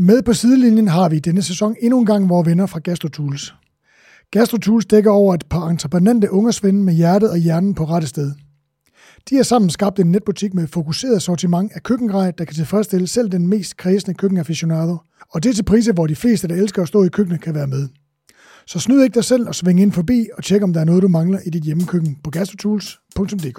Med på sidelinjen har vi denne sæson endnu en gang vores venner fra GastroTools. GastroTools dækker over et par entreprenante ungersvende med hjertet og hjernen på rette sted. De har sammen skabt en netbutik med fokuseret sortiment af køkkengrej, der kan tilfredsstille selv den mest kredsende køkkenaficionado. Og det er til priser, hvor de fleste, der elsker at stå i køkkenet, kan være med. Så snyd ikke dig selv og sving ind forbi og tjek, om der er noget, du mangler i dit hjemmekøkken på gastrotools.dk.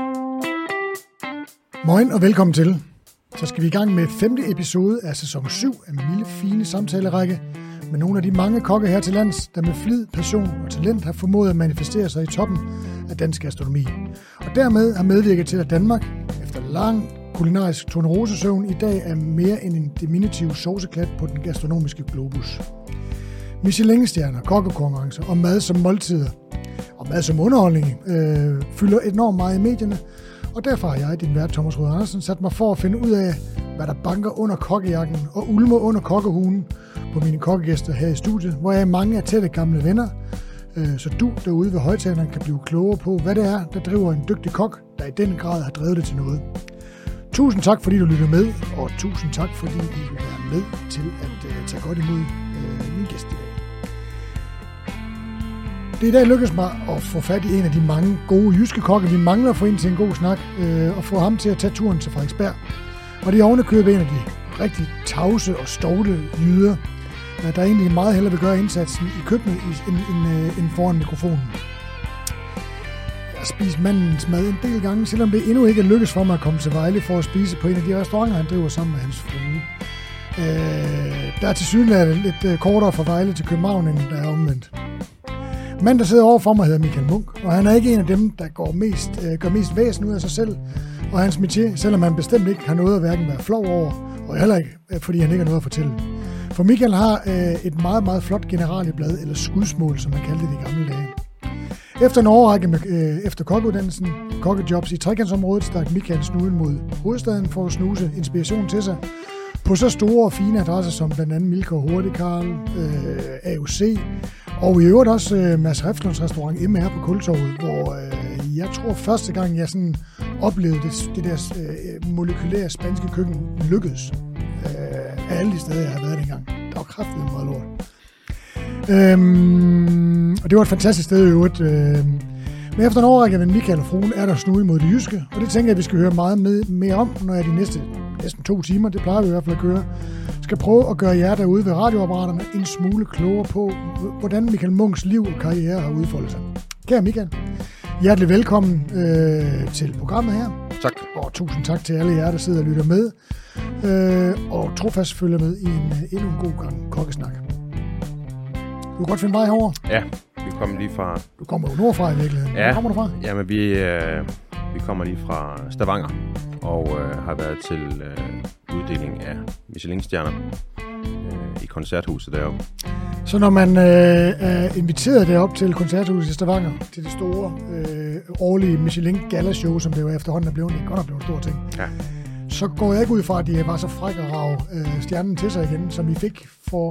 Moin og velkommen til. Så skal vi i gang med 5. episode af sæson 7 af min lille fine samtalerække med nogle af de mange kokke her til lands, der med flid, passion og talent har formået at manifestere sig i toppen af dansk gastronomi. Og dermed har medvirket til, at Danmark, efter lang kulinarisk tornerosesøvn, i dag er mere end en diminutiv sovseklat på den gastronomiske globus. Michelin-stjerner, kokkekonkurrencer og mad som måltider og mad som underholdning fylder enormt meget i medierne, og derfor har jeg, din vært Thomas Røde Andersen, sat mig for at finde ud af, hvad der banker under kokkejakken og ulmer under kokkehugen på mine kokkegæster her i studiet, hvor jeg er mange af tætte gamle venner, så du derude ved højtaleren kan blive klogere på, hvad det er, der driver en dygtig kok, der i den grad har drevet det til noget. Tusind tak, fordi du lytter med, og tusind tak, fordi I vil være med til at tage godt imod min gæst i dag. Det er i dag lykkedes mig at få fat i en af de mange gode jyske kokke, vi mangler at få ind til en god snak, og få ham til at tage turen til Frederiksberg. Og det er ovenikøbet en af de rigtig tavse og stolte jyder, der egentlig meget hellere vil gøre indsatsen i køkkenet end foran mikrofonen. Jeg har spist mandens mad en del gange, selvom det endnu ikke er lykkedes for mig at komme til Vejle for at spise på en af de restauranter, han driver sammen med hans frue. Der er til synligheden lidt kortere fra Vejle til København, end der er omvendt. Manden, der sidder overfor mig, hedder Michael Munk, og han er ikke en af dem, der gør mest væsen ud af sig selv og hans métier, selvom han bestemt ikke har noget at hverken være flov over, og heller ikke, fordi han ikke har noget at fortælle. For Michael har et meget, meget flot generalieblad, eller skudsmål, som man kaldte det i gamle dage. Efter en årrække efter kokkeuddannelsen, kokkejobs i trekantsområdet, stak Michael snuden mod hovedstaden for at snuse inspiration til sig på så store og fine adresser som blandt andet Milka Hurtigkarl, AOC, og i øvrigt også Mads Refslunds restaurant MR på Kultorvet, hvor jeg tror første gang jeg sådan oplevede det der molekylære spanske køkken lykkedes af alle de steder, jeg har været dengang. Der var kraftigt meget lort. Og det var et fantastisk sted i øvrigt. Men efter en overrække med Michael og fruen er der snude mod det jyske, og det tænker jeg, vi skal høre meget mere om, når jeg de næsten 2 timer, det plejer vi i hvert fald at køre, skal prøve at gøre jer derude ved radioapparaterne en smule klogere på, hvordan Michael Munks liv og karriere har udfoldet sig. Kære Michael, hjertelig velkommen til programmet her. Tak. Og tusind tak til alle jer, der sidder og lytter med, og trofast følger med i endnu en god gang kokkesnak. Du kan godt finde vej herover. Ja, vi kommer lige fra... Du kommer jo nordfra i virkeligheden. Ja. Hvor kommer du fra? Jamen, vi kommer lige fra Stavanger, og har været til uddeling af Michelin-stjerner i koncerthuset deroppe. Så når man er inviteret derop til koncerthuset i Stavanger, til det store årlige Michelin-gala-show, som det jo efterhånden er blevet en stor ting, ja, så går jeg ikke ud fra, at de var så frække at rage stjernen til sig igen, som I fik for...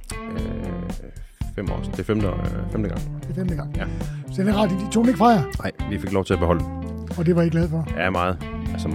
5 år. Det er femte gang. Det er 5. gang. Ja. Så det er rart, de tog den ikke fra jer? Nej, vi fik lov til at beholde den. Og det var I glade for? Ja, meget. Altså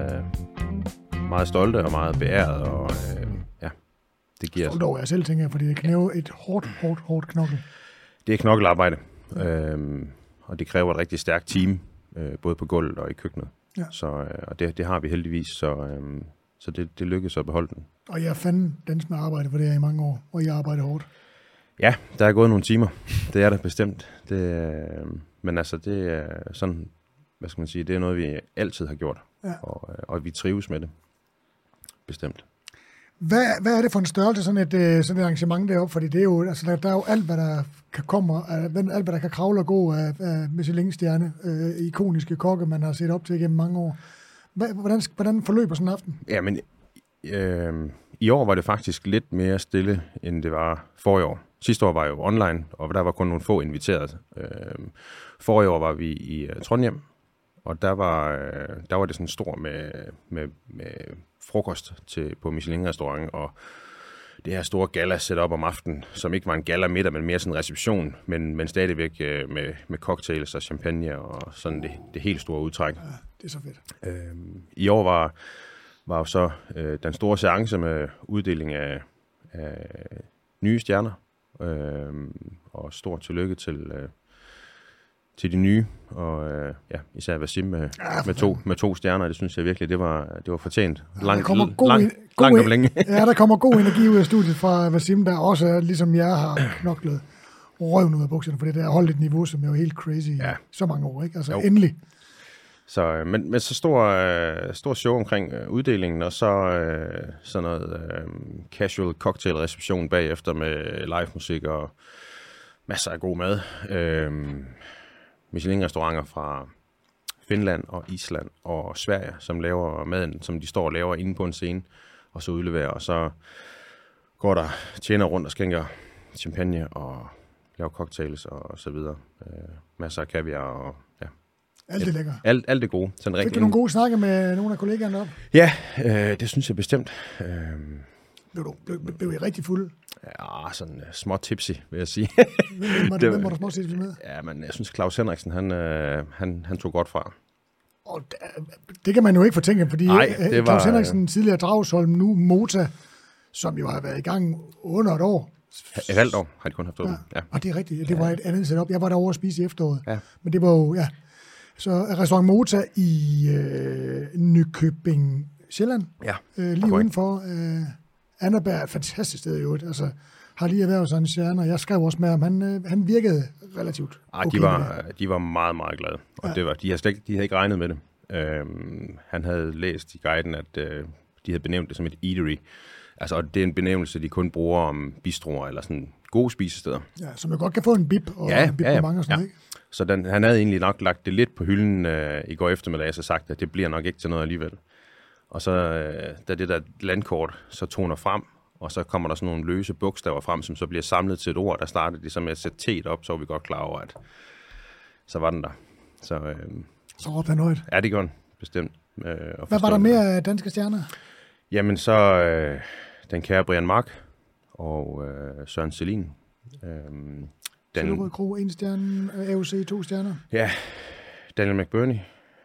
meget stolte og meget beæret, og ja, det giver... Stolt over jer selv, tænker jeg, fordi det kræver et hårdt knokkel. Det er knokkelarbejde, og det kræver et rigtig stærkt team, både på gulvet og i køkkenet. Ja. Så, og det har vi heldigvis, så det lykkedes at beholde den. Og jeg fandt dans med arbejde for det her i mange år, og jeg arbejder hårdt. Ja, der er gået nogle timer. Det er der bestemt. Men altså, det er sådan, hvad skal man sige, det er noget, vi altid har gjort. Ja. Og vi trives med det. Bestemt. Hvad er det for en størrelse, sådan et arrangement deroppe? Fordi det er jo, altså, der er jo alt, hvad der kan komme, alt, hvad der kan kravle og gå af Michelin-stjerne, ikoniske kokke, man har set op til gennem mange år. Hvordan forløber sådan en aften? Ja, men i år var det faktisk lidt mere stille, end det var forrige år. Sidste år var jo online, og der var kun nogle få inviteret. Forrige år var vi i Trondheim, og der var det sådan stor med frokost på Michelin-restaurant, og det her store gala-setup om aftenen, som ikke var en gala-middag, men mere sådan en reception, men stadigvæk med cocktails og champagne og sådan det helt store udtræk. Ja, det er så fedt. I år var jo så den store seance med uddeling af nye stjerner. Og stort tillykke til de nye, og især Wasim med 2 stjerner. Det synes jeg virkelig, det var fortjent. Langt om længe. Ja, der kommer god energi ud af studiet fra Wasim, der også, ligesom jeg, har knoklet røven ud af bukserne, for det der holdt et niveau, som er jo helt crazy i så mange år, ikke? Altså endelig. Så, men så stor show omkring uddelingen, og så sådan noget casual cocktail-reception bagefter med live musik og masser af god mad. Michelin-restauranter fra Finland og Island og Sverige, som laver maden, som de står og laver inde på en scene, og så udleverer, og så går der tjener rundt og skænker champagne og laver cocktails og så videre. Masser af kaviar og alt det lækker. Alt det gode. Fik du nogle gode snakke med nogle af kollegaerne op? Ja, det synes jeg bestemt. Blev I rigtig fulde? Ja, sådan små tipsy, vil jeg sige. Hvem var du små tipsy med? Ja, men jeg synes, Claus Henriksen, han tog godt fra. Og det kan man jo ikke fortænke, fordi Claus Henriksen, tidligere Dragsholm, nu Mota, som jo har været i gang under et år. Et halvt år har de kun haft åbent. Ja. Og det er rigtigt. Det var et andet setup. Jeg var derovre at spise i efteråret. Ja. Men det var jo, Så restaurant Mota i Nykøbing Sjælland. Ja. Lige udenfor. Annaberg er et fantastisk sted i øvrigt. Altså, har lige erhvervet sig en stjerne, og jeg skrev også med ham. Han virkede relativt okay. De var meget, meget glade. Og de havde ikke regnet med det. Han havde læst i guiden, at de havde benævnt det som et eatery. Altså, og det er en benævnelse, de kun bruger om bistroer eller sådan gode spisesteder. Ja, som jo godt kan få en bip, og en bip på mange og sådan noget, ikke? Så han havde egentlig nok lagt det lidt på hylden i går eftermiddag, så sagt, at det bliver nok ikke til noget alligevel. Og så, da det der landkort så toner frem, og så kommer der sådan nogle løse bogstaver frem, som så bliver samlet til et ord, der startede de så med at sætte T'et op, så var vi godt klar over, at så var den der. Så råbte han højt. Ja, det gjorde den, bestemt. Hvad var der mere af danske stjerner? Jamen så den kære Brian Mark og Søren Selin. Søllerød Kro, 1 stjerne, AOC 2 stjerner. Ja, Daniel McBurney.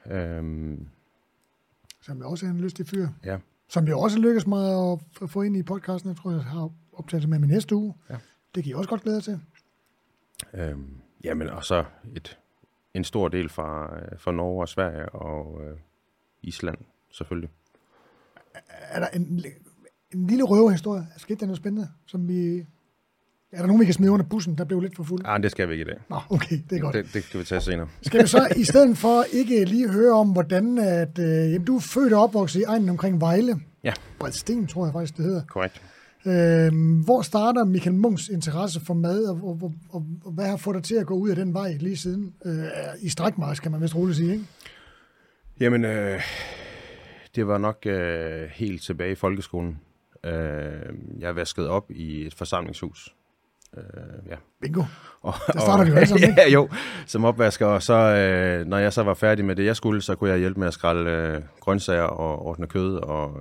Som jo også er en lystig fyr. Ja. Som jo også lykkes mig at få ind i podcasten. Jeg tror, jeg har optaget med min næste uge. Ja. Det kan I også godt glæde til. Jamen, og så en stor del fra Norge og Sverige og Island, selvfølgelig. Er der en lille røverhistorie? Skete der noget spændende, som vi... Er der nogen, vi kan smide under bussen, der blev lidt for fuld? Nej, det skal vi ikke i dag. Nå, okay, det er godt. Det kan vi tage senere. Skal vi så i stedet for ikke lige høre om, hvordan at, du er født og opvokset i egnen omkring Vejle? Ja. Bredsten, tror jeg faktisk, det hedder. Korrekt. Hvor starter Michael Munchs interesse for mad, og hvad har fået dig til at gå ud af den vej lige siden? I strækmarsk, kan man vist roligt sige, ikke? Jamen, det var nok helt tilbage i folkeskolen. Jeg vaskede op i et forsamlingshus. Ja. Bingo. Der starter vi jo alle sammen, ikke? Ja, jo, som opvasker. Og så, når jeg så var færdig med det, jeg skulle, så kunne jeg hjælpe med at skrælle grøntsager og ordne kød.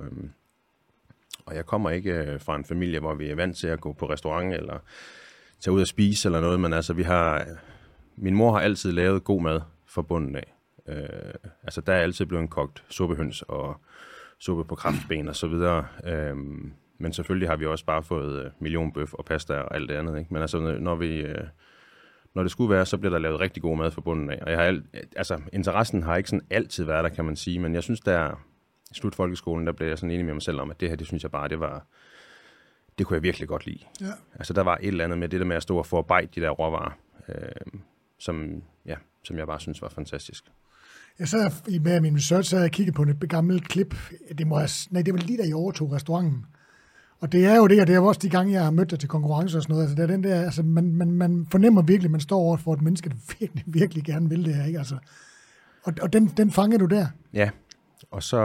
Og jeg kommer ikke fra en familie, hvor vi er vant til at gå på restaurant eller tage ud og spise eller noget. Men altså, min mor har altid lavet god mad fra bunden af. Altså, der er altid blevet kogt suppehøns og suppe på kræftben og så videre. Men selvfølgelig har vi også bare fået millionbøf og pasta og alt det andet, ikke? Men altså, når det skulle være, så bliver der lavet rigtig god mad fra bunden af. Og jeg har interessen har ikke sådan altid været der, kan man sige, men jeg synes, der i slut folkeskolen, der blev jeg sådan enig med mig selv om, at det her, det synes jeg bare, det kunne jeg virkelig godt lide. Ja. Altså, der var et eller andet med det der med at stå og forarbejde de der råvarer, som jeg bare synes var fantastisk. Jeg sad med min research, så havde jeg kigget på et gammelt klip. Det var lige da jeg overtog restauranten. Og det er jo det, og det er også de gange, jeg har mødt dig til konkurrence og sådan noget. Altså, det er den der, altså, man fornemmer virkelig, at man står over for et menneske, der virkelig, virkelig gerne vil det her, ikke? Altså, og den fanger du der. Ja, og så...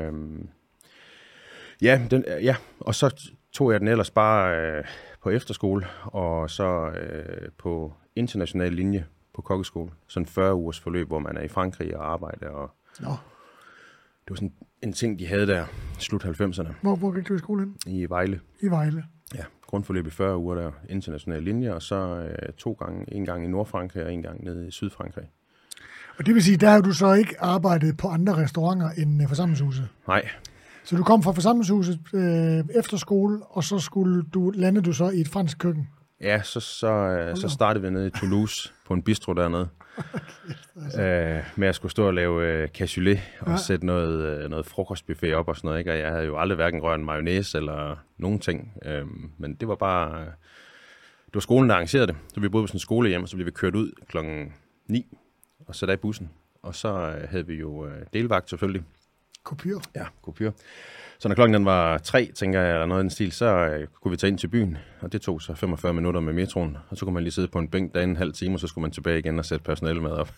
og så tog jeg den ellers bare på efterskole, og så på international linje på kokkeskole. Sådan 40 ugers forløb, hvor man er i Frankrig og arbejder. Og det var sådan en ting, de havde der slut 90'erne. Hvor gik du i skole hen? I Vejle. I Vejle? Ja, grundforløb i 40 uger der, international linje, og så 2 gange, en gang i Nordfrankrig og en gang nede i Sydfrankrig. Og det vil sige, der har du så ikke arbejdet på andre restauranter end forsamlingshuset? Nej. Så du kom fra forsamlingshuset efter skole, og så landede du så i et fransk køkken? Ja, så startede vi nede i Toulouse på en bistro dernede. Med at skulle stå og lave cassoulet og sætte noget frokostbuffet op og sådan noget. Ikke? Og jeg havde jo aldrig hverken rørt en mayonnaise eller nogen ting. Men det var bare... Det var skolen, der arrangerede det. Så vi boede på sådan en skolehjem, og så blev vi kørt ud klokken 9 og sætte af bussen. Og så havde vi jo delvagt selvfølgelig. Kopyr. Ja, kopyr. Så når klokken den var 3, tænker jeg, eller noget i den stil, så kunne vi tage ind til byen. Og det tog så 45 minutter med metroen. Og så kunne man lige sidde på en bænk derinde en halv time, og så skulle man tilbage igen og sætte personale med op.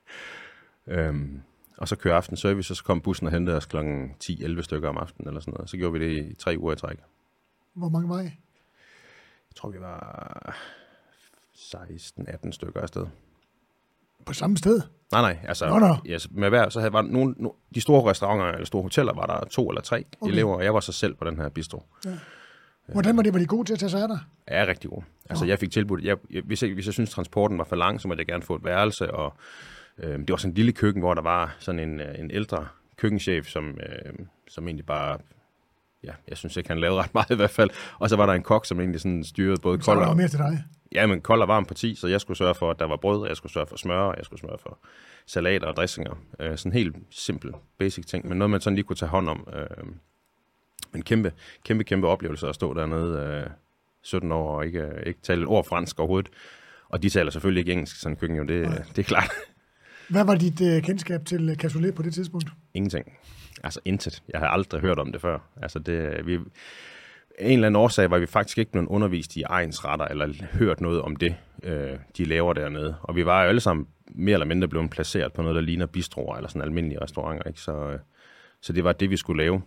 Og så kørte aftenservice, og så kom bussen og hentede os klokken 10-11 stykker om aftenen eller sådan noget. Så gjorde vi det i 3 uger i træk. Hvor mange var I? Jeg tror, vi var 16-18 stykker afsted. På samme sted? Nej, altså yes, med hver, så var de store restauranter eller store hoteller, var der 2 eller 3 elever, og jeg var så selv på den her bistro. Ja. Hvordan var de gode til at tage sig af dig? Ja, rigtig gode. Altså jeg fik tilbudt, hvis jeg synes transporten var for lang, så måtte jeg gerne få et værelse, og det var sådan en lille køkken, hvor der var sådan en ældre køkkenchef, som egentlig bare... Ja, jeg synes ikke, han lavede ret meget i hvert fald. Og så var der en kok, som egentlig sådan styrede både kold og... Så var mere til dig? Ja, men kold og varm parti, så jeg skulle sørge for, at der var brød, og jeg skulle sørge for smør, og jeg skulle sørge for salater og dressinger. Sådan helt simpel, basic ting, men noget, man sådan lige kunne tage hånd om. Men kæmpe oplevelse at stå dernede 17 år og ikke tale et ord fransk overhovedet. Og de taler selvfølgelig ikke engelsk, sådan en køkken jo, det er klart. Hvad var dit kendskab til cassoulet på det tidspunkt? Ingenting. Altså intet. Jeg havde aldrig hørt om det før. Altså en eller anden årsag var vi faktisk ikke blevet undervist i egensretter, eller hørt noget om det, de laver dernede. Og vi var jo alle sammen mere eller mindre blevet placeret på noget, der ligner bistroer, eller sådan almindelige restauranter. Ikke? Så det var det, vi skulle lave.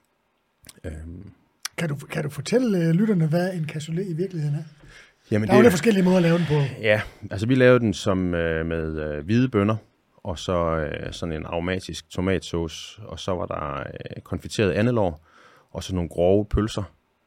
Kan du fortælle lytterne, hvad en cassoulet i virkeligheden er? Jamen, der er jo forskellige måder at lave den på. Ja, altså vi lavede den som med hvide bønner, og så sådan en aromatisk tomatsauce, og så var der konfiteret andelår, og så nogle grove pølser.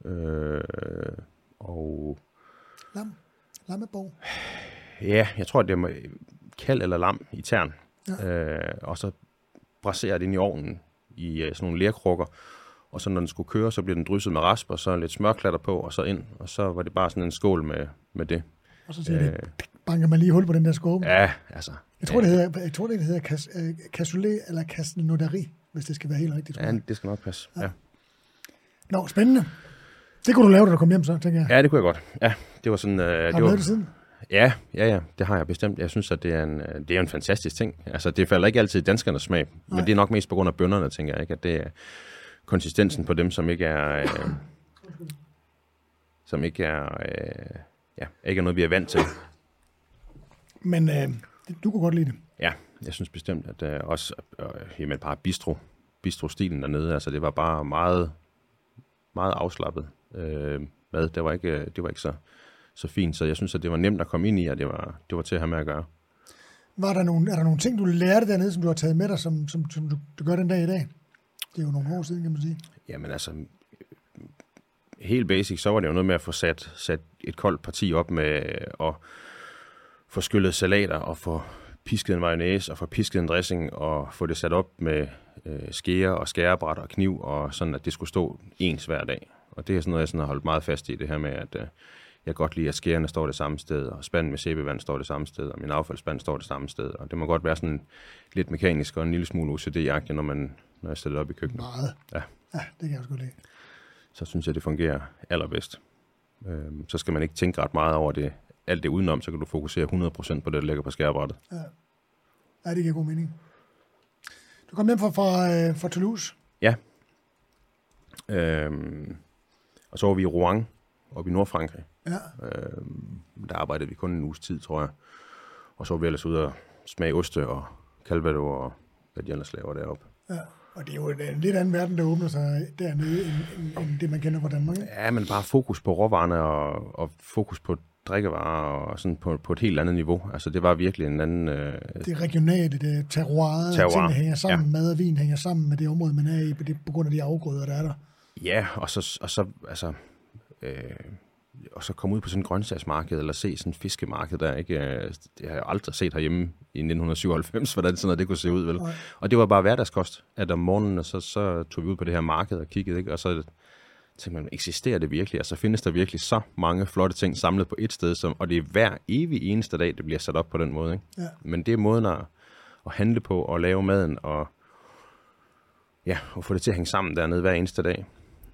Og lammebog. Ja, jeg tror, det var kalv eller lam i tern. Ja. Og så braseret ind i ovnen i sådan nogle lerkrukker. Og så når den skulle køre, så blev den drysset med rasp, og så lidt smørklatter på, og så ind. Og så var det bare sådan en skål med det. Og så siger det, banker man lige hul på den der skåbe. Ja, altså. Jeg tror, det hedder cassoulet eller castelnaudary, hvis det skal være helt rigtigt. Ja, det skal nok passe, ja. Nå, spændende. Det kunne du lave, da du kom hjem så, tænker jeg. Ja, det kunne jeg godt. Ja, det var sådan... Har du lavet det siden? Ja, det har jeg bestemt. Jeg synes, at det er en fantastisk ting. Altså, det falder ikke altid i danskernes smag, men det er nok mest på grund af bønnerne, tænker jeg, ikke? At det er konsistensen på dem, som ikke er... ikke er noget, vi er vant til. Men du kunne godt lide det? Ja, jeg synes bestemt, at også jamen bare bistro-stilen dernede, altså det var bare meget, meget afslappet mad. Det var ikke så fint, så jeg synes, at det var nemt at komme ind i, og det var til at have med at gøre. Er der nogle ting, du lærte dernede, som du har taget med dig, som du gør den dag i dag? Det er jo nogle år siden, kan man sige. Jamen altså, helt basic, så var det jo noget med at få sat et koldt parti op med at få skyllet salater og få pisket en mayonnaise og få pisket en dressing og få det sat op med skeer og skærebræt og kniv og sådan, at det skulle stå ens hver dag. Og det er sådan noget, jeg sådan har holdt meget fast i, det her med, at jeg godt lide, at skærene står det samme sted, og spanden med sæbevand står det samme sted, og min affaldsspand står det samme sted. Og det må godt være sådan lidt mekanisk og en lille smule OCD-agtigt, når jeg sætter det op i køkkenet. Meget. Ja, det kan jeg også godt lide. Så synes jeg, det fungerer allerbedst. Så skal man ikke tænke ret meget over det. Alt det udenom, så kan du fokusere 100% på det, der ligger på skærebrættet. Ja, det giver god mening. Du kom hjem fra Toulouse. Ja. Og så var vi i Rouen, oppe i Nordfrankrig. Ja. Der arbejdede vi kun en uges tid, tror jeg. Og så var vi ellers ude og smage oste og calvados og hvad de ellers laver deroppe. Ja, og det er jo en lidt anden verden, der åbner sig dernede, end det, man kender fra Danmark. Ikke? Ja, men bare fokus på råvarerne og fokus på drikkevarer og sådan på et helt andet niveau. Altså det var virkelig en anden... Det regionale, det terroiret, tingene hænger sammen, mad og vin hænger sammen med det område, man er i, på grund af de afgrøder, der er der. Ja, og så altså... og så komme ud på sådan en grøntsagsmarked, eller se sådan en fiskemarked der, ikke? Det har jeg aldrig set herhjemme i 1997, hvordan sådan noget det kunne se ud, vel? Nej. Og det var bare hverdagskost, at om morgenen, så tog vi ud på det her marked og kiggede, ikke? Og så tænkte man, eksisterer det virkelig? Altså findes der virkelig så mange flotte ting samlet på et sted, og det er hver evig eneste dag, det bliver sat op på den måde, ikke? Ja. Men det er måden at handle på, og lave maden, og få det til at hænge sammen dernede hver eneste dag.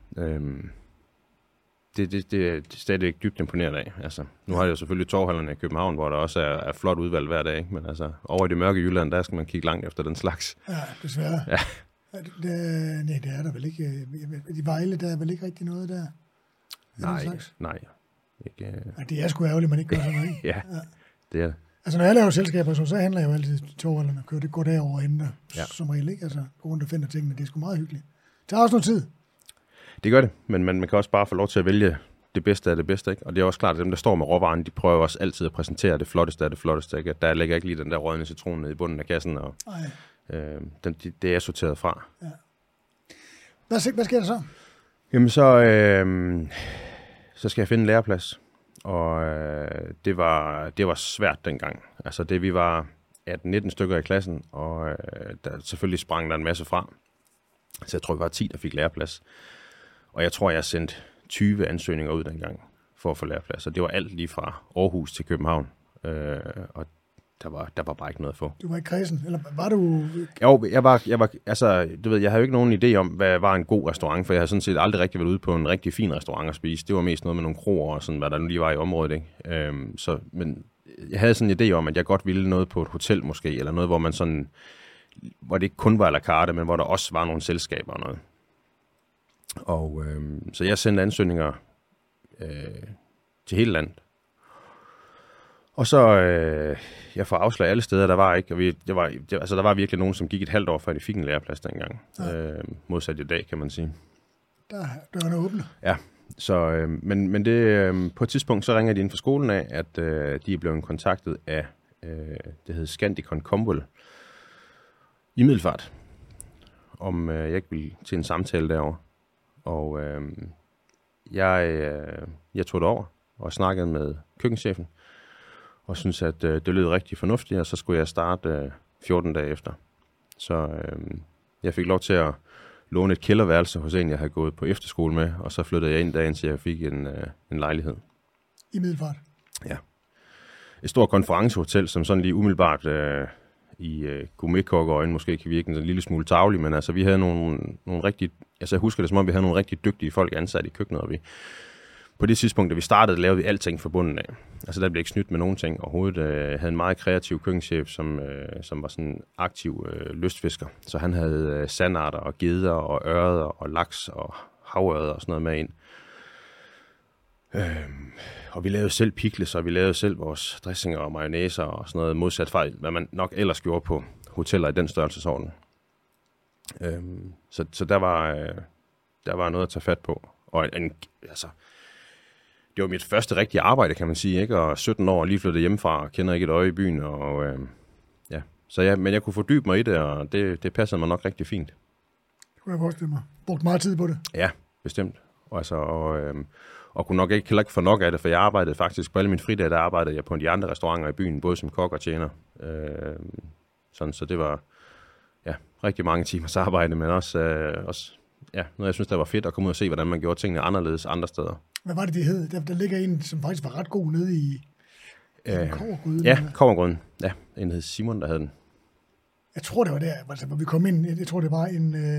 Det er stadig dybt imponeret af. Altså, nu har jeg jo selvfølgelig torvhallerne i København, hvor der også er flot udvalg hver dag, ikke? Men altså, over i det mørke Jylland, der skal man kigge langt efter den slags. Ja, desværre. Ja. Nej, det er der vel ikke. I Vejle, der er vel ikke rigtig noget der? Nej. Ikke, ja, det er sgu ærgerligt, man ikke gør sådan noget. Ja, det er det. Altså, når jeg laver selskaber, så handler jeg jo altid torvhallerne og kører. Det går derover og henter, som regel, ikke? Altså, gå rundt og finder tingene. Det er sgu meget hyggeligt. Det tager også noget tid. Det gør det, men man kan også bare få lov til at vælge det bedste af det bedste, ikke? Og det er også klart, at dem, der står med råvaren, de prøver også altid at præsentere det flotteste af det flotteste, ikke? Der ligger ikke lige den der rådne citron nede i bunden af kassen, og det er sorteret fra. Ja. Hvad sker der så? Jamen så skal jeg finde en læreplads, og det var svært dengang. Altså vi var 18-19 stykker i klassen, og der selvfølgelig sprang der en masse fra. Så jeg tror, vi var 10, der fik læreplads. Og jeg tror, jeg sendte 20 ansøgninger ud dengang for at få læreplads. Og det var alt lige fra Aarhus til København. Og der var bare ikke noget at få. Du var i kredsen, eller var du? Jo, jeg var altså, du ved, jeg havde jo ikke nogen idé om, hvad var en god restaurant, for jeg havde sådan set aldrig rigtig været ude på en rigtig fin restaurant at spise. Det var mest noget med nogle kroer og sådan, hvad der nu lige var i området, ikke? Men jeg havde sådan en idé om, at jeg godt ville noget på et hotel måske, eller noget, hvor man sådan, hvor det ikke kun var à la carte, men hvor der også var nogle selskaber og noget. Og så jeg sendte ansøgninger til hele landet. Og så jeg får afslag alle steder, der var ikke. Og der var virkelig nogen, som gik et halvt år, før de fik en læreplads dengang. Ja. Modsat i dag, kan man sige. Der dørene åbne. Ja, så, men det, på et tidspunkt, så ringer de ind fra skolen af, at de er blevet kontaktet af, det hed Scandicon Comwell i Middelfart, om jeg ikke ville til en samtale derovre. Og jeg tog det over og snakkede med køkkenchefen, og synes at det lød rigtig fornuftigt, og så skulle jeg starte 14 dage efter. Så jeg fik lov til at låne et kælderværelse hos en, jeg havde gået på efterskole med, og så flyttede jeg ind dagen, til jeg fik en lejlighed. I Middelfart? Ja. Et stort konferencehotel, som sådan lige umiddelbart i gourmetkokkerøjne måske kan virke en lille smule tarvelig, men altså vi havde nogle rigtig, altså jeg husker det som om, vi havde nogle rigtig dygtige folk ansat i køkkenet, og på det tidspunkt, da vi startede, lavede vi alting fra bunden af. Altså der blev ikke snydt med nogen ting overhovedet. Havde en meget kreativ køkkenchef, som var sådan en aktiv lystfisker. Så han havde sandarter og geder og ørreder og laks og havørreder og sådan noget med ind. Og vi lavede selv pickles, og vi lavede selv vores dressinger og mayonnaiser og sådan noget modsat fra, hvad man nok ellers gjorde på hoteller i den størrelsesorden. Så der var noget at tage fat på. Og det var mit første rigtige arbejde, kan man sige, ikke? Og 17 år lige flyttet hjemmefra, kender ikke et øje i byen, og men jeg kunne fordybe mig i det, og det passede mig nok rigtig fint. Det kunne jeg forestille mig. Brugt meget tid på det? Ja, bestemt. Og kunne nok ikke få nok af det, for jeg arbejdede faktisk på alle mine fridage, der arbejdede jeg på de andre restauranter i byen, både som kok og tjener. Så det var rigtig mange timers arbejde, men også noget, jeg synes, der var fedt at komme ud og se, hvordan man gjorde tingene anderledes andre steder. Hvad var det hed? Der ligger en, som faktisk var ret god nede i Kobbergryden. Ja, Kobbergryden. Ja, en hed Simon, der havde den. Jeg tror, det var der, hvor vi kom ind. Jeg tror, det var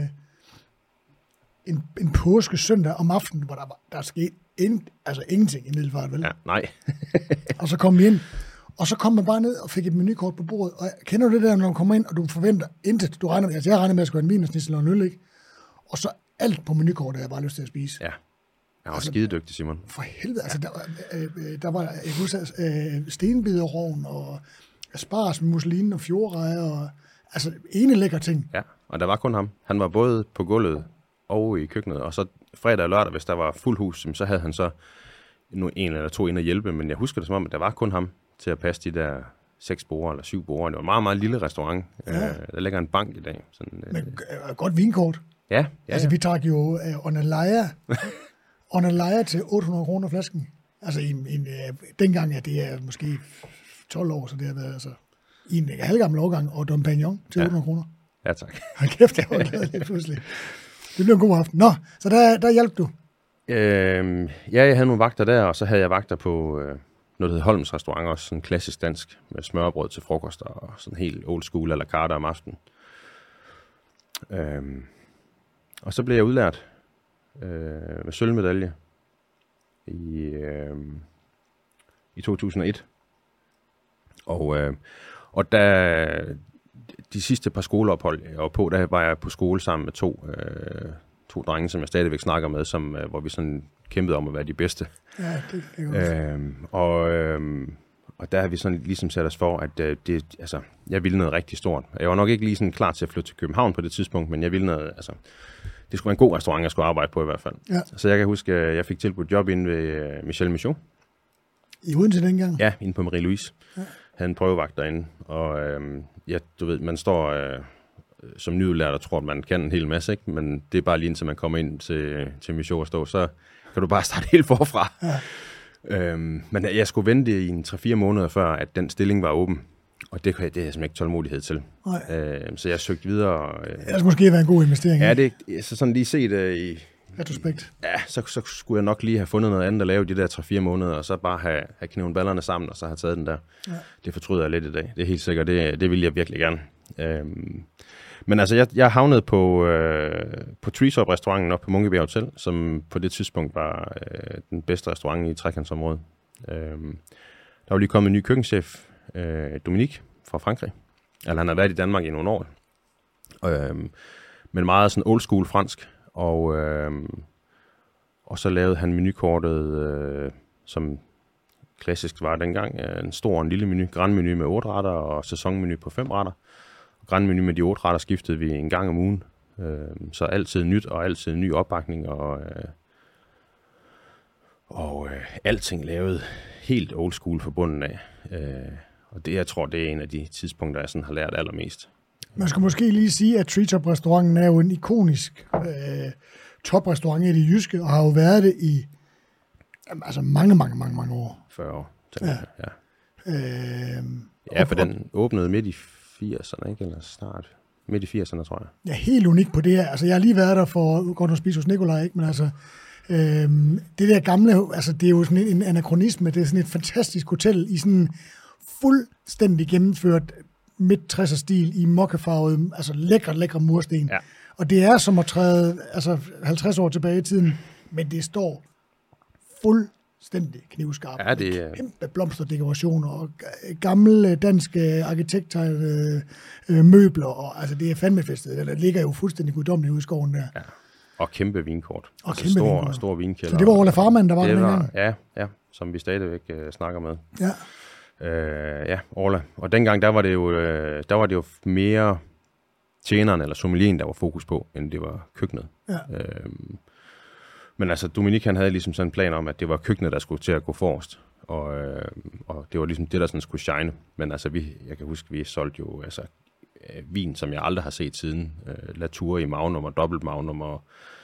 en påskesøndag om aftenen, hvor der skete ingenting i Middelfart, vel? Ja, nej. Og så kom vi ind, og så kom man bare ned og fik et menukort på bordet. Og kender du det der, når du kommer ind, og du forventer intet? Jeg regner med, at jeg skulle have en wienersnitzel og en øl, ikke? Og så alt på menukortet, jeg bare lyst til at spise. Ja. Jeg var skidedygtig, Simon. For helvede, altså der var jeg husker, stenbiderrovn og asparges med musselin og fjordrejer og altså ene lækker ting. Ja, og der var kun ham. Han var både på gulvet og i køkkenet, og så fredag og lørdag, hvis der var fuld hus, så havde han så en eller to ind at hjælpe, men jeg husker det som om, at der var kun ham til at passe de der 6 borde eller 7 borde. Det var en meget, meget lille restaurant. Ja. Der ligger en bank i dag. Sådan, men godt vinkort. Ja. Altså vi trak jo Onalaya til 800 kroner flasken. Altså dengang, at det er måske 12 år, så det har været altså, i en halvgammel årgang, og Dom Pignon til 800 kroner. Ja, tak. Hold kæft, jeg var glad lidt pludselig. Det blev en god aften. Nå, så der hjalp du. Ja, jeg havde nogle vagter der, og så havde jeg vagter på noget, der hed Holms Restaurant, også sådan klassisk dansk, med smørbrød til frokost, og sådan helt old school à la carte om aftenen. Og så blev jeg udlært med sølvmedalje i 2001. Og da de sidste par skoleophold, jeg var på, der var jeg på skole sammen med to drenge, som jeg stadigvæk snakker med, hvor vi sådan kæmpede om at være de bedste. Ja, det er godt. Og der har vi sådan ligesom sat os for, at jeg ville noget rigtig stort. Jeg var nok ikke lige sådan klar til at flytte til København på det tidspunkt, men jeg ville noget, det skulle være en god restaurant, jeg skulle arbejde på i hvert fald. Ja. Så jeg kan huske, at jeg fik tilbudt job inde ved Michel Michaud. I Odense dengang? Ja, inde på Marie-Louise. Ja. Havde en prøvevagt derinde, og du ved, man står som nyudlært og tror, at man kan en hel masse, ikke? Men det er bare lige indtil man kommer ind til Michaud og stå, så kan du bare starte helt forfra. Ja. Men jeg skulle vente i 3-4 måneder før, at den stilling var åben. Og det havde jeg simpelthen ikke tålmodighed til. Så jeg søgte videre. Det skulle måske være en god investering. Ja, det så sådan lige set i retrospekt. Ja, så skulle jeg nok lige have fundet noget andet at lave de der 3-4 måneder, og så bare have knivet ballerne sammen, og så have taget den der. Ja. Det fortryder jeg lidt i dag. Det er helt sikkert. Det vil jeg virkelig gerne. Men altså, jeg havnede på Treetop restauranten op på Munkebjerg Hotel, som på det tidspunkt var den bedste restaurant i trekantsområdet. Der var lige kommet en ny køkkenchef, Dominique fra Frankrig. Eller han har været i Danmark i nogle år. Men meget sådan old school fransk. Og så lavede han menukortet, som klassisk var dengang, en stor og en lille menu. Grandmenu med 8 retter og sæsonmenu på 5 retter. Grandmenu med de 8 retter skiftede vi en gang om ugen. Så altid nyt og altid ny opbakning. Og alting lavet helt old school fra bunden af. Og det, jeg tror, det er en af de tidspunkter, jeg sådan har lært allermest. Man skal måske lige sige, at Treetop-restauranten er jo en ikonisk toprestaurant i det jyske, og har jo været det i mange år. 40 år. Ja, for den åbnede midt i 80'erne, ikke? Eller snart midt i 80'erne, tror jeg. Ja, helt unik på det her. Altså, jeg har lige været der for godt at spise hos Nikolaj, ikke? Men altså, det der gamle, altså, det er jo sådan en anakronisme. Det er sådan et fantastisk hotel i sådan fuldstændig gennemført midt-60'er-stil i mokkafarvet, altså lækre mursten. Ja. Og det er som at træde 50 år tilbage i tiden, men det står fuldstændig knivskarpt. Ja, det er kæmpe blomsterdekorationer og gamle danske arkitekter møbler, og altså det er fandme festet. Der ligger jo fuldstændig guddommeligt ude i skoven der. Ja. Og kæmpe vinkort. Og altså kæmpe stor vinkælder. Så det var Orla Farmand, der var der dengang? Ja, som vi stadigvæk snakker med. Ja. Orla. Og dengang, der var det jo mere tjeneren eller sommelien, der var fokus på, end det var køkkenet. Ja. Men altså, Dominik, han havde ligesom sådan en plan om, at det var køkkenet, der skulle til at gå forrest. Og det var ligesom det, der sådan skulle shine. Men altså, jeg kan huske, vi solgte jo altså vin, som jeg aldrig har set siden. Latour i Magnum og dobbelt Magnum og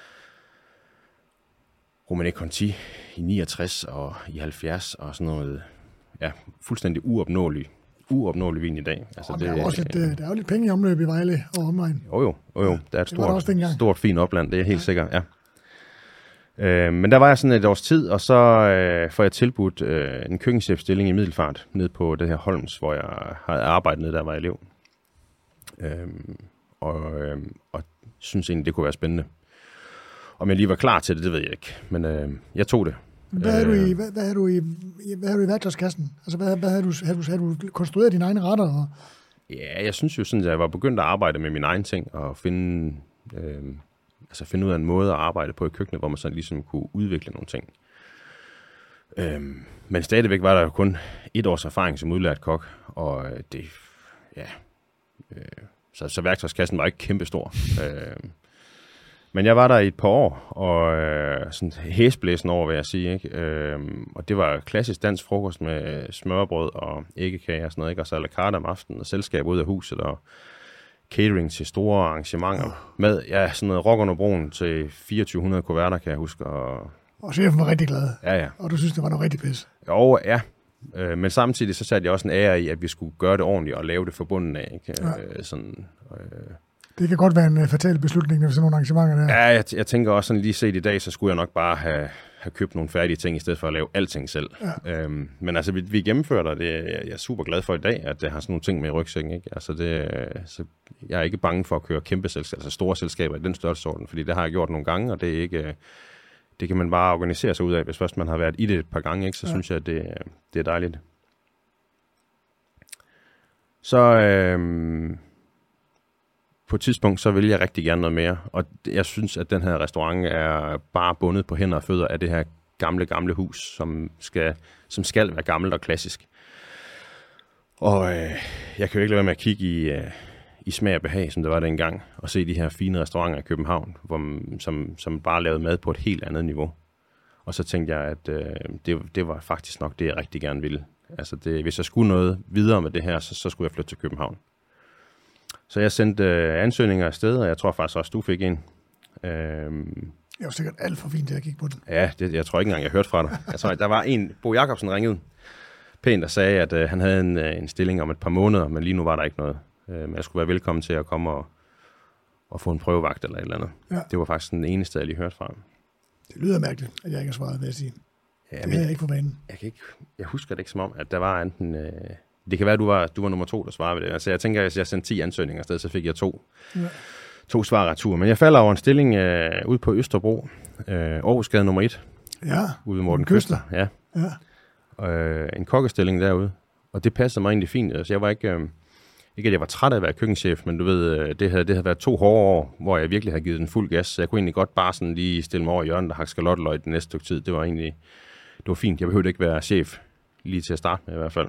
Romanée Conti i 69 og i 70 og sådan noget. Ja, fuldstændig uopnåelig vin i dag. Altså, der er jo lidt penge i omløb i Vejle og omegn. Jo. Der er et stort fint opland, det er helt sikkert, ja. Men der var jeg sådan et års tid, og så får jeg tilbudt en køkkenchefstilling i Middelfart, ned på det her Holms, hvor jeg havde arbejdet nede, der var elev. Og synes egentlig, det kunne være spændende. Om jeg lige var klar til det, det ved jeg ikke, men jeg tog det. Hvad havde du i værktøjskassen? Altså, hvad havde du konstrueret dine egne retter? Ja, jeg synes jo sådan, at jeg var begyndt at arbejde med mine egne ting, og finde ud af en måde at arbejde på i køkkenet, hvor man sådan ligesom kunne udvikle nogle ting. Men stadigvæk var der jo kun 1 års erfaring som udlært kok, og så værktøjskassen var ikke kæmpestor. Men jeg var der i et par år, og sådan hæsblæsende over, vil jeg sige, ikke? Og det var klassisk dansk frokost med smørbrød og æggekage og sådan noget, ikke? Og så à la carte om aftenen, og selskab ud af huset, og catering til store arrangementer. Med, sådan noget Rock under broen til 2400 kuverter, kan jeg huske, og Og chefen var rigtig glad. Ja. Og du synes, det var noget rigtig pis. Jo, ja. Men samtidig så satte jeg også en ære i, at vi skulle gøre det ordentligt og lave det fra bunden af. Ikke? Ja. Det kan godt være en fatal beslutning med sådan nogle arrangementer der. Ja, jeg tænker også sådan lige set i dag, så skulle jeg nok bare have købt nogle færdige ting, i stedet for at lave alting selv. Ja. Men altså, vi gennemfører det. Jeg er super glad for i dag, at det har sådan nogle ting med i rygsækken. Ikke? Altså, så jeg er ikke bange for at køre kæmpe selskaber, altså store selskaber i den størrelsesorden, fordi det har jeg gjort nogle gange, og det er ikke... Det kan man bare organisere sig ud af, hvis først man har været i det et par gange, ikke? Så synes jeg, at det er dejligt. Så på et tidspunkt, så vil jeg rigtig gerne noget mere. Og jeg synes, at den her restaurant er bare bundet på hænder og fødder af det her gamle hus, som skal være gammelt og klassisk. Og jeg kan jo ikke lade være med at kigge i smag og behag, som det var dengang, og se de her fine restauranter i København, som bare lavede mad på et helt andet niveau. Og så tænkte jeg, at det var faktisk nok det, jeg rigtig gerne ville. Altså hvis jeg skulle noget videre med det her, så skulle jeg flytte til København. Så jeg sendte ansøgninger afsted, og jeg tror faktisk også, du fik en. Det var sikkert alt for fint, at jeg gik på den. Ja, jeg tror ikke engang, jeg hørte fra dig. Altså, der var en, Bo Jacobsen ringede pænt og sagde, at han havde en stilling om et par måneder, men lige nu var der ikke noget. Men jeg skulle være velkommen til at komme og få en prøvevagt eller et eller andet. Ja. Det var faktisk den eneste, jeg lige hørte fra ham. Det lyder mærkeligt, at jeg ikke har svaret, vil jeg sige. Ja, det havde jeg ikke på banen. Jeg husker det ikke som om, at der var enten... det kan være, at du var nummer 2, der svarede ved det. Altså, jeg tænker, at hvis jeg sendte 10 ansøgninger afsted, så fik jeg 2 svar retur. Men jeg falder over en stilling ude på Østerbro. Aarhusgade nummer 1. Ja. Ude ved Morten Køster. Ja. En kokkestilling derude. Og det passede mig egentlig fint. Altså, jeg var ikke at jeg var træt af at være køkkenchef, men du ved, det havde været 2 hårde år, hvor jeg virkelig havde givet den fuld gas. Så jeg kunne egentlig godt bare sådan lige stille mig over hjørnet og hakke skalotteløg det næste stykke tid. Det var fint. Jeg behøvede ikke være chef lige til at starte med i hvert fald.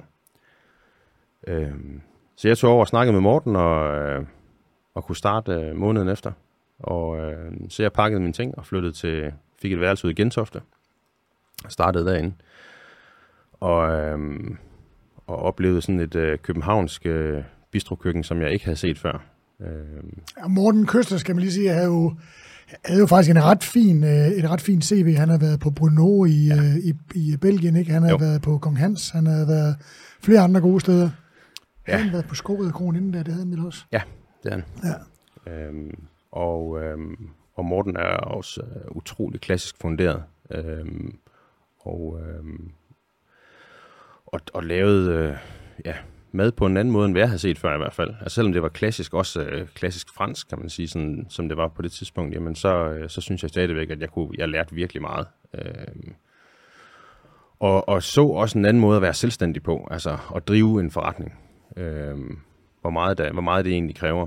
Så jeg tog over og snakkede med Morten og kunne starte måneden efter. Og så jeg pakkede mine ting og fik et værelse ud i Gentofte. Startede derinde. Og oplevede sådan et københavnsk bistrokøkken, som jeg ikke havde set før. Ja, Morten Køster, skal man lige sige, havde jo faktisk et ret fin CV. Han har været på Bruno i Belgien, ikke? Han har været på Kong Hans, han har været flere andre gode steder. Ja. Han har været på Skovedkronen inden der, det havde han vel også. Ja, det er han. Ja. Og Morten er også utrolig klassisk funderet. Og lavede mad på en anden måde, end hvad jeg havde set før i hvert fald. Altså selvom det var klassisk, også klassisk fransk, kan man sige, sådan, som det var på det tidspunkt, jamen så synes jeg stadigvæk, at jeg lærte virkelig meget. Og så også en anden måde at være selvstændig på, altså at drive en forretning. Hvor meget det egentlig kræver.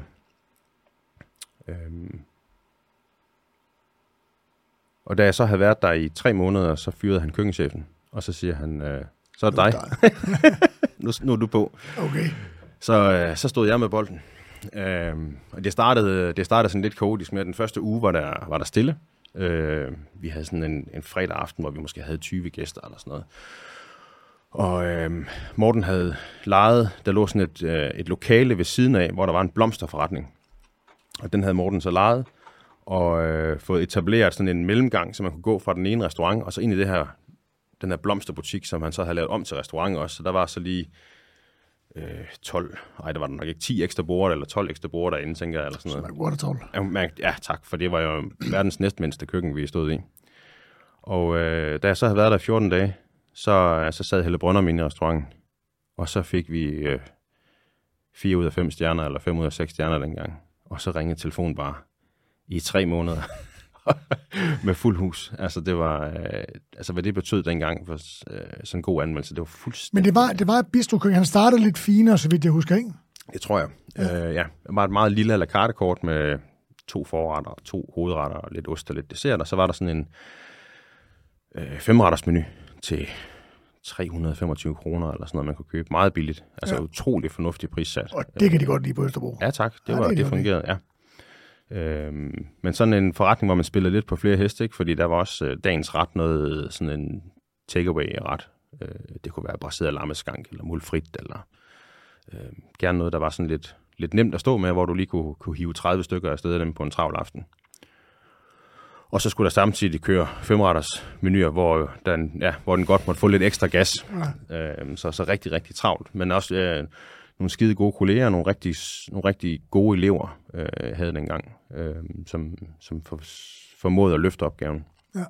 Og da jeg så havde været der i 3 måneder, så fyrede han køkkenchefen, og så siger han, så er det dig. Nu er du på. Okay. Så stod jeg med bolden. Og det startede sådan lidt kaotisk med, at den første uge var der stille. Vi havde sådan en fredag aften, hvor vi måske havde 20 gæster eller sådan noget. Og Morten havde lejet, der lå sådan et lokale ved siden af, hvor der var en blomsterforretning. Og den havde Morten så lejet og fået etableret sådan en mellemgang, så man kunne gå fra den ene restaurant og så ind i den her blomsterbutik, som han så havde lavet om til restaurant også. Så der var så lige 10 ekstra borde eller 12 ekstra borde derinde, tænker jeg, eller sådan noget. Så man kunne 12. Ja, tak, for det var jo verdens næstmindste køkken, vi stod i. Og da jeg så havde været der 14 dage, så sad Helle Brønner inde i restauranten, og så fik vi 4 ud af 5 stjerner, eller 5 ud af 6 stjerner dengang. Og så ringede telefonen bare i 3 måneder med fuld hus. Altså det var, hvad det betød dengang for sådan en god anmeldelse, det var fuldstændig... Men det var et bistrokøkken. Han startede lidt finere, så vidt jeg husker, ikke? Det tror jeg. Ja. Det var et meget lille à la carte kort med 2 forretter, 2 hovedretter og lidt ost og lidt dessert. Og så var der sådan en 5-retters menu til 325 kroner eller sådan noget, man kunne købe. Meget billigt. Altså utrolig fornuftig prissat. Og det kan de godt lide på Østerbro. Ja tak, det fungerede, ja. Men sådan en forretning, hvor man spiller lidt på flere heste, ikke? Fordi der var også dagens ret noget, sådan en takeaway-ret. Det kunne være braseret lammeskank eller mulfrit, eller gerne noget, der var sådan lidt nemt at stå med, hvor du lige kunne hive 30 stykker af stedet dem på en travl aften. Og så skulle der samtidig køre 5-retters menuer, hvor den godt måtte få lidt ekstra gas. Ja. Så rigtig, rigtig travlt. Men også nogle skide gode kolleger, nogle rigtig gode elever havde dengang, som formåede at løfte opgaven. Ja.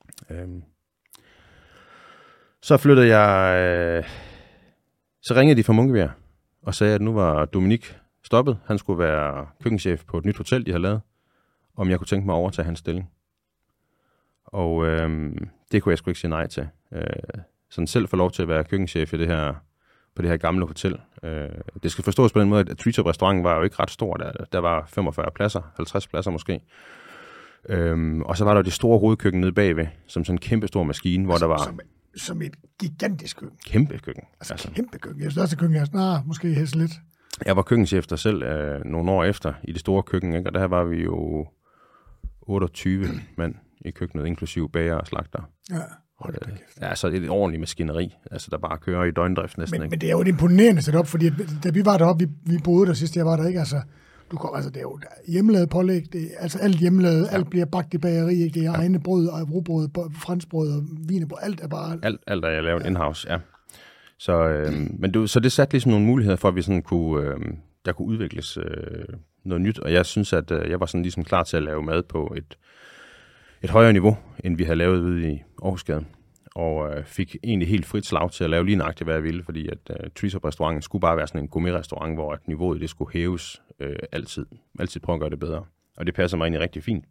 Så flyttede jeg... Så ringede de fra Munkebjerg og sagde, at nu var Dominik stoppet. Han skulle være køkkenchef på et nyt hotel, de havde lavet. Om jeg kunne tænke mig at overtage hans stilling. Og det kunne jeg sgu ikke sige nej til. Sådan selv få lov til at være køkkenchef på det her gamle hotel. Det skal forstås på den måde, at Treetop restauranten var jo ikke ret stor. Der var 45 pladser, 50 pladser måske. Og så var der det store hovedkøkken nede bagved, som sådan en kæmpe stor maskine, hvor der var... Som et gigantisk køkken. Kæmpe køkken. Altså kæmpe køkken. Jeg største køkken er måske helst lidt. Jeg var køkkenchef der selv nogle år efter i det store køkken, ikke? Og der var vi jo 28 mand i køkkenet, inklusive bager og slagter. Ja, så det er et ordentligt maskineri, altså der bare kører i døgndrift næsten. Men det er jo et imponerende setup, fordi da vi var deroppe, vi boede der sidst, jeg var der ikke, altså det er jo hjemmelavet pålæg, altså alt hjemmelavet, alt bliver bagt i bageri, ikke? Det er egne brød, og rugbrød, franskbrød og wienerbrød, alt er bare... Alt er jeg lavet in-house, ja. Så det satte ligesom nogle muligheder for, at vi sådan der kunne udvikles noget nyt, og jeg synes, at jeg var sådan ligesom klar til at lave mad på et højere niveau, end vi havde lavet ude i Aarhusgade. Og fik egentlig helt frit slag til at lave lige nøjagtigt, hvad jeg ville, fordi at Treetop-restauranten skulle bare være sådan en gourmet-restaurant, hvor at niveauet det skulle hæves altid. Altid prøve at gøre det bedre. Og det passer mig egentlig rigtig fint.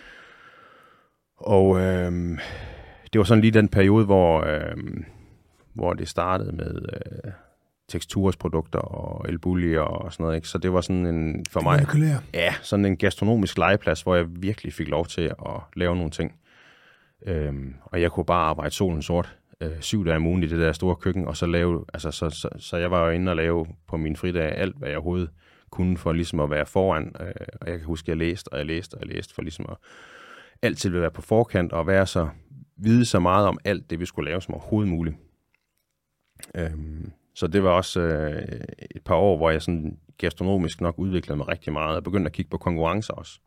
Og det var sådan lige den periode, hvor det startede med tekstursprodukter og elbullier og sådan noget, ikke? Så det var sådan en, for mig, sådan en gastronomisk legeplads, hvor jeg virkelig fik lov til at lave nogle ting. Og jeg kunne bare arbejde solen sort 7 dage om ugen i det der store køkken, og så lave, altså så jeg var jo inde og lave på min fridag alt, hvad jeg overhovedet kunne for ligesom at være foran. Og jeg kan huske, at jeg læste for ligesom at altid være på forkant og vide så meget om alt det, vi skulle lave som overhovedet muligt. Så det var også et par år, hvor jeg sådan gastronomisk nok udviklede mig rigtig meget og begyndte at kigge på konkurrencer også.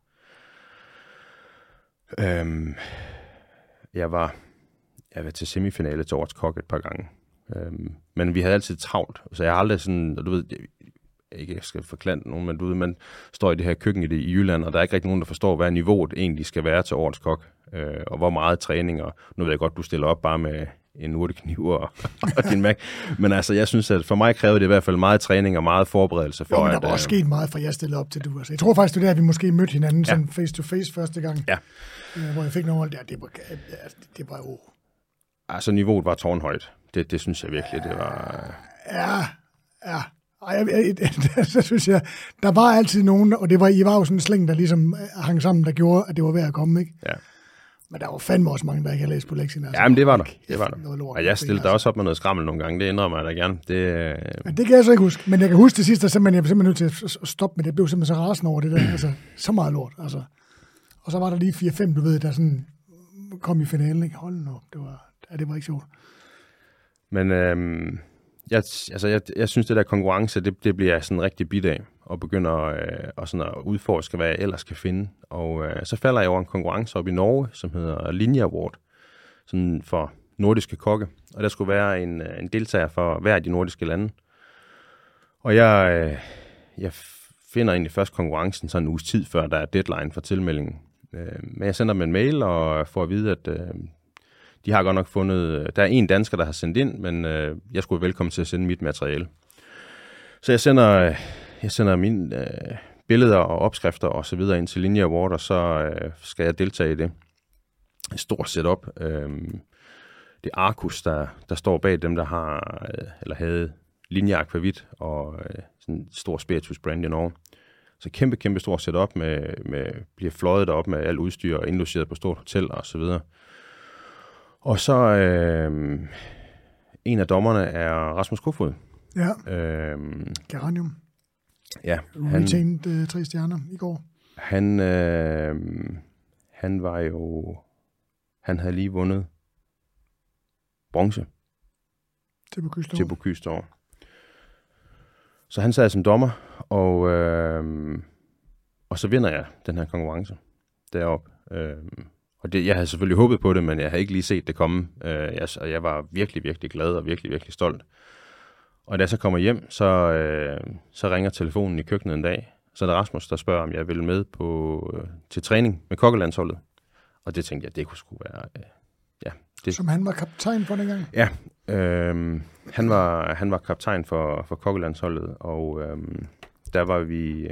Jeg var til semifinale til Årets Kok et par gange. Men vi havde altid travlt, så jeg har aldrig sådan, du ved, jeg skal forklare nogen, men du ved, man står i det her køkken i Jylland, og der er ikke rigtig nogen, der forstår, hvad niveauet egentlig skal være til Årets Kok, og hvor meget træning, og nu ved jeg godt, du stiller op bare med en urtekniv og din Mac. Men altså, jeg synes, at for mig krævede det i hvert fald meget træning og meget forberedelse for, men der var også sket meget, fra jeg stillede op til du. Altså, jeg tror faktisk, det er der, at vi måske mødte hinanden sådan face-to-face første gang. Ja. Hvor jeg fik nogle der. Det var jo... Altså, niveauet var tårnhøjt. Det synes jeg virkelig, det var... Ja. Så synes jeg, der var altid nogen, og I var jo sådan en slæng, der ligesom hang sammen, der gjorde, at det var værd at komme, ikke? Ja. Men der var fandme også mange, der ikke havde læst på lektien. Altså. Jamen, det var der. Og jeg stillede der også op med noget skrammel nogle gange. Det indrømmer jeg da gerne. Men det kan jeg så ikke huske. Men jeg kan huske det sidste, at jeg var simpelthen nødt til at stoppe med det. Jeg blev simpelthen så rasende over det der. Altså, så meget lort. Altså. Og så var der lige 4-5, du ved, der sådan kom i finalen. Ikke? Hold nu, det var ikke sjovt. Men jeg synes, det der konkurrence, det bliver sådan rigtig bit af. Og begynder at udforske, hvad jeg ellers kan finde. Og så falder jeg over en konkurrence op i Norge, som hedder Linje Award, sådan for nordiske kokke. Og der skulle være en deltager for hver af de nordiske lande. Og jeg finder egentlig først konkurrencen sådan en uges tid, før der er deadline for tilmeldingen. Men jeg sender dem en mail og får at vide, at de har godt nok fundet... Der er en dansker, der har sendt ind, men jeg skulle være velkommen til at sende mit materiale. Så jeg sender mine billeder og opskrifter og så videre ind til Linje Award, og så skal jeg deltage i det. Et stort setup. Det er Arcus, der står bag dem, der har eller havde Linje Akvavit og sådan en stor spiritus brand i Norge. Så kæmpe stort setup bliver fløjet derop med alt udstyr og indlogeret på stort hotel og så videre. Og så en af dommerne er Rasmus Kofod. Ja, Geranium. Ja. Han tjente 3 stjerner i går. Han var jo... Han havde lige vundet bronze til Bocuse d'Or. Så han sad som dommer, og så vinder jeg den her konkurrence deroppe. Og jeg havde selvfølgelig håbet på det, men jeg havde ikke lige set det komme. Jeg var virkelig, virkelig glad og virkelig, virkelig stolt. Og da jeg så kommer hjem, så ringer telefonen i køkkenet en dag. Så er det Rasmus, der spørger, om jeg vil med til træning med kokkelandsholdet. Og det tænkte jeg, det kunne sgu være... Som han var kaptajn for dengang? Ja, han var kaptajn for kokkelandsholdet, og der var vi...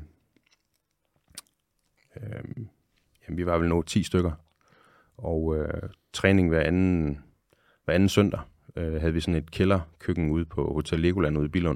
vi var vel nå 10 stykker, og træning hver anden søndag havde vi sådan et kælderkøkken ude på Hotel Legoland ude i Billund.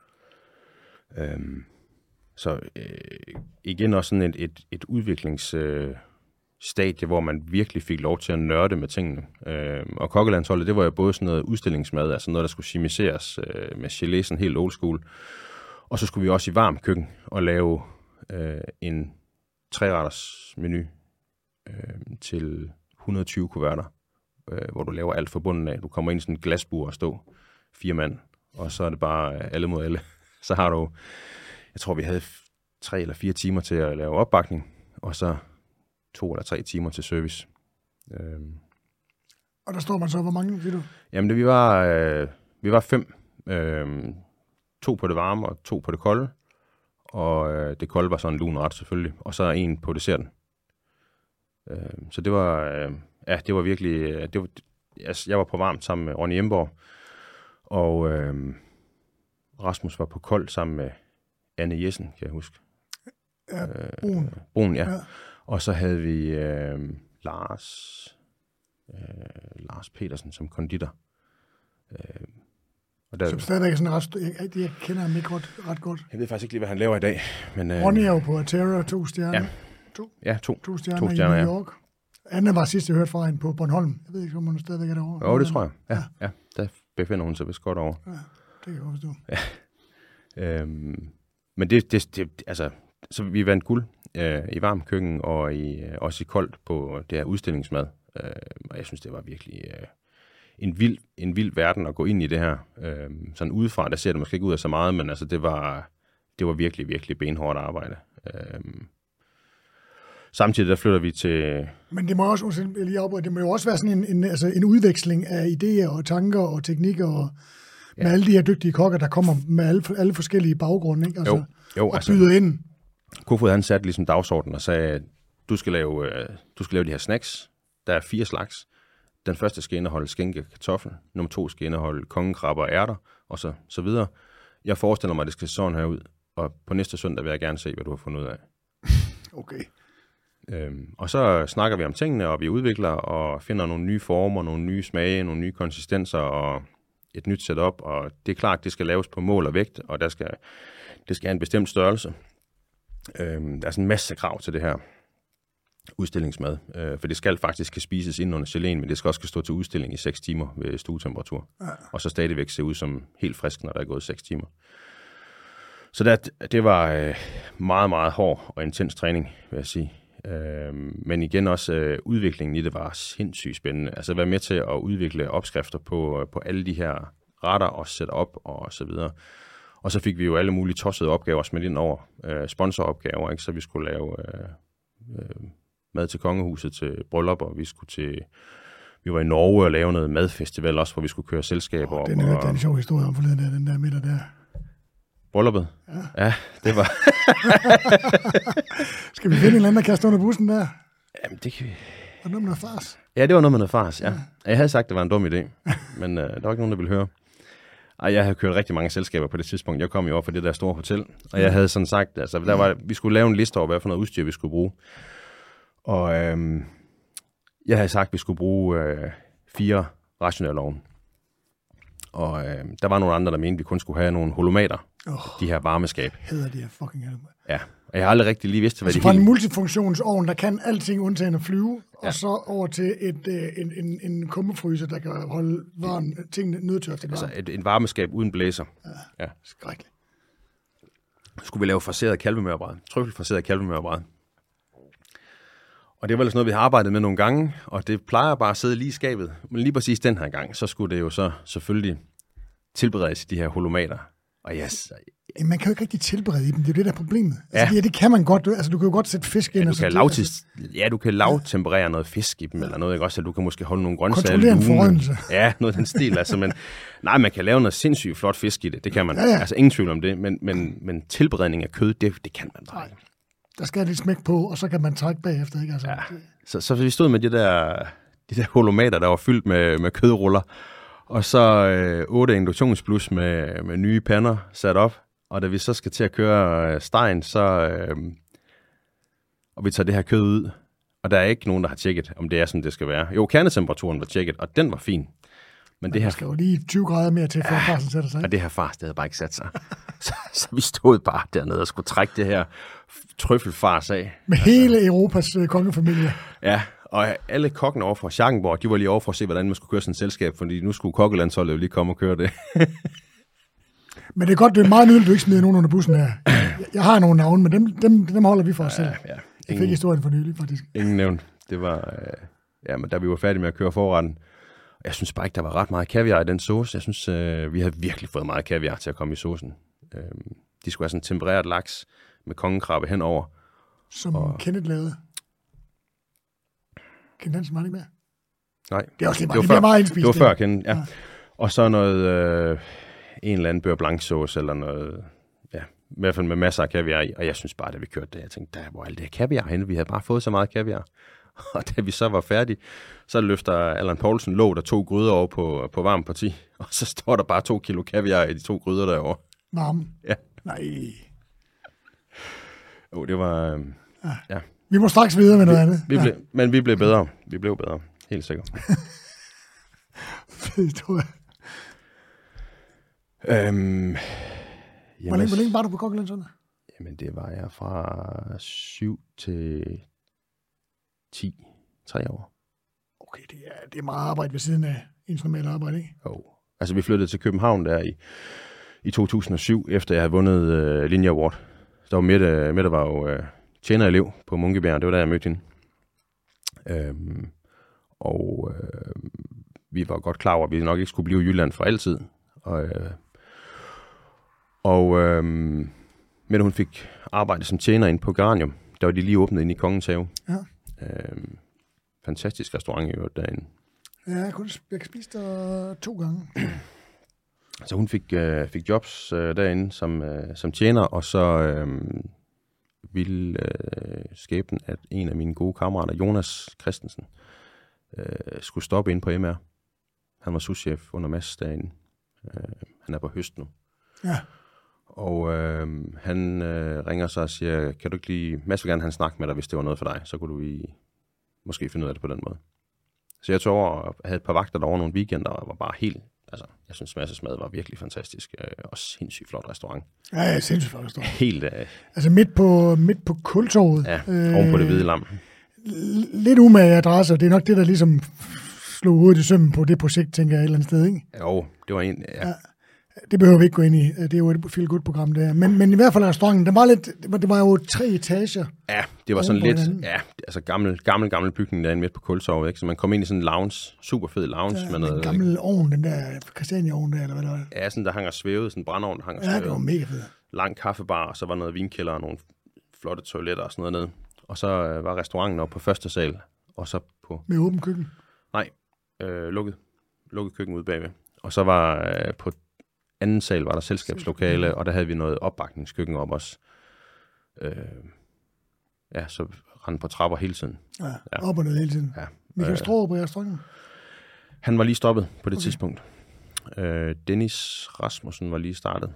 Så igen også sådan et udviklingsstadie, hvor man virkelig fik lov til at nørde med tingene. Og kokkelandsholdet, det var jo både sådan noget udstillingsmad, altså noget, der skulle chemiseres med gelé, sådan helt old school. Og så skulle vi også i varm køkken og lave en 3-retters menu til 120 kuverter, hvor du laver alt fra bunden af. Du kommer ind i sådan en glasbur og stå 4 mand, og så er det bare alle mod alle. Så har du, jeg tror vi havde 3 eller 4 timer til at lave opbakning, og så 2 eller 3 timer til service. Og der står man så, hvor mange, siger du? Jamen, vi var 5. 2 på det varme og 2 på det kolde. Og det kolde var sådan en lun ret selvfølgelig. Og så 1 på desserten. Så det var, det var virkelig... jeg var på varmt sammen med Ronny Emborg. Og Rasmus var på kold sammen med Anne Jessen, kan jeg huske. Ja, Brun. Brun, ja. Og så havde vi Lars Petersen som konditor. Som stadigvæk er sådan jeg kender ham ikke ret godt. Jeg ved faktisk ikke lige, hvad han laver i dag. Men, Ronny er jo på Terra, 2 stjerner. Ja, 2 stjerner i New York. Anne var sidst, jeg hørte fra hende på Bornholm. Jeg ved ikke, om hun stadigvæk er derovre. Jo, det tror jeg. Ja. Der befinder hun sig vist godt over. Ja, det kan jeg forstå. Ja. Men det altså, så vi vandt guld i varm køkken og også i koldt på det her udstillingsmad. Og jeg synes, det var virkelig en vild verden at gå ind i det her. Sådan udefra, der ser det måske ikke ud af så meget, men altså, det var virkelig, virkelig benhårdt arbejde. Samtidig der flytter vi til... Men det må også, det må jo også være sådan en udveksling af idéer og tanker og teknikker og med alle de her dygtige kokker, der kommer med alle forskellige baggrunde, ikke? Altså, jo, og byder ind. Kofod, han satte ligesom dagsordenen og sagde, du skal lave de her snacks. Der er 4 slags. Den første skal indeholde skænke og kartoffel. Nummer 2 skal indeholde kongekrabber og ærter, og så videre. Jeg forestiller mig, at det skal se sådan her ud, og på næste søndag vil jeg gerne se, hvad du har fundet ud af. Okay. Og så snakker vi om tingene, og vi udvikler og finder nogle nye former, nogle nye smage, nogle nye konsistenser og et nyt setup. Og det er klart, det skal laves på mål og vægt, og det skal have en bestemt størrelse. Der er sådan en masse krav til det her udstillingsmad, for det skal faktisk kan spises ind under geléen, men det skal også kan stå til udstilling i 6 timer ved stuetemperatur. Ja. Og så stadigvæk se ud som helt frisk, når der er gået 6 timer. Så det var meget, meget hård og intens træning, vil jeg sige. Men igen også udviklingen i det var sindssygt spændende. Altså være med til at udvikle opskrifter på alle de her retter og sætte op og så videre. Og så fik vi jo alle mulige tossede opgaver smidt ind over, sponsoropgaver, ikke? Så vi skulle lave mad til kongehuset til bryllup, og vi var i Norge og lave noget madfestival også, hvor vi skulle køre selskaber op. Det er en sjov historie om forleden, den der middag der. Brylluppet? Ja, det var... Skal vi finde en eller anden, der kaster under bussen der? Jamen, det kan vi... Var det noget med noget fars? Ja, det var noget med noget fars, ja. Jeg havde sagt, det var en dum idé, men der var ikke nogen, der ville høre. Og jeg havde kørt rigtig mange selskaber på det tidspunkt. Jeg kom jo op for det der store hotel, og jeg havde sådan sagt, altså, vi skulle lave en liste over, hvad for noget udstyr vi skulle bruge. Og jeg havde sagt, at vi skulle bruge 4 rationelovne. Og der var nogle andre, der mente, at vi kun skulle have nogle holomater. De her varmeskab. Hedder de her fucking helvede. Ja, og jeg har aldrig rigtig lige vidst, hvad altså det hele... fra en multifunktionsovn, der kan alting undtagen at flyve, og så over til en kummefryser, der kan holde tingene nødtørftigt varmt. Altså en varmeskab uden blæser. Ja. Skrækkeligt. Så skulle vi lave fraseret kalvemørbræd. Trøffelfraseret kalvemørbræd. Og det var ellers noget, vi har arbejdet med nogle gange, og det plejer bare at sidde lige i skabet. Men lige præcis den her gang, så skulle det jo så selvfølgelig tilberedes i de her holomater. Og yes, man kan jo ikke rigtig tilberede i dem, det er jo det, der er problemet. Altså, det kan man godt, altså du kan jo godt sætte fisk ind. Du kan lavtemperere noget fisk i dem, eller noget, ikke også? Du kan måske holde nogle grøntsager. Kontrollere en forrødelse. Ja, noget af den stil, altså, men nej, man kan lave noget sindssygt flot fisk i det, det kan man. Ja. Altså ingen tvivl om det, men tilberedning af kød, det kan man bare ikke. Der skal lidt smæk på, og så kan man trække bagefter, ikke? Altså, så vi stod med de der holomater, der var fyldt med kødruller, og så 8 induktionsblus med nye pander sat op. Og da vi så skal til at køre stegen, og vi tager det her kød ud, og der er ikke nogen, der har tjekket, om det er, som det skal være. Jo, kernetemperaturen var tjekket, og den var fin. Men det her skal jo lige 20 grader mere til, før farsen sætter sig. Og det her fars, det havde bare ikke sat sig. så vi stod bare dernede og skulle trække det her trøffelfars af. Med hele Europas kongefamilie. Ja, og alle kokkene over fra Schackenborg, de var lige over for at se, hvordan man skulle køre sådan et selskab, fordi nu skulle kokkelandsholdet jo lige komme og køre det. Men det er godt, det er meget nydeligt, du ikke smider nogen under bussen her. Jeg har nogle navne, men dem holder vi for os selv. Ja. Jeg fik historien for nylig, faktisk. Ingen nævn. Det var, men da vi var færdige med at køre forretten, jeg synes bare ikke, der var ret meget kaviar i den sauce. Jeg synes, vi havde virkelig fået meget kaviar til at komme i saucen. De skulle have sådan en tempereret laks med kongekrabbe henover. Som Kenneth lavede. Kenneth Hansen var det ikke mere? Nej. Det er også lige meget indspist. Det var før Kenneth, ja. Og så noget, en eller anden beurre blanc sauce, eller noget, ja, i hvert fald med masser af kaviar i. Og jeg synes bare, da vi kørte det, jeg tænkte, der var alt det her kaviar henne. Vi havde bare fået så meget kaviar. Og da vi så var færdige, så løfter Allan Poulsen låg der 2 gryder over på varm parti. Og så står der bare 2 kilo kaviar i de 2 gryder derovre. Varm? Ja. Nej. Jo, det var, ja. Vi må straks videre med noget andet. Men vi blev bedre. Vi blev bedre. Helt sikkert. Det tror jeg. Hvor længe var du på Kokkelandsholdet? Jamen, det var jeg fra 7 til 10. 3 år. Okay, det er meget arbejde ved siden af ens normale arbejde, ikke? Jo. Altså, vi flyttede til København der i 2007, efter jeg havde vundet Linje Award. Der var Mette var jo tjenerelev på Munkebjerg. Det var der, jeg mødte hende. Vi var godt klar over, at vi nok ikke skulle blive i Jylland for altid. Men hun fik arbejde som tjener inde på Geranium. Der var de lige åbnet inde i Kongens Have. Ja. Fantastisk restaurant i øvrigt derinde. Ja, jeg kan spise der 2 gange. Så hun fik jobs derinde som tjener, og så ville skæbnen, at en af mine gode kammerater, Jonas Christensen, skulle stoppe ind på MR. Han var souschef under Mads derinde. Han er på høst nu. Ja. Og han ringer så og siger, kan du ikke lige... Mads vil gerne have en snak med dig, hvis det var noget for dig. Så kunne du måske finde ud af det på den måde. Så jeg tog over og havde et par vagter derovre nogle weekender, og var bare helt... Altså, jeg synes, Mads' mad var virkelig fantastisk. Og sindssygt flot restaurant. Ja, sindssygt flot restaurant. Helt... altså midt på Kultorvet. Ja, oven på det hvide lam. Lidt umage adresse, det er nok det, der ligesom slog hovedet i sømmen på det projekt, tænker jeg et eller andet sted, ikke? Jo, det var en... Ja. Det behøver vi ikke gå ind i. Det er jo et feel-good-program, det her. Men i hvert fald restauranten, det var jo 3 etager. Ja, det var sådan lidt... Ja, altså gammel bygning derinde midt på Kultorvet, ikke? Så man kom ind i sådan en lounge, super fed lounge. Ja, med noget... En gammel ovn, den der Christiania-ovn der, eller hvad der var. Ja, sådan der hanger svævet, sådan en brændeovn, der hanger svævet. Ja, det var mega fedt. Lang kaffebar, og så var noget vinkælder og nogle flotte toiletter og sådan noget ned. Og så var restauranten oppe på første sal, og så på... Med åben køkken? Nej, lukket køkken ude bagved. Og så var på anden sal var der selskabslokale, og der havde vi noget opbakningskøkken op også. Så rendte på trapper hele tiden. Ja, op og ned hele tiden. Ja. Michael Straarup på restauranten? Han var lige stoppet på det tidspunkt. Dennis Rasmussen var lige startet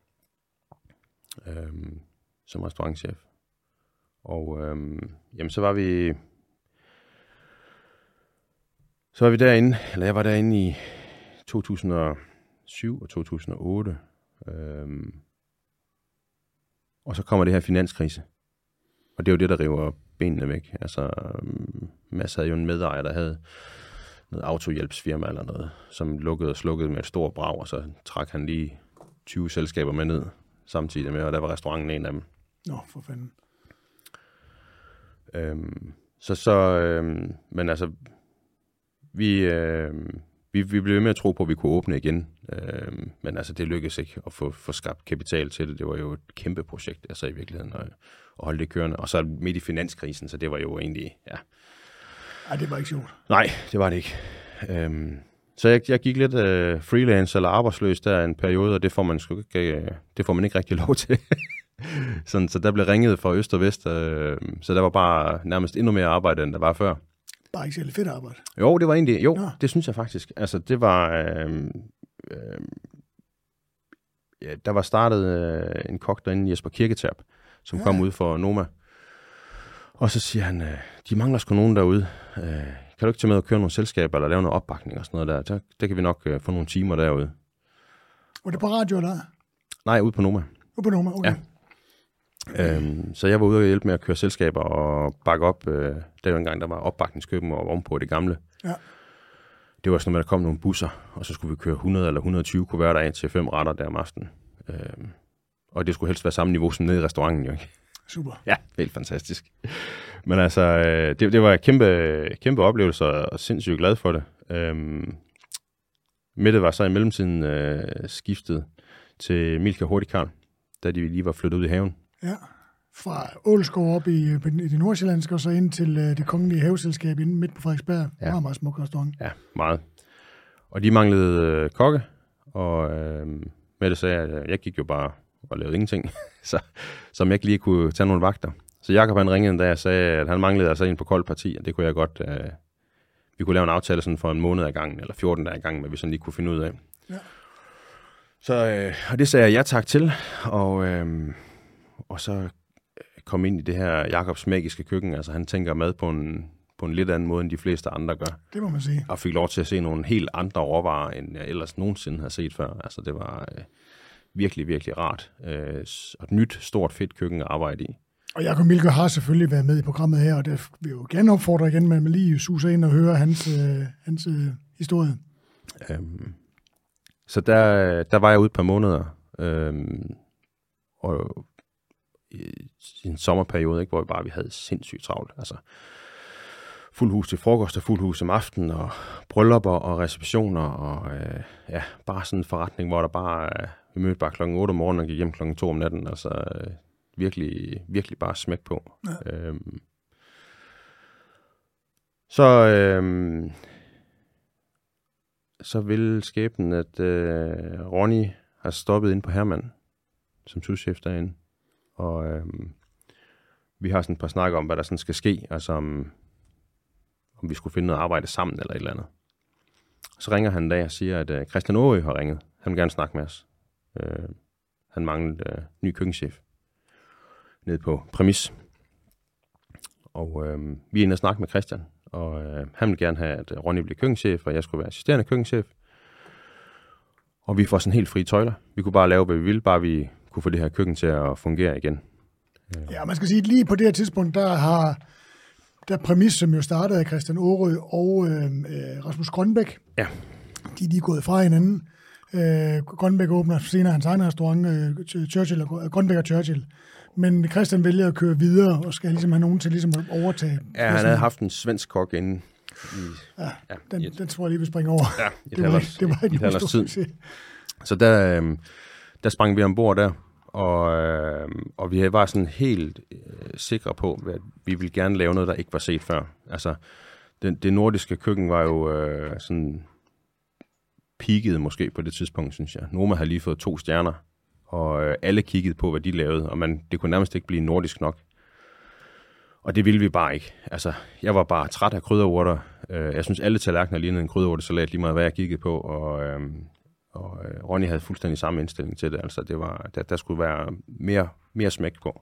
som restaurantchef. Og jamen, så var vi derinde, eller jeg var derinde i 2007 og 2008. Og så kommer det her finanskrise. Og det er jo det, der river benene væk. Altså, Mads havde jo en medejer, der havde noget autohjælpsfirma eller noget, som lukkede og slukkede med et stort brag, og så trak han lige 20 selskaber med ned samtidig med, og der var restauranten en af dem. Nå, for fanden. Men altså, vi vi blev ved med at tro på, at vi kunne åbne igen. Men altså, det lykkedes ikke at få skabt kapital til det. Det var jo et kæmpe projekt, altså i virkeligheden, at holde det kørende. Og så midt i finanskrisen, så det var jo egentlig, ja. Ej, det var ikke sjovt. Nej, det var det ikke. Så jeg gik lidt freelance eller arbejdsløs der en periode, og det får man ikke rigtig lov til. Sådan, så der blev ringet fra øst og vest, så der var bare nærmest endnu mere arbejde, end der var før. Bare ikke særlig fedt arbejde. Jo, det var egentlig, det synes jeg faktisk. Altså, det var, der var startet en kok derinde, Jesper Kirketerp, som kom ud for Noma. Og så siger han, de mangler sgu nogen derude. Kan du ikke tage med at køre nogle selskaber, eller lave noget opbakning og sådan noget der? Der kan vi nok få nogle timer derude. Var det på radio, eller? Nej, ude på Noma. Ude på Noma, okay. Ja. Så jeg var ude og hjælpe med at køre selskaber og bakke op. Der var en gang, der var opbakningskøben og ovenpå det gamle. Ja. Det var sådan noget, der kom nogle busser, og så skulle vi køre 100 eller 120 kuverter af til 5 retter der om aftenen. Og det skulle helst være samme niveau som nede i restauranten, jo ikke? Super. Ja, helt fantastisk. Men altså, det var en kæmpe oplevelse, og sindssygt glad for det. Mette var så i mellemtiden skiftet til Milka Hurtigkarl, da de lige var flyttet ud i haven. Ja, fra Ålskov op i det nordsjællandske, og så ind til det kongelige haveselskab inde midt på Frederiksberg. Ja. Meget, meget smuk restaurant. Ja, meget. Og de manglede kokke, og Mette sagde, at jeg gik jo bare og lavede ingenting, så som jeg ikke lige kunne tage nogle vagter. Så Jakob han ringede en dag og sagde, at han manglede altså en på koldt parti, og det kunne jeg godt, vi kunne lave en aftale sådan for en måned ad gangen, eller 14 dage ad gangen, men vi sådan lige kunne finde ud af. Ja. Så, og det sagde jeg ja tak til, og så kom ind i det her Jakobs magiske køkken. Altså han tænker mad på en lidt anden måde, end de fleste andre gør. Det må man sige. Og fik lov til at se nogle helt andre råvarer, end jeg ellers nogensinde har set før. Altså det var virkelig, virkelig rart. Og et nyt, stort, fedt køkken at arbejde i. Og Jakob Milke har selvfølgelig været med i programmet her, og det vil jo gerne opfordre igen, med at man lige suser ind og høre hans historie. Så der var jeg ude et par måneder, og i en sommerperiode, ikke, hvor vi havde sindssygt travlt. Altså fuld hus til frokost og fuld hus om aftenen, og bryllupper og receptioner, og bare sådan en forretning, hvor der bare, vi mødte bare klokken 8 om morgenen og gik hjem klokken 2 om natten. Altså virkelig, virkelig bare smæk på. Ja. Så vil skæbnen, at Ronny har stoppet ind på Hermann som souschef derinde. Og vi har sådan et par snakker om, hvad der sådan skal ske, altså om vi skulle finde noget arbejde sammen eller et eller andet. Så ringer han en dag og siger, at Christian Aarø har ringet. Han vil gerne snakke med os. Han manglede ny køkkenchef nede på Præmis. Og vi er inde og snakke med Christian, og han vil gerne have, at Ronny bliver køkkenchef, og jeg skulle være assisterende køkkenchef. Og vi får sådan helt frie tøjler. Vi kunne bare lave, hvad vi ville, bare vi kunne få det her køkken til at fungere igen. Ja, man skal sige, at lige på det her tidspunkt, der Præmis, som jo startede af Christian Aarø og Rasmus Grønbæk. Ja. De er gået fra hinanden. Grønbæk åbner senere hans egen restaurant, Churchill og Grønbæk og Churchill. Men Christian vælger at køre videre og skal ligesom have nogen til ligesom at overtage. Ja, han havde haft en svensk kok inden. Den tror jeg lige, vi springer over. Ja, det var ikke nogen stor succes. Så der sprang vi ombord der, og vi var sådan helt sikre på, at vi ville gerne lave noget, der ikke var set før. Altså, det nordiske køkken var jo sådan peakede måske på det tidspunkt, synes jeg. Noma havde lige fået 2 stjerner, og alle kiggede på, hvad de lavede, og det kunne nærmest ikke blive nordisk nok. Og det ville vi bare ikke. Altså, jeg var bare træt af krydderurter. Jeg synes, alle tallerkener lignede en krydderurtesalat, lige meget hvad jeg kiggede på, og Ronny havde fuldstændig samme indstilling til det. Altså, det var, der skulle være mere smæk på.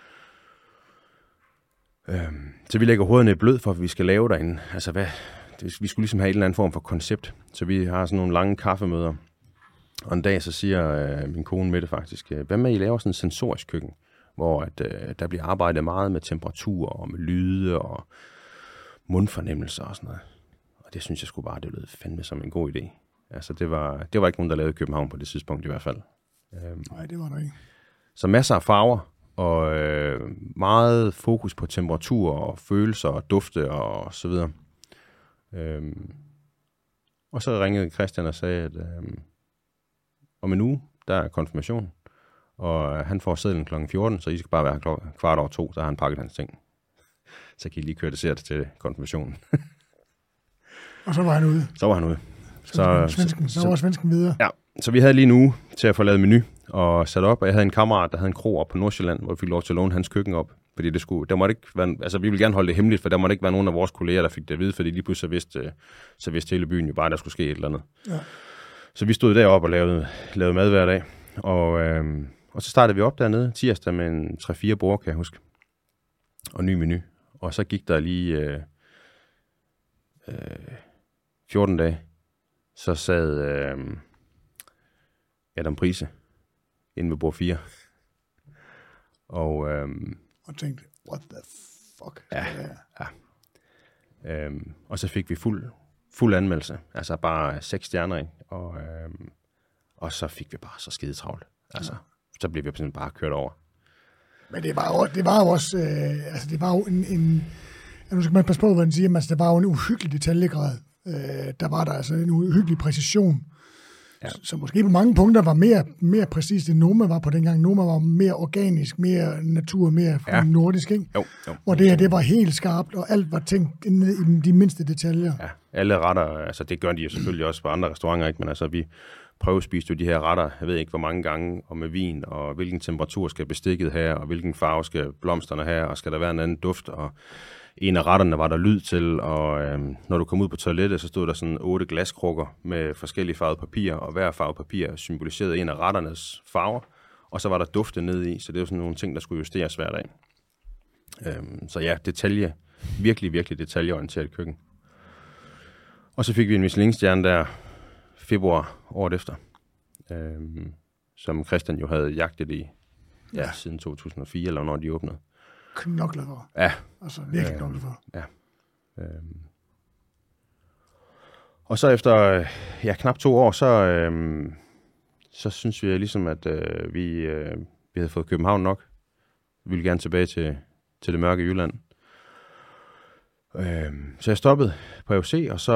Så vi lægger hovederne i blød for, at vi skal lave derinde. Altså, vi skulle ligesom have en eller anden form for koncept. Så vi har sådan nogle lange kaffemøder. Og en dag så siger min kone Mette faktisk, hvad med I laver sådan en sensorisk køkken, hvor der bliver arbejdet meget med temperatur og med lyde og mundfornemmelser og sådan noget. Og det synes jeg sgu bare, det lød fandme som en god idé. Altså det var ikke nogen, der lavede i København på det tidspunkt i hvert fald. Nej, det var der ikke. Så masser af farver og meget fokus på temperatur og følelser og dufte og så videre. Og så ringede Christian og sagde, at om en uge, der er konfirmation, og han får sedlen kl. 14, så I skal bare være 2:15, så har han pakket hans ting. Så kan I lige køre dessert til konfirmationen. Og så var han ude. Så var han ude. Så var svensken videre. Ja, så vi havde lige en uge til at få lavet menu og sat op, og jeg havde en kammerat, der havde en krog op på Nordsjælland, hvor vi fik lov til at låne hans køkken op. Fordi der måtte ikke være, altså vi ville gerne holde det hemmeligt, for der måtte ikke være nogen af vores kolleger, der fik det at vide, fordi lige pludselig så vidste hele byen jo bare, at der skulle ske et eller andet. Ja. Så vi stod deroppe og lavede mad hver dag, og så startede vi op dernede tirsdag med en 3-4 bord, kan jeg huske, og ny menu. Og så gik der lige 14 dage, så sad Adam Prise inde ved bord 4. Og tænkte, what the fuck? Ja. Og så fik vi fuld anmeldelse. Altså bare 6 stjerner, ikke? Og så fik vi bare så skide travlt. Altså, så blev vi simpelthen bare kørt over. Men det var jo også, altså det var jo nu skal man passe på, hvad den siger, men altså, det var jo en uhyggelig detaljegrad. Der var der altså en uhyggelig præcision. Ja. Så måske på mange punkter var mere præcist, end Noma var på dengang. Noma var mere organisk, mere natur, mere nordisk, ikke? Jo. Hvor det var helt skarpt, og alt var tænkt ned i de mindste detaljer. Ja, alle retter, altså det gør de jo selvfølgelig også på andre restauranter, ikke? Men altså vi prøvespiste jo de her retter, jeg ved ikke hvor mange gange, og med vin, og hvilken temperatur skal bestikket have, og hvilken farve skal blomsterne have, og skal der være en anden duft, og en af retterne var der lyd til, og når du kom ud på toilettet, så stod der sådan 8 glaskrukker med forskellige farvede papir, og hver farve papir symboliserede en af retternes farver, og så var der dufte ned i, så det var sådan nogle ting, der skulle justeres hver dag. Så ja, virkelig, virkelig detaljeorienteret køkken. Og så fik vi en Michelin-stjerne der februar året efter, som Christian jo havde jagtet i siden 2004, eller når de åbnede. Knoklet for. Ja. Altså virkelig knoklet for. Ja. Og så efter knap 2 år, så synes vi ligesom, at vi havde fået København nok. Vi ville gerne tilbage til det mørke Jylland. Så jeg stoppede på AOC, og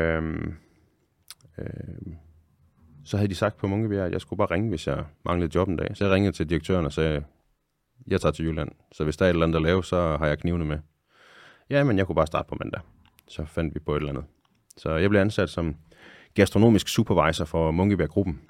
så havde de sagt på Munkebjerg, at jeg skulle bare ringe, hvis jeg manglede job en dag. Så jeg ringede til direktøren og sagde, jeg tager til Jylland, så hvis der er et eller andet at lave, så har jeg knivene med. Ja, men jeg kunne bare starte på mandag. Så fandt vi på et eller andet. Så jeg blev ansat som gastronomisk supervisor for Munkebjerg-gruppen.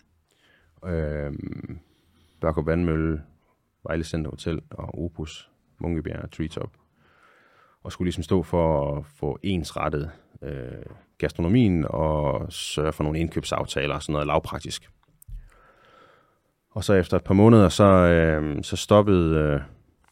Børkop Vandmølle, Vejle Center Hotel og Opus, Munkebjerg, Treetop. Og skulle ligesom stå for at få ensrettet gastronomien og sørge for nogle indkøbsaftaler og sådan noget lavpraktisk. Og så efter et par måneder, så stoppede...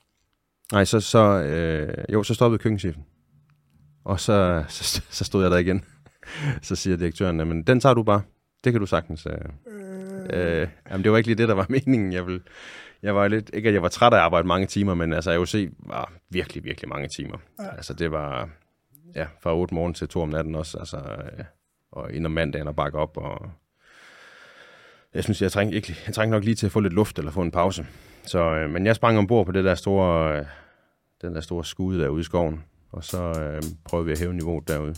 så stoppede køkkenchefen. Og så stod jeg der igen. Så siger direktøren, men den tager du bare. Det kan du sagtens. Jamen, det var ikke lige det, der var meningen. Jeg var lidt... Ikke, at jeg var træt af at arbejde mange timer, men altså AOC var virkelig, virkelig mange timer. Ja. Altså, det var... Ja, fra 8 morgen til 2 om natten også. Altså, og ind om mandagen og bakke op, og... Jeg synes, jeg trængte nok lige til at få lidt luft eller få en pause. Så, men jeg sprang ombord på den der store skude derude i skoven, og så prøvede vi at hæve niveauet derude.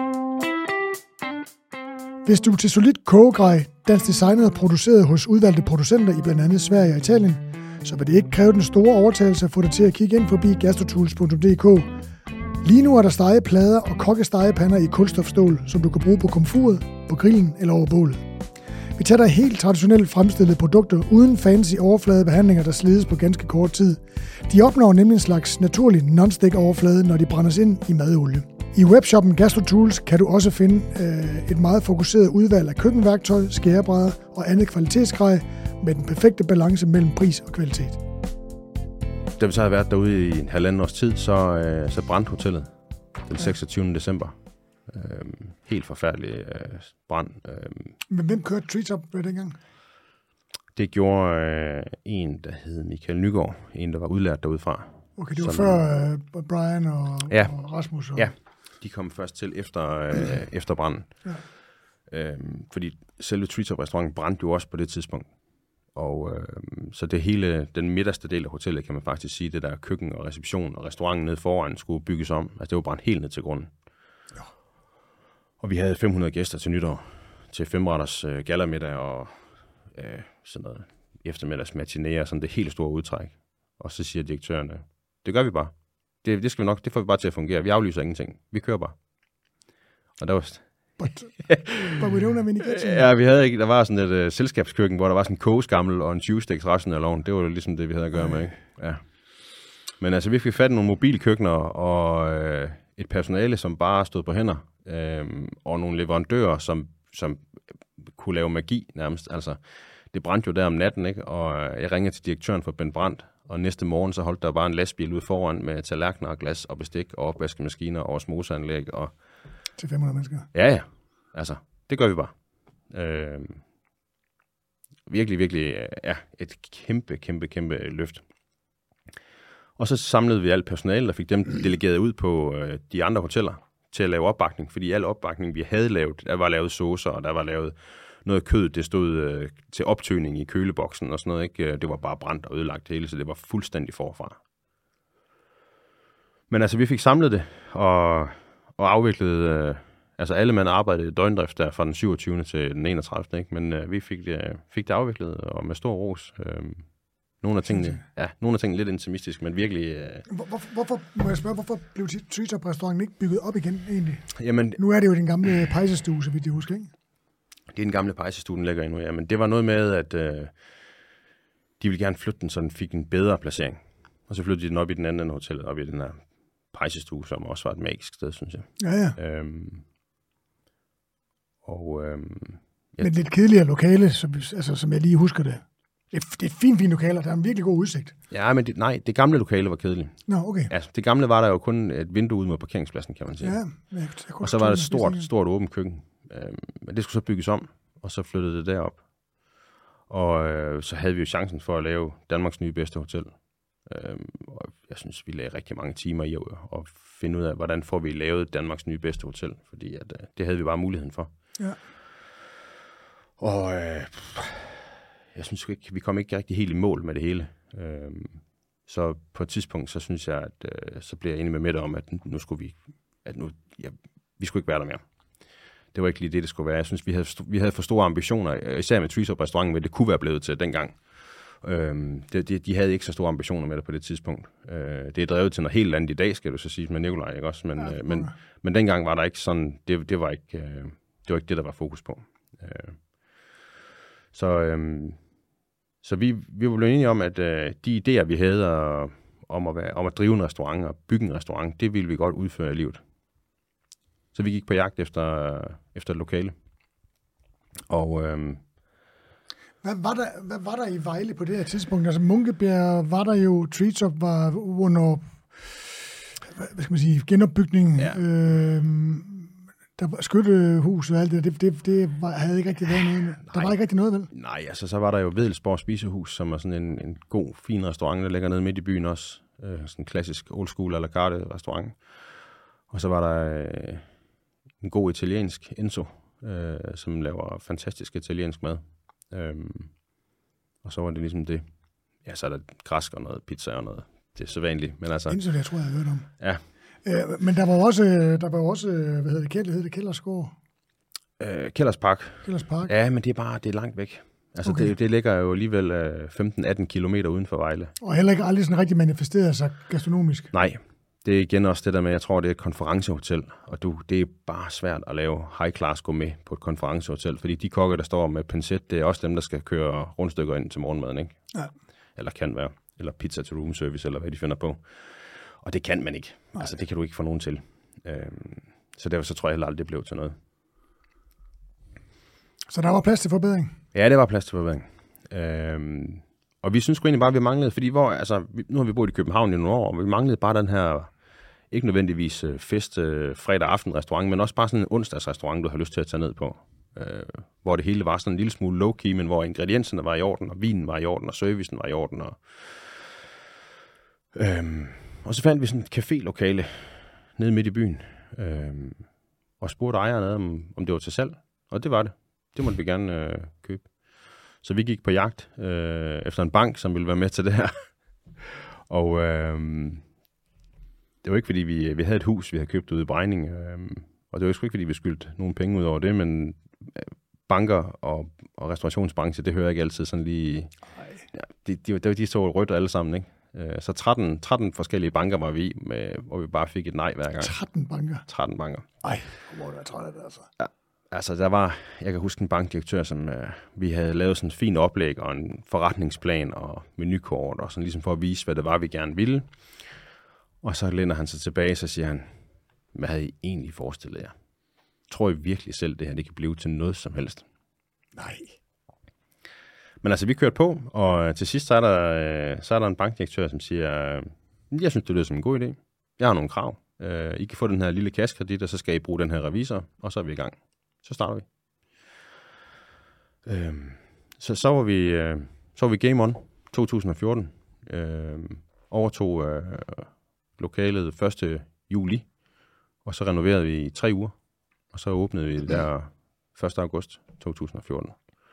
Hvis du til solidt kogegrej, dansk designet og produceret hos udvalgte producenter i blandt andet Sverige og Italien, så vil det ikke kræve den store overtagelse at få dig til at kigge ind forbi gastrotools.dk. Lige nu er der stegeplader og kokkestegepander i kulstofstål, som du kan bruge på komfuret, på grillen eller over bålet. Vi tager dig helt traditionelt fremstillede produkter uden fancy overfladebehandlinger, der slides på ganske kort tid. De opnår nemlig en slags naturlig non-stick overflade, når de brændes ind i madolie. I webshoppen GastroTools kan du også finde et meget fokuseret udvalg af køkkenværktøj, skærebrædder og andet kvalitetsgrej med den perfekte balance mellem pris og kvalitet. Da vi så havde været derude i 1,5 års tid, så brændte hotellet den 26. december. Helt forfærdelig brand. Men hvem kørte Treetop dengang? Det gjorde en, der hed Michael Nygaard. En, der var udlært derudefra. Okay, det var før Brian og Rasmus? Ja, de kom først til efter branden. Ja. Fordi selve Treetop-restauranten brændte jo også på det tidspunkt. Og så det hele, den midterste del af hotellet, kan man faktisk sige, det der køkken og reception og restauranten nede foran skulle bygges om. Altså det var brændt helt ned til grunden. Ja. Og vi havde 500 gæster til nytår, til 5-retters gallermiddag og sådan noget eftermiddags matiné og sådan det helt store udtræk. Og så siger direktøren, det gør vi bare. Det skal vi nok, det får vi bare til at fungere. Vi aflyser ingenting. Vi kører bare. Og der var... But we don't have any kitchen. Ja, vi havde ikke. Der var sådan et selskabskøkken, hvor der var sådan en kogeskammel og en 20-stiks resten af loven. Det var jo ligesom det, vi havde at gøre med, ikke? Ja. Men altså, vi fik fat i nogle mobilkøkkener og et personale, som bare stod på hænder. Og nogle leverandører, som kunne lave magi nærmest. Altså, det brændte jo der om natten, ikke? Og jeg ringede til direktøren for Ben Brandt, og næste morgen så holdt der bare en lastbil ude foran med tallerkener og glas og bestik og opvaskemaskiner og osmoseanlæg og... Til 500 mennesker? Ja. Altså, det gør vi bare. Virkelig, et kæmpe løft. Og så samlede vi alt personale, og fik dem delegeret ud på de andre hoteller til at lave opbakning, fordi al opbakning, vi havde lavet, der var lavet saucer, og der var lavet noget kød, det stod til optøning i køleboksen og sådan noget, ikke? Det var bare brændt og ødelagt hele, så det var fuldstændig forfra. Men altså, vi fik samlet det, og afviklet, altså alle mand arbejdede i døgndrift der fra den 27. til den 31. Ikke? Men vi fik det afviklet, og med stor ros. Nogle af tingene lidt intimistisk, men virkelig... Hvorfor, må jeg spørge, hvorfor blev Treetop-restauranten ikke bygget op igen egentlig? Jamen, nu er det jo den gamle pejsestue, så vidt jeg husker, ikke? Det er den gamle pejsestue, den ligger endnu, ja. Men det var noget med, at de ville gerne flytte den, så den fik en bedre placering. Og så flyttede de den op i den anden hotel, op i den her pejsestue, som også var et magisk sted, synes jeg. Ja. Men lidt kedeligere lokale, som jeg lige husker det. Det er et fint lokaler, der er en virkelig god udsigt. Ja, men det gamle lokale var kedeligt. Nå, okay. Altså, det gamle var der jo kun et vindue ud mod parkeringspladsen, kan man sige. Ja, og så var der et stort åbent køkken. Men det skulle så bygges om, og så flyttede det derop. Og så havde vi jo chancen for at lave Danmarks nye bedste hotel. Og jeg synes, vi lagde rigtig mange timer i at finde ud af, hvordan får vi lavet Danmarks nye bedste hotel. Fordi det havde vi bare muligheden for. Ja. Og jeg synes ikke, vi kom ikke rigtig helt i mål med det hele. Så på et tidspunkt, så synes jeg, at så bliver jeg enig med Mette om, at vi skulle ikke være der mere. Det var ikke lige det skulle være. Jeg synes, vi havde for store ambitioner, især med Treetop-restauranten, men det kunne være blevet til dengang. De havde ikke så store ambitioner med det på det tidspunkt. Det er drevet til noget helt andet i dag, skal du så sige, med Nikolaj, ikke også? Men dengang var der ikke sådan, det var ikke det, der var fokus på. Så vi var blevet enige om, at de idéer, vi havde om at drive en restaurant og bygge en restaurant, det ville vi godt udføre i livet. Så vi gik på jagt efter et lokale. Og Hvad var der i Vejle på det her tidspunkt? Altså Munkebjerg var der jo, Treetop var under, hvad skal man sige, genopbygning. Ja. Der var skyttehus og alt det havde ikke rigtig været noget med. Der var ikke rigtig noget, vel? Nej, altså så var der jo Vedelsborg Spisehus, som er sådan en god, fin restaurant, der ligger nede midt i byen også. Sådan en klassisk old school à la carte restaurant. Og så var der en god italiensk Enzo, som laver fantastisk italiensk mad. Og så var det ligesom det. Ja, så er der græsk og noget pizza og noget. Det er så vanligt. Men altså, Enzo, det jeg tror jeg har hørt om. Ja. Men der var også, hvad hedder det, Kældersgård? Kælders Park. Kælders Park. Ja, men det er langt væk. Altså, okay. det ligger jo alligevel 15-18 kilometer uden for Vejle. Og heller ikke aldrig sådan rigtig manifesteret sig gastronomisk. Nej, det er igen også det der med, jeg tror, det er et konferencehotel, og det er bare svært at lave high-class gourmet på et konferencehotel, fordi de kokke, der står med pincet, det er også dem, der skal køre rundstykker ind til morgenmaden, ikke? Ja. Eller kan være. Eller pizza til room service, eller hvad de finder på. Og det kan man ikke. Nej. Altså, det kan du ikke få nogen til. Så derfor så tror jeg heller aldrig, det blev til noget. Så der var plads til forbedring? Ja, det var plads til forbedring. Og vi synes egentlig bare, at vi manglede, fordi nu har vi boet i København i nogle år, og vi manglede bare den her, ikke nødvendigvis fest, fredag aften restaurant, men også bare sådan en onsdagsrestaurant, du har lyst til at tage ned på. Hvor det hele var sådan en lille smule low-key, men hvor ingredienserne var i orden, og vinen var i orden, og servicen var i orden. Og så fandt vi sådan et café-lokale nede midt i byen, og spurgte ejeren om det var til salg, og det var det. Det måtte vi gerne købe. Så vi gik på jagt efter en bank, som ville være med til det her. Og det var ikke, fordi vi havde et hus, vi havde købt ude i Brejning, Og det var sgu ikke, fordi vi skyldte nogle penge ud over det, men banker og restaurationsbranche, det hører ikke altid sådan lige... Ja, de så rødt alle sammen, ikke? Så 13 forskellige banker var vi i, hvor vi bare fik et nej hver gang. 13 banker? 13 banker. Ej, hvor er du træt af det, altså. Ja, altså jeg kan huske en bankdirektør, som vi havde lavet sådan en fin oplæg og en forretningsplan og menukort, og sådan ligesom for at vise, hvad det var, vi gerne ville. Og så lænder han sig tilbage, så siger han, hvad havde I egentlig forestillet jer? Tror I virkelig selv, det her det kan blive til noget som helst? Nej. Men altså, vi kørte på, og til sidst så er der en bankdirektør, som siger, jeg synes, det lyder som en god idé. Jeg har nogle krav. I kan få den her lille kassekredit, og så skal I bruge den her revisor, og så er vi i gang. Så starter vi. Så var vi Game On 2014. Overtog lokalet 1. juli, og så renoverede vi i 3 uger, og så åbnede vi der 1. august 2014.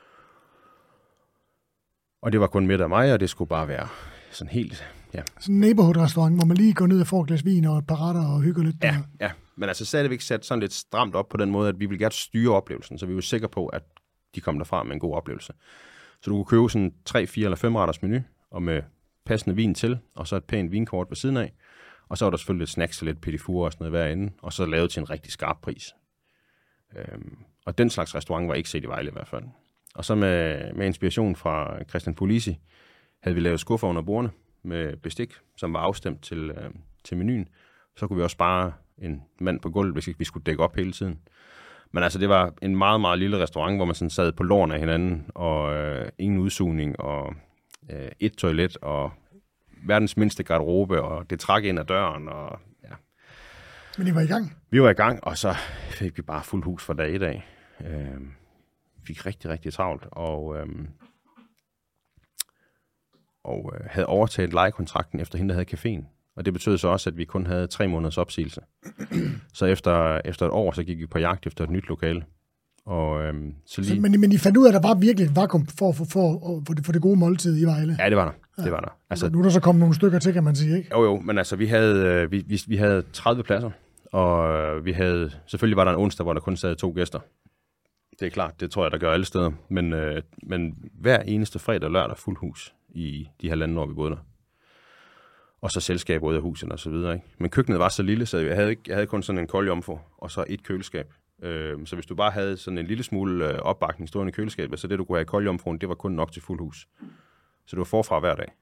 Og det var kun midt af mig, og det skulle bare være sådan helt... Ja. Sådan en neighborhood-restaurant, hvor man lige går ned og får et glas vin og et par retter og hygger lidt. Ja. Men altså stadigvæk sat sådan lidt stramt op på den måde, at vi ville gerne styre oplevelsen, så vi var sikre på, at de kom derfra med en god oplevelse. Så du kunne købe sådan 3, 4 eller 5 retters menu, og med passende vin til, og så et pænt vinkort ved siden af. Og så var der selvfølgelig lidt snacks og lidt petit four og sådan noget hver ende, og så lavet til en rigtig skarp pris. Og den slags restaurant var ikke set i Vejle i hvert fald. Og så med inspiration fra Christian Polisi, havde vi lavet skuffer under bordene med bestik, som var afstemt til menuen. Så kunne vi også spare en mand på gulvet, hvis ikke vi skulle dække op hele tiden. Men altså, det var en meget, meget lille restaurant, hvor man sådan sad på lårene af hinanden, og ingen udsugning, og et toilet, og verdens mindste garderobe, og det trak ind ad døren, og ja. Men I var i gang? Vi var i gang, og så fik vi bare fuld hus fra dag 1 af. Fik rigtig, rigtig travlt, og havde overtaget lejekontrakten efter hende, der havde caféen. Og det betød så også, at vi kun havde 3 måneders opsigelse. Så efter et år, så gik vi på jagt efter et nyt lokale. Og, men I fandt ud af, at der var virkelig et vakuum for det gode måltid i Vejle? Ja, det var der. Ja. Det var der. Altså, nu er der så kommet nogle stykker til, kan man sige, ikke? Jo, men altså, vi havde 30 pladser, og selvfølgelig var der en onsdag, hvor der kun sad 2 gæster. Det er klart, det tror jeg, der gør alle steder. Men hver eneste fredag og lørdag fuld hus i de 1,5 år, vi boede der. Og så selskab ud af huset og så videre, ikke? Men køkkenet var så lille, så jeg havde kun sådan en kold jomfru, og så et køleskab. Så hvis du bare havde sådan en lille smule opbakning stående i køleskabet, så det du kunne have i kold jomfruen, det var kun nok til fuld hus. Så det var forfra hver dag.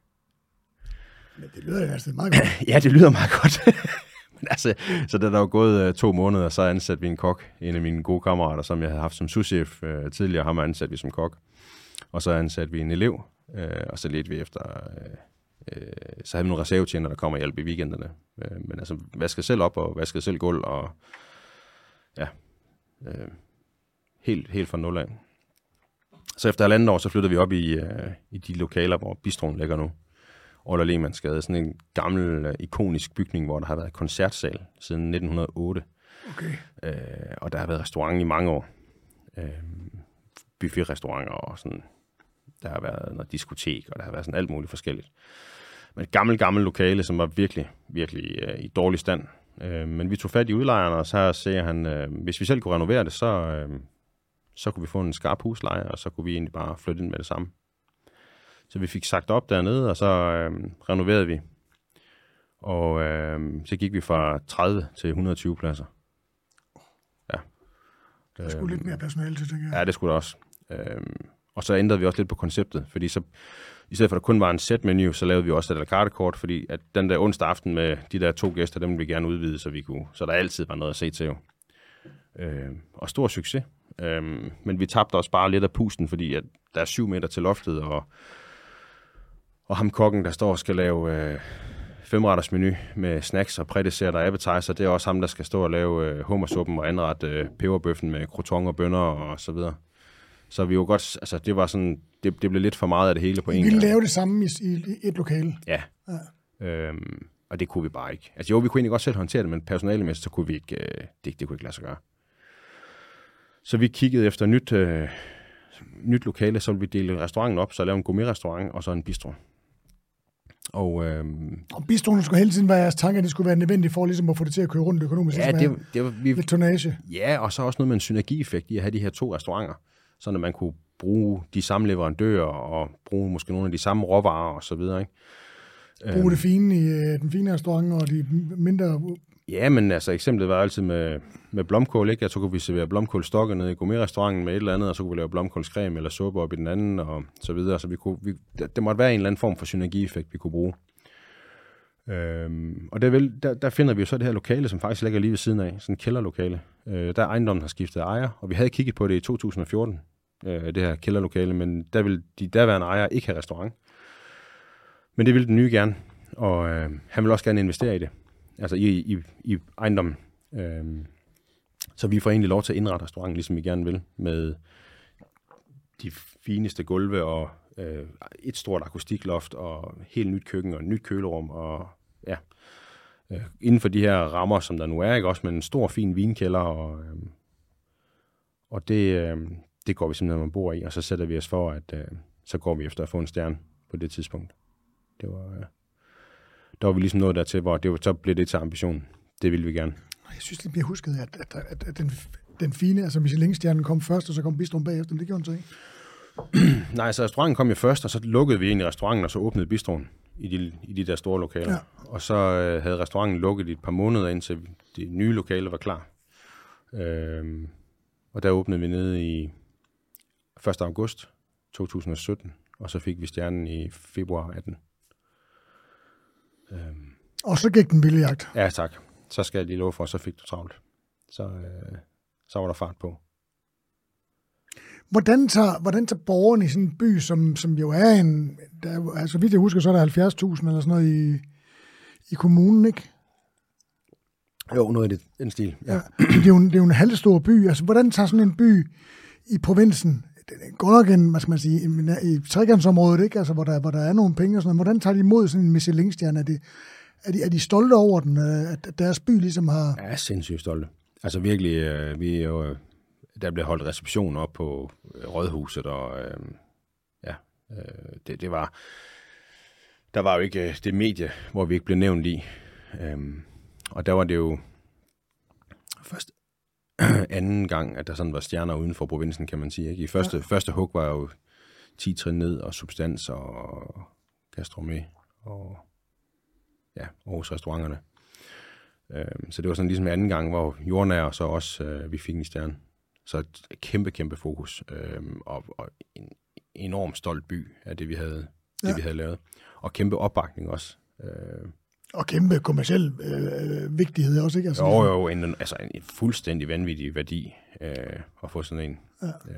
Men det lyder altså meget godt. Ja, det lyder meget godt. Men altså, så da der var gået 2 måneder, så ansatte vi en kok, en af mine gode kammerater, som jeg havde haft som souschef tidligere, ham ansatte vi som kok. Og så ansatte vi en elev, og så ledte vi efter... så havde vi nogle reservetjener, der kommer og hjælpe i weekenderne. Men altså, vaskede selv op og vaskede selv gulv, og ja, helt fra 0 af. Så efter 1,5 år, så flyttede vi op i de lokaler, hvor bistroen ligger nu. Orla Lehmannsgade, sådan en gammel, ikonisk bygning, hvor der har været koncertsal siden 1908. Okay. Og der har været restaurant i mange år. Buffetrestauranter og sådan. Der har været noget diskotek, og der har været sådan alt muligt forskelligt. Men et gammelt lokale, som var virkelig, virkelig i dårlig stand. Men vi tog fat i udlejerne, og så siger han, hvis vi selv kunne renovere det, så kunne vi få en skarp husleje, og så kunne vi egentlig bare flytte ind med det samme. Så vi fik sagt op dernede, og så renoverede vi. Og så gik vi fra 30 til 120 pladser. Ja. Der skulle lidt mere personale til, tænker jeg. Ja, det skulle der også. Og så ændrede vi også lidt på konceptet, fordi så i stedet for at der kun var en set-menu, så lavede vi også et à la carte-kort, fordi at den der onsdag aften med de der 2 gæster, dem ville vi gerne udvide, så der altid var noget at se til jo. Og stor succes. Men vi tabte også bare lidt af pusten, fordi at der er 7 meter til loftet, og ham kokken, der står og skal lave 5-retters menu med snacks og prædessert og appetizer, det er også ham, der skal stå og lave hummersuppen og anrette peberbøffen med croton og bønner og så videre. Så vi var godt, altså det var sådan, det blev lidt for meget af det hele på en gang. Vi ville lave det samme i et lokale. Ja. Og det kunne vi bare ikke. Altså jo, vi kunne egentlig godt selv håndtere det, men personalemæssigt, så kunne vi ikke, det kunne ikke lade sig gøre. Så vi kiggede efter nyt lokale, så ville vi dele restauranten op, så lave en gourmet-restaurant og så en bistro. Og bistroen skulle hele tiden være jeres tanker, det skulle være nødvendigt for ligesom at få det til at køre rundt økonomisk. Ja, det var lidt tonnage. Ja, og så også noget med en synergieffekt i at have de her 2 restauranter, så man kunne bruge de samme leverandører og bruge måske nogle af de samme råvarer og så videre, ikke? Bruge det fine i den fine restaurant og de mindre... Ja, men altså eksemplet var altid med blomkål, ikke? Så kunne vi servere blomkålstokker nede i gourmetrestauranten med et eller andet, og så kunne vi lave blomkålscreme eller suppe op i den anden, og så videre. Så det måtte være en eller anden form for synergieffekt, vi kunne bruge. Og der finder vi jo så det her lokale, som faktisk ligger lige ved siden af, sådan en kælderlokale. Der ejendommen har skiftet ejer, og vi havde kigget på det i 2014, det her kælderlokale, men der ville de derværende ejere ikke have restaurant. Men det ville den nye gerne, og han vil også gerne investere i det. Altså i ejendommen. Så vi får egentlig lov til at indrette restauranten, ligesom vi gerne vil, med de fineste gulve og et stort akustikloft og helt nyt køkken og et nyt kølerum og ja, inden for de her rammer, som der nu er, ikke også, med en stor, fin vinkælder og det går vi simpelthen man bor i, og så sætter vi os for, at så går vi efter at få en stjerne på det tidspunkt. Der var vi ligesom nået dertil, hvor så blev det til ambitionen. Det ville vi gerne. Jeg synes, det bliver husket, at den fine, altså Michelin-stjernen kom først, og så kom bistroen bagefter, men det gjorde den så ikke. Nej, så restauranten kom jo først, og så lukkede vi ind i restauranten, og så åbnede bistroen i de der store lokaler. Ja. Og så havde restauranten lukket i et par måneder, indtil det nye lokale var klar. Og der åbnede vi nede i 1. august 2017, og så fik vi stjernen i februar 18. Og så gik den vilde jagt. Ja, tak. Så skal jeg lige love for, så fik du travlt. Så var der fart på. Hvordan tager borgerne i sådan en by, som jo er en... Altså vidt jeg husker, så er der 70.000 eller sådan noget i kommunen, ikke? Jo, noget i den stil. Ja. Det er jo en halvstor by. Altså, hvordan tager sådan en by i provinsen, går nok en, hvad skal man sige, i trekantsområdet, ikke? Altså, hvor der er nogle penge og sådan noget. Hvordan tager de imod sådan en Michelin-stjerne? Er de stolte over den, at deres by ligesom har... Ja, sindssygt stolte. Altså virkelig, vi er jo... Der blev holdt reception op på Rådhuset, og det var... Der var jo ikke det medie, hvor vi ikke blev nævnt i. Og der var det jo først anden gang, at der sådan var stjerner uden for provinsen, kan man sige. Ikke? I første hug var jo 10 trin ned, og substans, og gastronomi, og ja, Aarhus restauranterne. Så det var sådan ligesom anden gang, hvor jordnær, og så også vi fik en stjerne. Så et kæmpe fokus, og en enormt stolt by af det, vi havde, vi havde lavet. Og kæmpe opbakning også. Og kæmpe kommerciel vigtighed også, ikke? Altså, jo, en fuldstændig vanvittig værdi at få sådan en.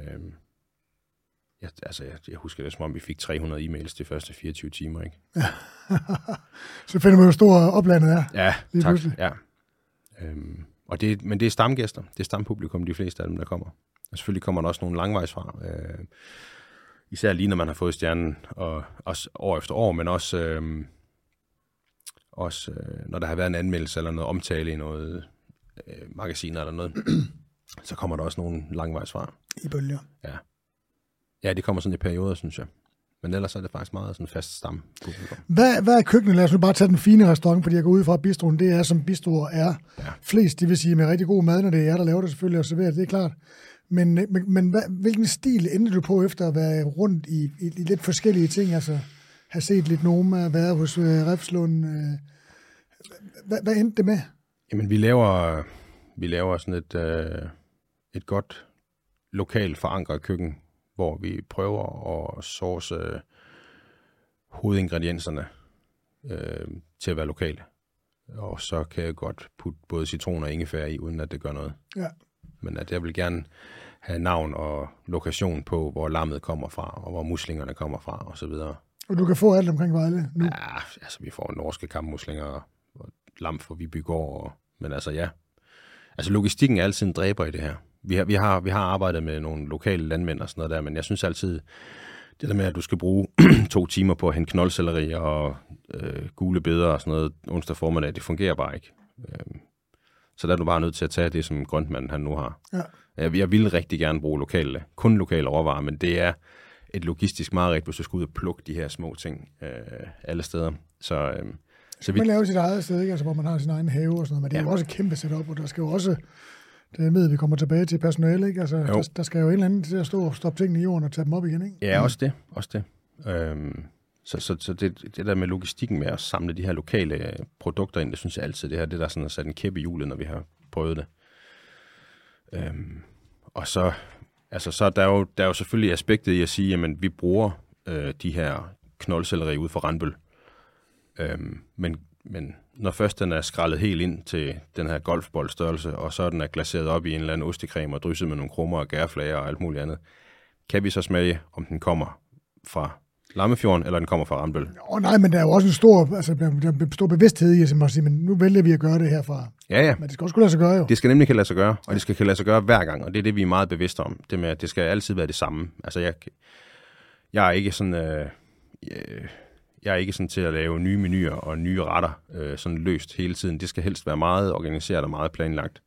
Ja. Jeg husker det, som om vi fik 300 e-mails de første 24 timer, ikke? Ja. Så finder man jo stor oplandet er. Ja, tak. Ja. Men det er stamgæster. Det er stampublikum, de fleste af dem, der kommer. Og selvfølgelig kommer der også nogle langvejs fra. Især lige når man har fået stjernen, og også år efter år, men også når der har været en anmeldelse eller noget omtale i noget magasin eller noget, så kommer der også nogle langvejs fra. I bølger. Ja. Ja, det kommer sådan i perioder, synes jeg. Men ellers er det faktisk meget sådan fast stampublikum. Hvad er køkkenet? Lad os nu bare tage den fine restaurant, fordi jeg går ud fra, at bistroen, det er, som bistroer er flest. Det vil sige med rigtig god mad, når det er der laver det selvfølgelig og serverer det, det er klart. Men hvilken stil endte du på efter at være rundt i lidt forskellige ting? Altså have set lidt Noma, været hos Refslund. Hvad endte det med? Jamen, vi laver sådan et godt lokalt forankret køkken, hvor vi prøver at source hovedingredienserne til at være lokale. Og så kan jeg godt putte både citron og ingefær i, uden at det gør noget. Ja. Men at jeg vil gerne have navn og lokation på, hvor lammet kommer fra, og hvor muslingerne kommer fra, og så videre. Og du kan få alt omkring Vejle nu? Ja, altså vi får norske kammuslinger og lam fra Vibygård. Men altså ja, altså logistikken er altid en dræber i det her. Vi har arbejdet med nogle lokale landmænd og sådan noget der, men jeg synes altid, det der med, at du skal bruge 2 timer på at hente knoldselleri og gule beder og sådan noget onsdag formiddag, det fungerer bare ikke. Så der er du bare nødt til at tage det, som grøntmanden han nu har. Ja. Jeg vil rigtig gerne bruge kun lokale råvarer, men det er et logistisk mareridt, hvis du skal ud og plukke de her små ting alle steder. Så man laver sit eget sted, ikke? Altså, hvor man har sin egen have og sådan noget, men det er jo også et kæmpe setup, og der skal jo også, det er med, vi kommer tilbage til personale, ikke? Altså, der skal jo en eller anden til at stå og stoppe tingene i jorden og tage dem op igen, ikke? Ja, også det. Så det der med logistikken med at samle de her lokale produkter ind, det synes jeg altid, det der sådan at sætte en kæppe i hjulet, når vi har prøvet det. Og så, altså, så der er jo selvfølgelig aspektet i at sige, jamen vi bruger de her knoldselleri ud for Randbøl. Men når først den er skrællet helt ind til den her golfboldstørrelse, og så den er glaseret op i en eller anden ostecreme og drysset med nogle krummer og gærflager og alt muligt andet, kan vi så smage, om den kommer fra Lammefjorden, eller den kommer fra Randbøl? Nej, men der er jo også en stor bevidsthed i at sige, men nu vælger vi at gøre det herfra. Ja. Men det skal også kunne lade sig gøre, jo. Det skal nemlig kunne lade sig gøre, og det skal kunne lade sig gøre hver gang, og det er det, vi er meget bevidste om. Det med, at det skal altid være det samme. Altså, jeg er ikke sådan... Jeg er ikke sådan til at lave nye menuer og nye retter sådan løst hele tiden. Det skal helst være meget organiseret og meget planlagt.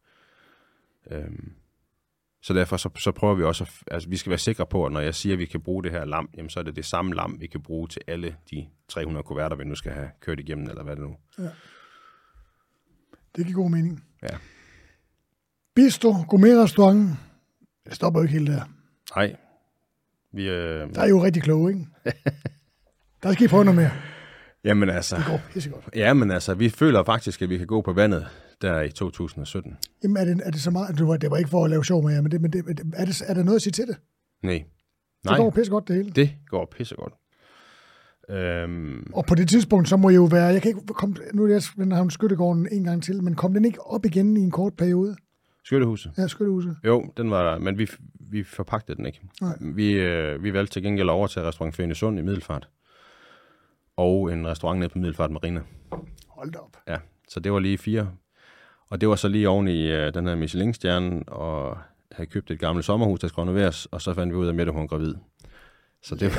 Så derfor så prøver vi også, altså vi skal være sikre på, at når jeg siger, at vi kan bruge det her lam, jamen så er det samme lam, vi kan bruge til alle de 300 kuverter, vi nu skal have kørt igennem, eller hvad det nu. Ja. Det giver god mening. Ja. Bistro, gourmet-restaurant, det stopper jo ikke helt der. Nej. Der er jo rigtig kloge, ikke? Der skal I prøve noget mere. Jamen altså... Det går pissegodt. Jamen altså, vi føler faktisk, at vi kan gå på vandet der i 2017. Jamen er det så meget... Det var ikke for at lave sjov med jer, men er der noget at sige til det? Nej. Det går pissegodt det hele. Det går pissegodt. Og på det tidspunkt, så må I jo være... Jeg kan ikke komme... Nu er jeg havnet Skyttegården en gang til, men kom den ikke op igen i en kort periode? Skyttehuset? Ja, Skyttehuset. Jo, den var der, men vi forpagtede den ikke. Nej. Vi valgte til gengæld over til restaurant Fønesund i Middelfart. Og en restaurant nede på Middelfart Marina. Hold da op. Ja, så det var lige 4. Og det var så lige oven i den her Michelin-stjerne, og havde købt et gammelt sommerhus, der skulle renoveres, og så fandt vi ud af, at Mette hun var gravid. Så det var...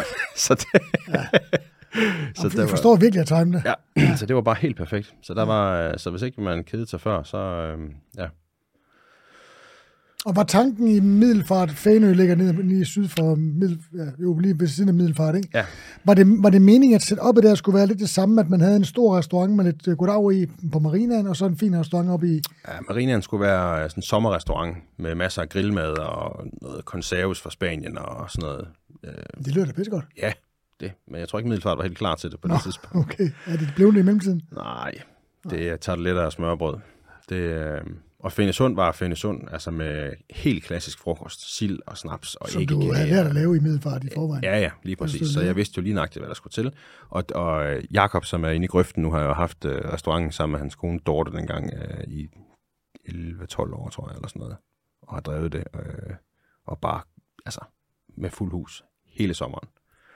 Ja. Jeg forstår virkelig at time det. Ja, så det var bare helt perfekt. Så der var, så hvis ikke man kedede sig før, så ja. Og var tanken i Middelfart, Fanø ligger nede lige syd for lige ved siden af Middelfart, ikke? Ja. Var det meningen, at setup'et der skulle være lidt det samme, at man havde en stor restaurant med lidt goddag i på Marinaen, og så en fin restaurant oppe i... Ja, Marinaen skulle være sådan en sommerrestaurant med masser af grillmad og noget conserves fra Spanien og sådan noget. Det lyder da pissegodt. Ja, det. Men jeg tror ikke, Middelfart var helt klar til det på det tidspunkt. Okay. Er det blevet det i mellemtiden? Nej, det tager lidt af smørbrød. Og Fønesund var Fønesund, altså med helt klassisk frokost, sild og snaps og æg. Som du havde lært at lave i Middelfart i forvejen. Ja, lige præcis. Så jeg vidste jo lige nøjagtigt, hvad der skulle til. Og Jakob, som er inde i grøften nu, har jo haft restauranten sammen med hans kone Dorte dengang i 11-12 år, tror jeg, eller sådan noget. Og har drevet det, og bare, altså, med fuld hus hele sommeren.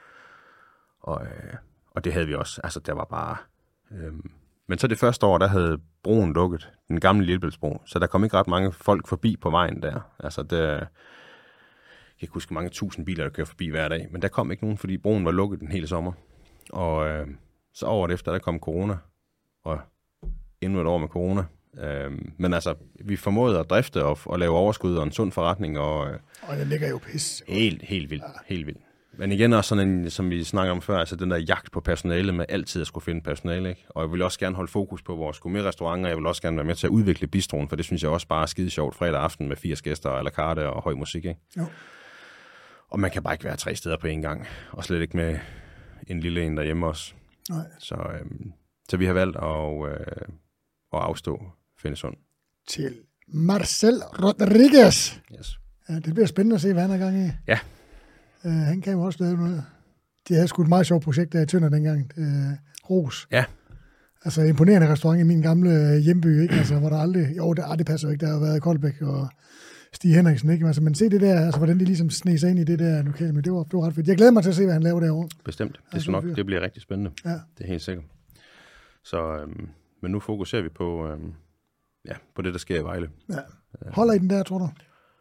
Og det havde vi også. Altså, der var bare... Men så det første år, der havde broen lukket, den gamle Lillebæltsbro, så der kom ikke ret mange folk forbi på vejen der. Altså, jeg kan ikke huske mange tusind biler, der kører forbi hver dag, men der kom ikke nogen, fordi broen var lukket den hele sommer. Og så året efter, der kom corona, og endnu et år med corona. Men altså, vi formåede at drifte og lave overskud og en sund forretning. Og den ligger jo pis. Helt vildt. Men igen også sådan en, som vi snakker om før, altså den der jagt på personale med altid at skulle finde personale, ikke? Og jeg vil også gerne holde fokus på vores gourmet-restauranter, jeg vil også gerne være med til at udvikle bistroen, for det synes jeg også bare er skide sjovt fredag aften med 80 gæster, à la carte og høj musik, ikke? Jo. Og man kan bare ikke være 3 steder på en gang, og slet ikke med en lille en derhjemme også. Nej. Så vi har valgt at afstå Fønesund. Til Marcel Rodriguez. Yes. Ja, det bliver spændende at se, hvad han er gang i. Ja. Han kan jo også lave noget. De havde sgu et meget sjovt projekt der i Tønder dengang. Ros. Ja. Altså imponerende restaurant i min gamle hjemby, ikke? Altså, hvor der aldrig... Jo, det passer jo ikke. Der har været Koldbæk og Stig Henriksen, ikke? Altså, men se det der, altså hvordan de ligesom sneg sig ind i det der lokale, men det var ret fedt. Jeg glæder mig til at se, hvad han laver derovre. Bestemt. Det bliver rigtig spændende. Ja. Det er helt sikkert. Så, men nu fokuserer vi på, på det, der sker i Vejle. Ja. Holder I den der, tror du?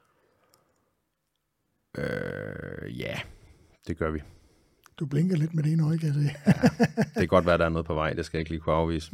Ja, det gør vi. Du blinker lidt med det ene øje, kan jeg se. Ja, det kan godt være, der er noget på vej. Det skal jeg ikke lige kunne afvise.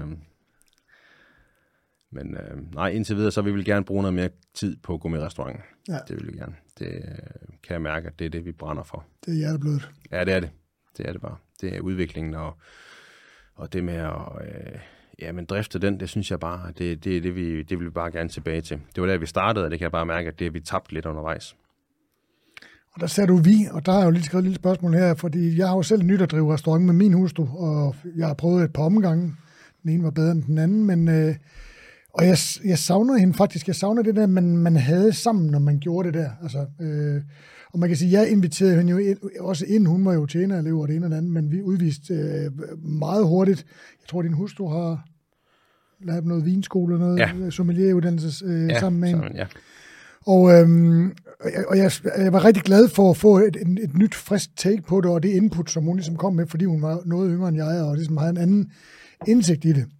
Men nej, indtil videre, så vil vi gerne bruge noget mere tid på gourmet-restauranten. Ja. Det vil vi gerne. Det kan jeg mærke, at det er det, vi brænder for. Det er hjerteblødet. Ja, det er det. Det er det bare. Det er udviklingen Og det med at men drifte den, det synes jeg bare, det vil vi bare gerne tilbage til. Det var der, vi startede, og det kan jeg bare mærke, at det vi tabt lidt undervejs. Og der ser du vi, og der har jeg jo lige skrevet et lille spørgsmål her, fordi jeg har jo selv nyt at drive restaurant med min hustru, og jeg har prøvet et par omgange. Den ene var bedre end den anden, men og jeg savner hende faktisk. Jeg savner det der, man havde sammen, når man gjorde det der. Altså, og man kan sige, jeg inviterede hende jo også ind. Hun var jo tjenerelev og det ene og det andet, men vi udviste meget hurtigt. Jeg tror, din hustru har lavet noget vinskole og noget sommelieruddannelse sammen med hende. Ja. Og jeg var rigtig glad for at få et nyt, frisk take på det, og det input, som hun ligesom kom med, fordi hun var noget yngre end jeg, og ligesom havde en anden indsigt i det.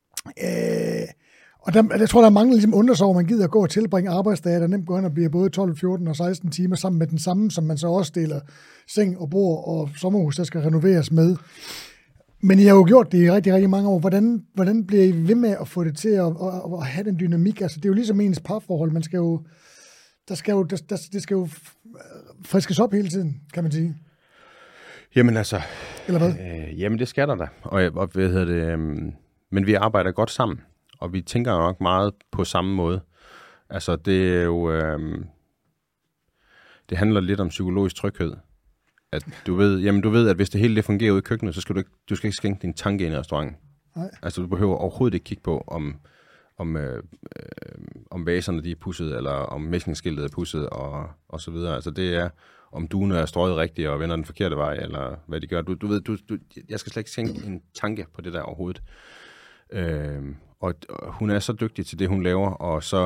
Og jeg tror, der er mange, der ligesom undrer sig over, man gider at gå og tilbringe arbejdsdage, der nemt går hen og bliver både 12, 14 og 16 timer sammen med den samme, som man så også deler seng og bord og sommerhus, der skal renoveres med. Men I har jo gjort det i rigtig, rigtig mange år. Hvordan bliver I ved med at få det til at have den dynamik? Altså, det er jo ligesom ens parforhold. Man skal jo, det skal jo friskes op hele tiden, kan man sige. Jamen altså... Eller hvad? Jamen, det skal der da. Og hvad hedder det... men vi arbejder godt sammen, og vi tænker nok meget på samme måde. Altså, det er jo... det handler lidt om psykologisk tryghed. At du ved, at hvis det hele det fungerer ude i køkkenet, så skal du skal ikke skænke din tanke ind i restauranten. Nej. Altså, du behøver overhovedet ikke kigge på, om vaserne de er pudset, eller om mæslingsskiltet er pudset, og så videre. Altså, det er, om duene er strøget rigtigt og vender den forkerte vej, eller hvad de gør. Du ved, jeg skal slet ikke skænke en tanke på det der overhovedet. Og hun er så dygtig til det, hun laver, og så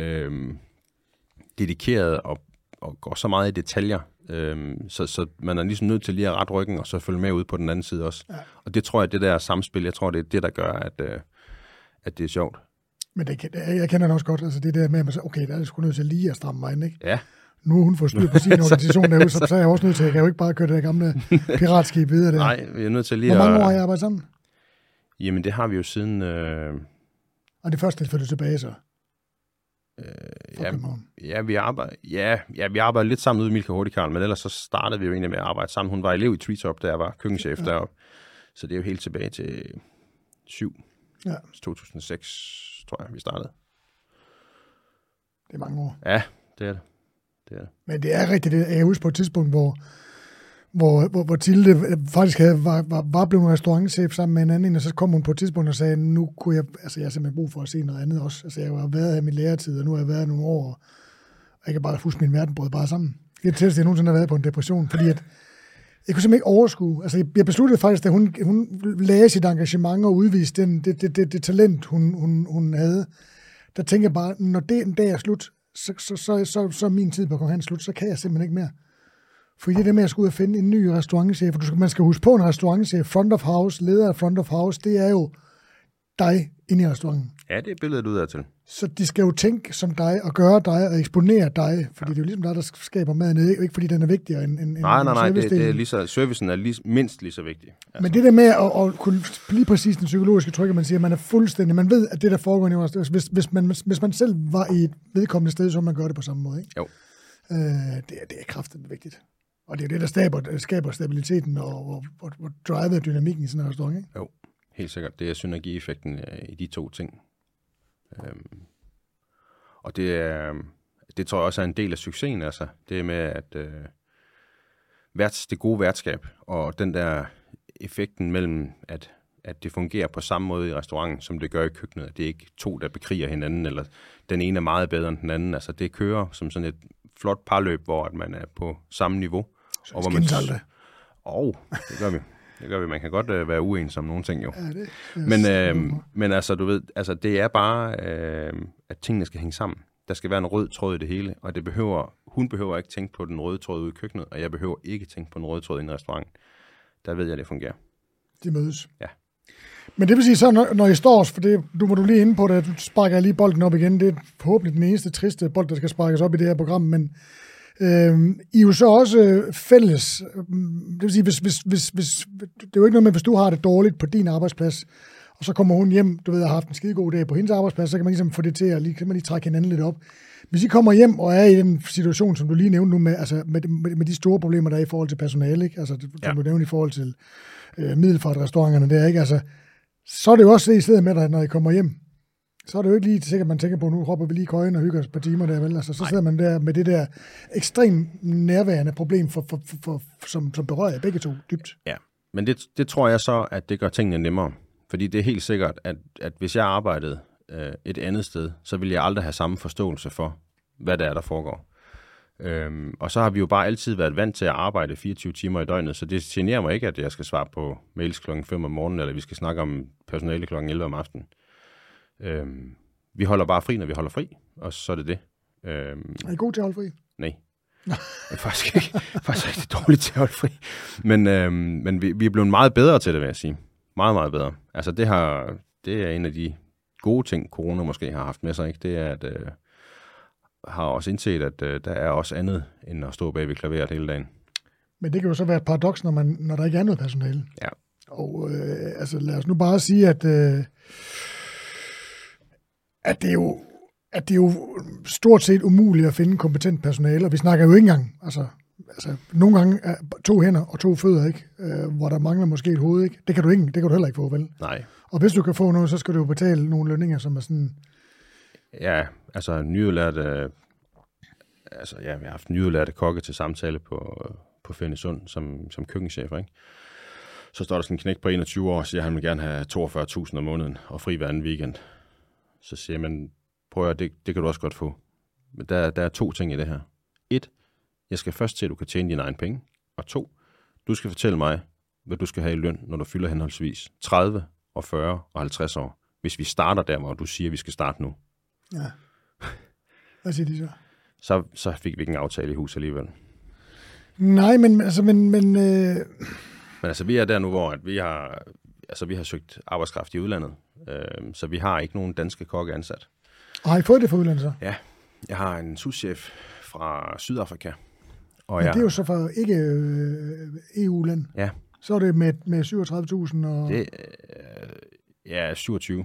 dedikeret og går så meget i detaljer, så man er ligesom nødt til lige at rette ryggen, og så følge med ud på den anden side også. Ja. Og det tror jeg, det der samspil, jeg tror, det er det, der gør, at det er sjovt. Men jeg kender det også godt, altså det der med, at man siger, okay, der er jeg sgu nødt til lige at stramme mig ind, ikke? Ja. Nu hun får styr på sin organisation derude, så er jeg også nødt til, jeg kan jo ikke bare køre det der gamle piratskib videre der. Nej, vi er nødt til lige Hvor mange år har I arbejdet sammen? Jamen, det har vi jo siden... Og det første flyttede tilbage, så? Vi arbejder lidt sammen ude i Milka Hurtigkarl, men ellers så startede vi jo egentlig med at arbejde sammen. Hun var elev i Treetop, da jeg var køkkenchef deroppe. Så det er jo helt tilbage til 2006, tror jeg, vi startede. Det er mange år. Ja, det er det. Men det er rigtigt, jeg husker på et tidspunkt, hvor Tilde faktisk var blevet en restaurantchef sammen med en anden, og så kom hun på et tidspunkt og sagde, nu kunne jeg har simpelthen brug for at se noget andet også. Altså, jeg har været her i min læretid, og nu har jeg været nogle år, og jeg kan bare huske min verden brød bare sammen. Det er tættest, jeg nogensinde har været på en depression, fordi at jeg kunne simpelthen ikke overskue. Altså, jeg besluttede faktisk, at hun lagde sit engagement og udviste det talent, hun havde. Der tænker jeg bare, når det en dag er slut, så er min tid på Kong Hans slut, så kan jeg simpelthen ikke mere. For det der med at skulle ud og finde en ny restaurantchef, for man skal huske på en restaurantchef, front of house, leder af front of house, det er jo dig inde i restauranten. Ja, det er billedet ud af til. Så de skal jo tænke som dig, og gøre dig, og eksponere dig, fordi det er jo ligesom dig, der skaber maden, ikke fordi den er vigtigere end nej, det er lige så, servicen er mindst lige så vigtig. Altså. Men det der med at kunne lige præcis den psykologiske tryk, man siger, at man er fuldstændig, man ved, at det der foregår i restauranten, hvis man selv var i et vedkommende sted, så man gør det på samme måde, ikke? Jo. Det er kraftigt vigtigt. Og det er jo det, der skaber stabiliteten og driver dynamikken i sådan en restaurant, ikke? Jo, helt sikkert. Det er synergieffekten i de to ting. Og det tror jeg også er en del af succesen, altså. Det med, at det gode værtskab og den der effekten mellem, at det fungerer på samme måde i restauranten, som det gør i køkkenet. Det er ikke to, der bekriger hinanden, eller den ene er meget bedre end den anden. Altså, det kører som sådan et flot parløb, hvor man er på samme niveau. Så og hvor man det gør vi. Det gør vi. Man kan godt være uenig om nogle ting jo. Ja, men altså, du ved, altså, det er bare, at tingene skal hænge sammen. Der skal være en rød tråd i det hele, og hun behøver ikke tænke på den røde tråd ude i køkkenet, og jeg behøver ikke tænke på den røde tråd inde i restauranten. Der ved jeg, det fungerer. De mødes. Ja. Men det vil sige så, når I står, for det, du var lige inde på det, du sparker lige bolden op igen. Det er forhåbentlig den eneste triste bold, der skal sparkes op i det her program, men I er jo så også fælles. Det vil sige, det er jo ikke noget med, hvis du har det dårligt på din arbejdsplads, og så kommer hun hjem, du ved, har haft en skide god dag på hendes arbejdsplads, så kan man ligesom få det til at kan man lige trække hinanden lidt op. Hvis I kommer hjem og er i den situation, som du lige nævnte nu, med de store problemer, der er i forhold til personale, ikke? Altså, som du nævnte i forhold til middelfartrestauranterne der, ikke? Altså, så er det jo også det i stedet med dig, når I kommer hjem. Så er det jo ikke lige sikkert, at man tænker på, nu hopper vi lige køjen og hygger os et par timer der, vel? Altså, så sidder man der med det der ekstremt nærværende problem, som berører jer begge to dybt. Ja, men det tror jeg så, at det gør tingene nemmere. Fordi det er helt sikkert, at hvis jeg arbejdede et andet sted, så ville jeg aldrig have samme forståelse for, hvad det er, der foregår. Og så har vi jo bare altid været vant til at arbejde 24 timer i døgnet, så det generer mig ikke, at jeg skal svare på mails klokken 5 om morgenen, eller vi skal snakke om personale klokken 11 om aftenen. Vi holder bare fri, når vi holder fri, og så er det det. Er I god til at holde fri? Nej. Jeg er faktisk rigtig dårligt til at holde fri. Men vi er blevet meget bedre til det, vil jeg sige. Meget, meget bedre. Altså det er en af de gode ting, corona måske har haft med sig, ikke? Det er, at har også indset, at der er også andet, end at stå bag ved klaveret hele dagen. Men det kan jo så være et paradoks, når der ikke er noget personale. Ja. Og altså lad os nu bare sige, at det er jo stort set umuligt at finde kompetent personale, og vi snakker jo ikke engang, altså nogle gange er 2 hænder og 2 fødder, ikke? Hvor der mangler måske et hoved, ikke? Det kan du heller ikke få, vel? Nej. Og hvis du kan få noget, så skal du jo betale nogle lønninger, som er sådan... Ja, altså nyudlærte... vi har haft nyudlærte kokke til samtale på Fennesund som køkkenchef, ikke? Så står der sådan en knæk på 21 år, og siger, at han vil gerne have 42.000 om måneden og fri hver anden weekend. Så siger man, prøv at det kan du også godt få. Men der er 2 ting i det her. 1, jeg skal først til, at du kan tjene dine egne penge. Og 2, du skal fortælle mig, hvad du skal have i løn, når du fylder henholdsvis 30 og 40 og 50 år. Hvis vi starter der, hvor du siger, at vi skal starte nu. Ja. Hvad siger de så? Så fik vi ikke en aftale i hus alligevel. Nej, men altså... Men altså, vi er der nu, hvor at vi har søgt arbejdskraft i udlandet. Så vi har ikke nogen danske kokke ansat. Og har I fået det fra udlandet så? Ja, jeg har en souschef fra Sydafrika. Og det er jo så fra ikke EU-land. Ja. Så er det med 37.000 og... Det ja, 27.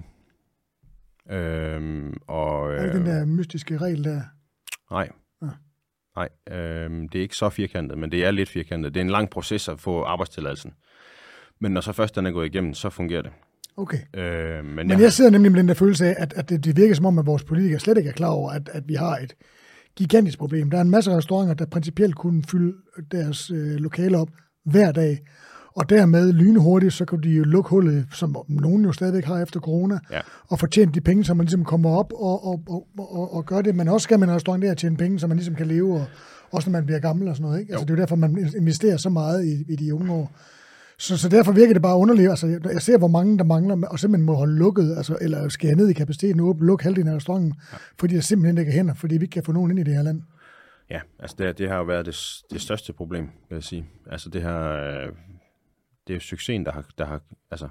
Er det den der mystiske regel der? Nej. Ja. Nej, det er ikke så firkantet, men det er lidt firkantet. Det er en lang proces at få arbejdstilladelsen. Men når så først den er gået igennem, så fungerer det. Okay. Men jeg sidder nemlig med den der følelse af, at det virker som om, at vores politikere slet ikke er klar over, at vi har et gigantisk problem. Der er en masse restauranter, der principielt kunne fylde deres lokaler op hver dag, og dermed lynhurtigt, så kan de jo lukke hullet, som nogen jo stadigvæk har efter corona, ja. Og fortjene de penge, så man ligesom kommer op og gør det. Men også skal man en restaurant der at tjene penge, så man ligesom kan leve, og også når man bliver gammel og sådan noget. Ikke? Altså, det er jo derfor, man investerer så meget i de unge år. Så derfor virker det bare underligt. Altså, jeg ser, hvor mange der mangler, og simpelthen må holde lukket, altså, eller skære ned i kapaciteten og lukke halvdelen af restauranten, fordi der simpelthen ikke er hænder, fordi vi ikke kan få nogen ind i det her land. Ja, altså det har jo været det største problem, vil jeg sige. Altså det er jo succesen, der har altså,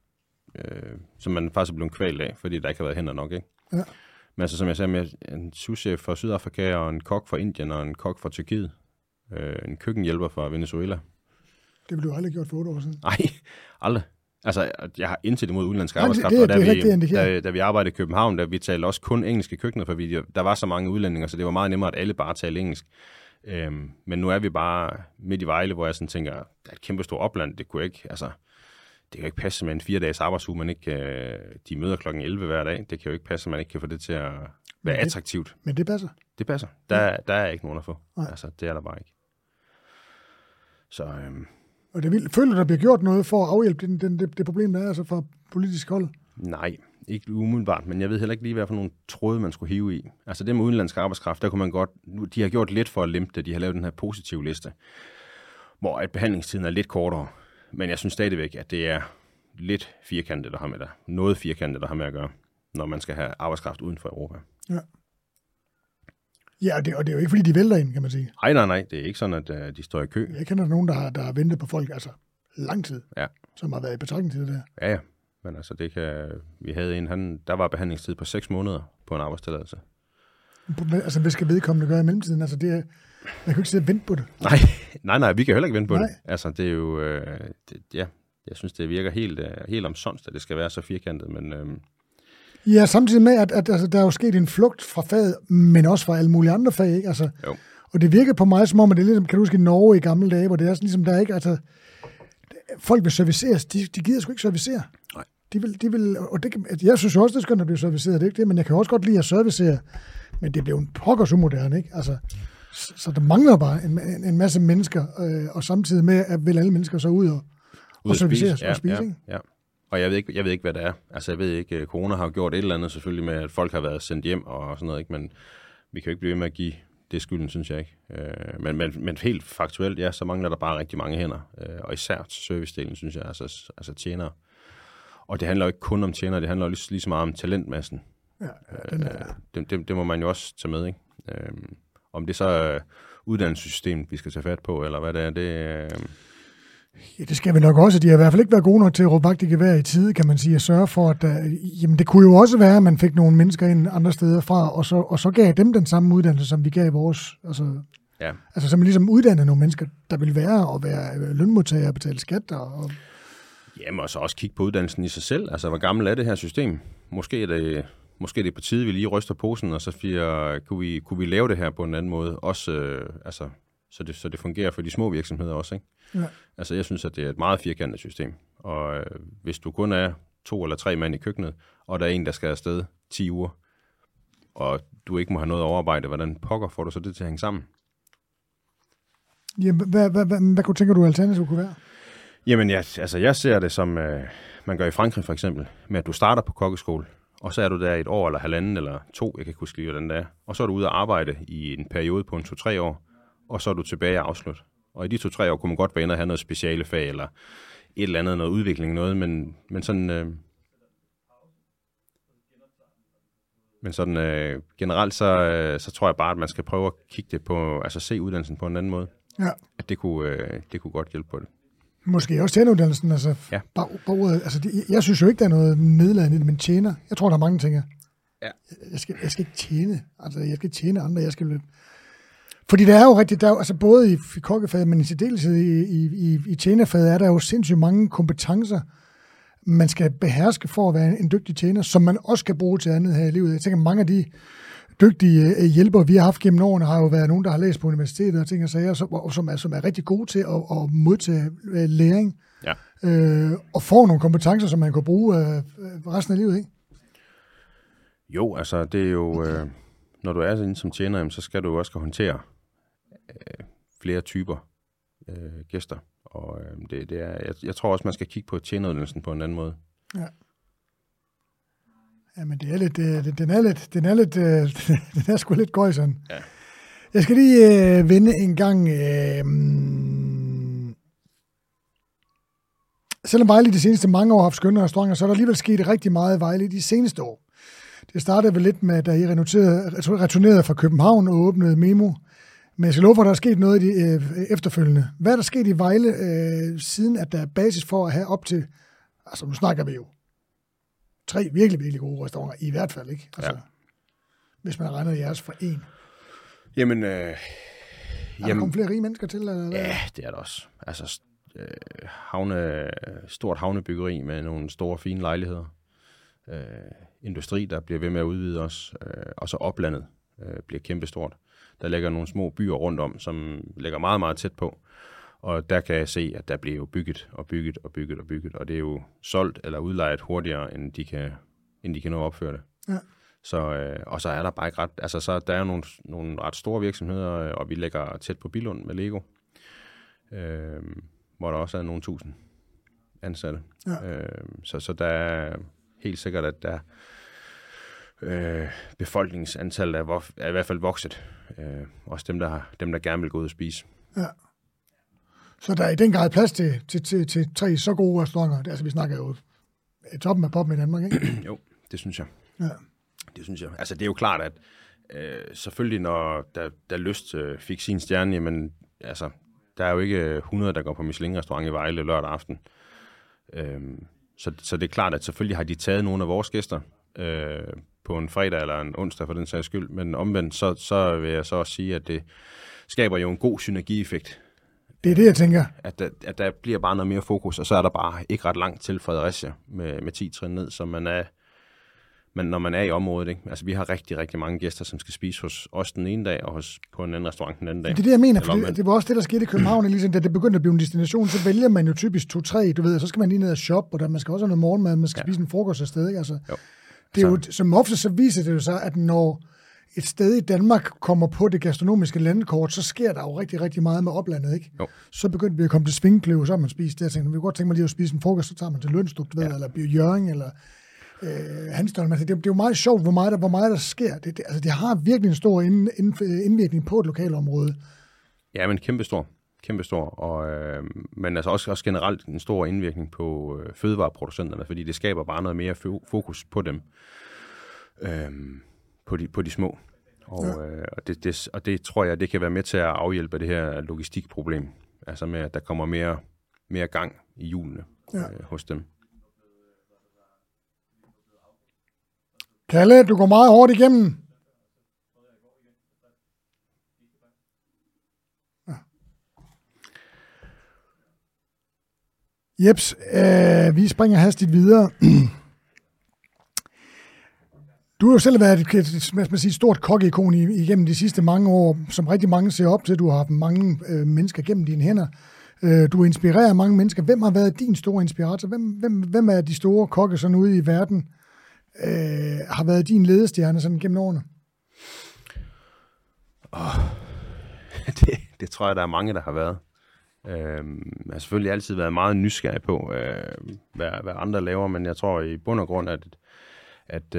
som man faktisk er blevet kvalt af, fordi der ikke har været hænder nok, ikke? Ja. Men altså, som jeg sagde, med en souschef fra Sydafrika, og en kok fra Indien, og en kok fra Tyrkiet, en køkkenhjælper fra Venezuela. Det ville du aldrig gjort for 8 år siden. Nej, aldrig. Altså, jeg har intet imod udenlandsk arbejdskraft, og da vi arbejdede i København, der vi talte også kun engelske køkkener, for der var så mange udlændinge, så det var meget nemmere, at alle bare talte engelsk. Men nu er vi bare midt i Vejle, hvor jeg sådan tænker, der er et kæmpe stort opland, det kan jo ikke passe med en 4-dages arbejdsuge, man ikke, de møder klokken 11 hver dag, det kan jo ikke passe, man ikke kan få det til at være attraktivt. Men det passer? Det passer. Der er ikke nogen at få. Altså, det er der bare ikke. Så... Og det er vildt. Føler du, der bliver gjort noget for at afhjælpe det problem, der er altså fra politisk hold? Nej, ikke umiddelbart, men jeg ved heller ikke lige, hvad for nogle tråde, man skulle hive i. Altså det med udenlandsk arbejdskraft, der kunne man godt... De har gjort lidt for at lempe det. De har lavet den her positive liste, hvor at behandlingstiden er lidt kortere. Men jeg synes stadigvæk, at det er lidt firkantet, der har med det. Noget firkantet, der har med at gøre, når man skal have arbejdskraft uden for Europa. Ja. Ja, og det er jo ikke, fordi de vælter ind, kan man sige. Nej, det er ikke sådan, at de står i kø. Jeg kender nogen, der har ventet på folk, altså lang tid, ja. Som har været i betragtning til det der. Ja, men altså vi havde der var behandlingstid på 6 måneder på en arbejdstilladelse. Altså, hvad skal vedkommende gøre i mellemtiden? Altså, man kan jo ikke sidde og vente på det. Nej, vi kan heller ikke vente på det. Altså, det er jo, Jeg synes, det virker helt omsonst, at det skal være så firkantet, men... Ja, samtidig med, at altså, der er jo sket en flugt fra faget, men også fra alle mulige andre fag, ikke? Altså, jo. Og det virker på mig som om, at det er ligesom, kan du huske, i Norge i gamle dage, hvor det er sådan, ligesom, der er ikke, altså, folk vil serviceres, de gider sgu ikke servicere. Nej. De vil, og det, jeg synes også, det er skønt at blive serviceret, det er ikke det, men jeg kan også godt lide at servicere, men det bliver jo en pokkers umoderne, ikke? Altså, så der mangler bare en masse mennesker, og samtidig med, at vil alle mennesker så ud og serviceres og spise, ikke? Ja. Og jeg ved ikke, hvad det er. Altså, jeg ved ikke, corona har gjort et eller andet selvfølgelig med, at folk har været sendt hjem og sådan noget, ikke? Men vi kan jo ikke blive ved med at give det skylden, synes jeg ikke. Men helt faktuelt, ja, så mangler der bare rigtig mange hænder. Og især servicedelen, synes jeg, altså tjenere. Og det handler jo ikke kun om tjenere, det handler jo lige så meget om talentmassen. Ja, det må man jo også tage med, ikke? Om det så er uddannelsessystemet, vi skal tage fat på, eller hvad det er, det... Ja, det skal vi nok også. De har i hvert fald ikke været gode nok til at råbe vagt i gevær i tide, kan man sige, at sørge for, at jamen det kunne jo også være, at man fik nogle mennesker ind andre steder fra, og så gav dem den samme uddannelse, som vi gav vores. Altså så man ligesom uddannede nogle mennesker, der vil være og være lønmodtagere og betale skat. Jamen, og så også kigge på uddannelsen i sig selv. Altså, hvor gammel er det her system? Måske er det på tide, vi lige ryster posen, og så kunne vi lave det her på en anden måde. Også, så det fungerer for de små virksomheder også, ikke? Ja. Altså, jeg synes, at det er et meget firkantet system. Og hvis du kun er 2 eller 3 mand i køkkenet, og der er en, der skal afsted 10 uger, og du ikke må have noget overarbejde, hvordan pokker får du så det til at hænge sammen? Ja, hvad tænker du, alternativet kunne være? Jamen, jeg ser det som, man gør i Frankrig for eksempel, med at du starter på kokkeskole, og så er du der 1 år eller 1,5 eller 2, jeg kan ikke huske lige, hvordan det er, og så er du ude at arbejde i en periode på 2-3 år, og så er du tilbage og afslut. Og i de 2-3 år kunne man godt være inde og have noget speciale fag, eller et eller andet, noget udvikling, noget, men sådan... Men sådan generelt, så tror jeg bare, at man skal prøve at kigge det på, altså se uddannelsen på en anden måde. Ja. At det kunne godt hjælpe på det. Måske også tjeneruddannelsen, altså. Ja. Jeg synes jo ikke, der er noget nedladende i det, men tjener. Jeg tror, der er mange ting. Ja. Jeg skal ikke tjene. Altså, jeg skal ikke tjene andre. Fordi der er jo rigtigt, altså både i kokkefaget, men i særdeleshed i tjenerfaget, er der jo sindssygt mange kompetencer, man skal beherske for at være en dygtig tjener, som man også kan bruge til andet her i livet. Jeg tænker, mange af de dygtige hjælpere, vi har haft gennem årene, har jo været nogen, der har læst på universitetet og ting og sager, som er rigtig gode til at modtage læring. Ja. Og få nogle kompetencer, som man kan bruge resten af livet, ikke? Jo, altså det er jo, når du er inde som tjener, så skal du jo også håndtere flere typer gæster. Og det er, jeg tror også, man skal kigge på tjeneruddannelsen på en anden måde. Ja. Ja, men det er lidt, den er sgu lidt gøjseren. Ja. Jeg skal lige vende en gang. Selvom Vejle de seneste mange år har haft skønne restauranter, så er der alligevel sket rigtig meget i Vejle de seneste år. Det startede vel lidt med, da I returnerede fra København og åbnede Memo. Men jeg skal love for, at der er sket noget i de efterfølgende. Hvad er der sket i Vejle, siden at der er basis for at have op til, altså nu snakker vi jo, 3 virkelig, virkelig gode restauranter, i hvert fald, ikke? Altså, ja. Hvis man regner jeres for 1. Jamen, er der kommet flere rige mennesker til? Eller hvad? Ja, det er der også. Altså, stort havnebyggeri med nogle store, fine lejligheder. Industri, der bliver ved med at udvide os. Og så oplandet bliver kæmpestort. Der ligger nogle små byer rundt om, som ligger meget, meget tæt på. Og der kan jeg se, at der bliver jo bygget. Og det er jo solgt eller udlejet hurtigere, end de kan nå at opføre det. Ja. Så, og så er der bare ikke ret... Altså, så der er jo nogle ret store virksomheder, og vi ligger tæt på Billund med Lego, hvor der også er nogle 1000 ansatte. Ja. Så der er helt sikkert, at der befolkningsantallet er i hvert fald vokset. Også dem, der gerne vil gå ud og spise. Ja. Så der er i den grad plads til 3 så gode restauranter. Altså, vi snakker jo toppen af poppen i Danmark, ikke? Jo, det synes jeg. Ja. Det synes jeg. Altså, det er jo klart, at selvfølgelig, når der Lyst fik sin stjerne, jamen, altså, der er jo ikke 100, der går på Michelin-restaurant i Vejle lørdag aften. Så det er klart, at selvfølgelig har de taget nogle af vores gæster på en fredag eller en onsdag for den sags skyld, men omvendt, så vil jeg så også sige, at det skaber jo en god synergieffekt Det er det, jeg tænker. At der bliver bare noget mere fokus, og så er der bare ikke ret langt til Fredericia med 10 trin ned, så når man er i området, ikke? Altså, vi har rigtig, rigtig mange gæster, som skal spise hos os den ene dag, og på en anden restaurant den anden dag. Det er det, jeg mener, for det var også det, der skete i København. Ligesom, da det begyndte at blive en destination, så vælger man jo typisk 2-3, du ved, og så skal man lige ned og shoppe, og man skal også have noget morgenmad, man skal spise en frokost afsted, ikke? Altså, det er jo, som ofte så viser det jo så, at når et sted i Danmark kommer på det gastronomiske landkort, så sker der jo rigtig, rigtig meget med oplandet, ikke? Jo. Så begyndte vi at komme til Svinkløv, så har man spist det. Jeg tænkte, vi kunne godt tænke mig lige at spise en frokost, så tager man til Lønstrup, eller Hjørring, eller Hanstholm. Altså, det er jo meget sjovt, hvor meget der sker. Altså, det har virkelig en stor indvirkning på et lokalområde. Ja, men kæmpestor. Men altså også generelt en stor indvirkning på fødevareproducenterne, fordi det skaber bare noget mere fokus på dem. På de små. Og det tror jeg, det kan være med til at afhjælpe det her logistikproblem. Altså med, at der kommer mere gang i hjulene hos dem. Kalle, du går meget hårdt igennem. Ja. Jeps, vi springer hastigt videre. Du har jo selv været et stort kokkeikon igennem de sidste mange år, som rigtig mange ser op til. Du har haft mange mennesker gennem dine hænder. Du inspirerer mange mennesker. Hvem har været din store inspirator? Hvem er de store kokke sådan ude i verden, har været din ledestjerne sådan gennem årene? Det tror jeg, der er mange, der har været. Jeg har selvfølgelig altid været meget nysgerrig på, hvad andre laver, men jeg tror i bund og grund, at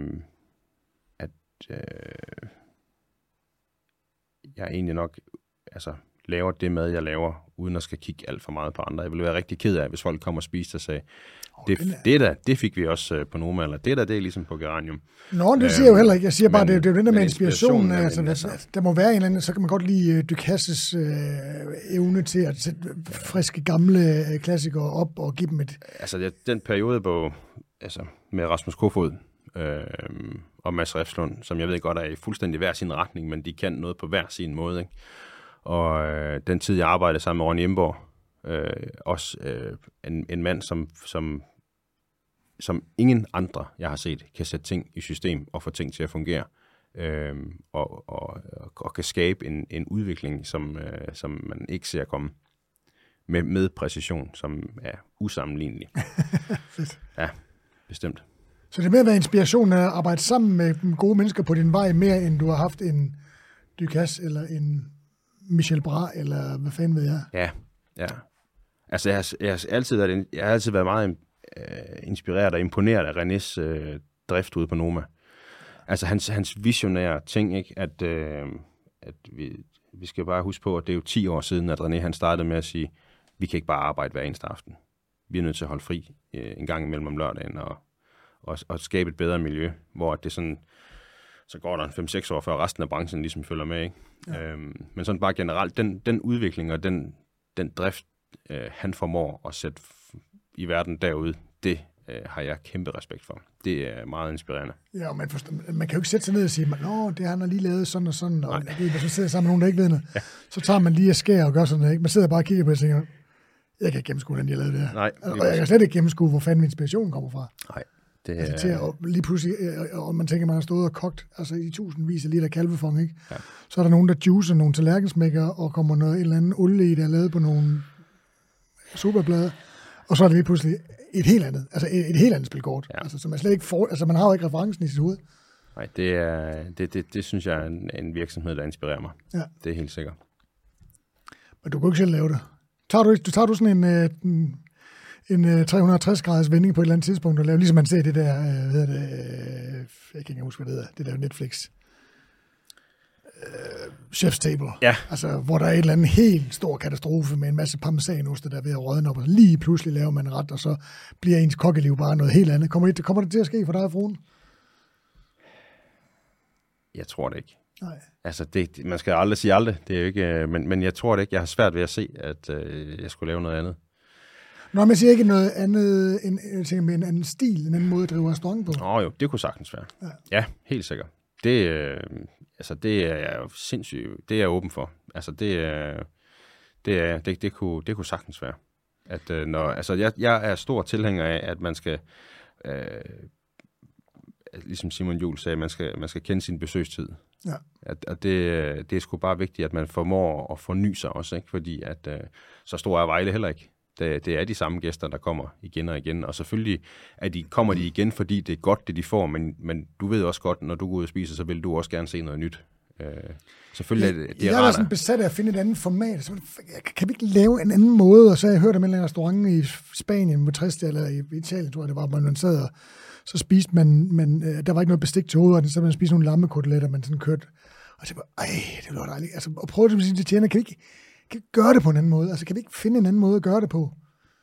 jeg egentlig nok laver det mad, jeg laver, uden at skal kigge alt for meget på andre. Jeg ville være rigtig ked af, hvis folk kommer og spiser og sagde, det fik vi også på Noma, eller det er ligesom på Geranium. Nå, det siger jeg jo heller ikke. Jeg siger bare, det er den der med inspirationen. Der må være en eller anden, så kan man godt lide Ducasses evne til at sætte friske, gamle klassikere op og give dem et... Altså, den periode med Rasmus Kofod og Mads Refslund, som jeg ved godt er i fuldstændig hver sin retning, men de kan noget på hver sin måde, ikke? Og den tid, jeg arbejdede sammen med Ron Hjemborg, også en mand, som ingen andre, jeg har set, kan sætte ting i system og få ting til at fungere, og kan skabe en udvikling, som man ikke ser komme med præcision, som er usammenlignelig. Fedt. Ja, bestemt. Så det er med at være inspiration at arbejde sammen med gode mennesker på din vej, mere end du har haft en Ducasse eller en Michel Bras, eller hvad fanden ved jeg? Ja. Altså, jeg har altid været meget inspireret og imponeret af Renés drift ude på Noma. Altså, hans visionære ting, ikke? At vi skal bare huske på, at det er jo 10 år siden, at René han startede med at sige, vi kan ikke bare arbejde hver eneste aften. Vi er nødt til at holde fri en gang imellem om lørdagen, og skabe et bedre miljø, hvor det sådan, så går der 5-6 år, før resten af branchen ligesom følger med, ikke? Ja. Men sådan bare generelt, den udvikling og den drift, han formår at sætte i verden derude, det har jeg kæmpe respekt for. Det er meget inspirerende. Ja, og man kan jo ikke sætte sig ned og sige, det han har lige lavet sådan og sådan, og hvis man sidder sammen med nogen, der ikke ved noget, så tager man lige og skærer og gør sådan noget, ikke? Man sidder bare og kigger på det og tænker, jeg kan ikke gennemskue, hvordan jeg lavede det her. Nej, og jeg kan slet ikke gennemskue, hvor fanden inspirationen kommer fra. Nej. Til at lige pludselig, og man tænker, man har stået og kogt i tusindvis af liter kalvefong, ikke? Ja. Så er der nogen, der juicer nogle tallerkensmækker, og kommer en eller anden olie i, der er lavet på nogle superblade, og så er det lige pludselig et helt andet spil kort. Ja. Altså, så man slet ikke man har jo ikke referencen i sit hoved. Nej, det synes jeg er en virksomhed, der inspirerer mig. Ja. Det er helt sikkert. Men du kan ikke selv lave det. Tager du sådan en 360-graders vending på et eller andet tidspunkt, og lave, ligesom man ser det der, jeg kan ikke huske, hvad det hedder, det der Netflix, Chef's Table. Ja. Altså, hvor der er et eller andet helt stor katastrofe med en masse parmesanost, der er ved at rådne op, og lige pludselig laver man ret, og så bliver ens kokkeliv bare noget helt andet. Kommer det til at ske for dig, fruen? Jeg tror det ikke. Nej. Altså, man skal aldrig sige aldrig, det er jo ikke, men jeg tror det ikke. Jeg har svært ved at se, at jeg skulle lave noget andet. Nå, man siger ikke noget andet end med en anden stil, en anden måde at drive restaurant på. Jo, det kunne sagtens være. Ja, helt sikkert. Det er jeg jo sindssygt, det er jeg åben for. Altså, Det kunne sagtens være. Jeg er stor tilhænger af, at man skal, ligesom Simon Juhl sagde, man skal kende sin besøgstid. Ja. At det er sgu bare vigtigt, at man formår at forny sig også, ikke? Fordi at så stor er Vejle heller ikke. Det er de samme gæster, der kommer igen og igen, og selvfølgelig kommer de igen, fordi det er godt, det de får, men du ved også godt, når du går ud og spiser, så vil du også gerne se noget nyt. Selvfølgelig er det jeg er sådan besat af at finde et andet format. Kan vi ikke lave en anden måde? Og så har jeg hørt om en eller anden restaurant i Spanien, Trieste, eller i Italien, tror jeg det var, hvor man sad og så spiste man der var ikke noget bestik til hovedretten, så man spiste nogle lammekoteletter, man sådan kørte. Og så bare, det var dejligt. Altså, og prøve at sige til tjener, kan vi ikke gøre det på en anden måde? Altså, kan vi ikke finde en anden måde at gøre det på?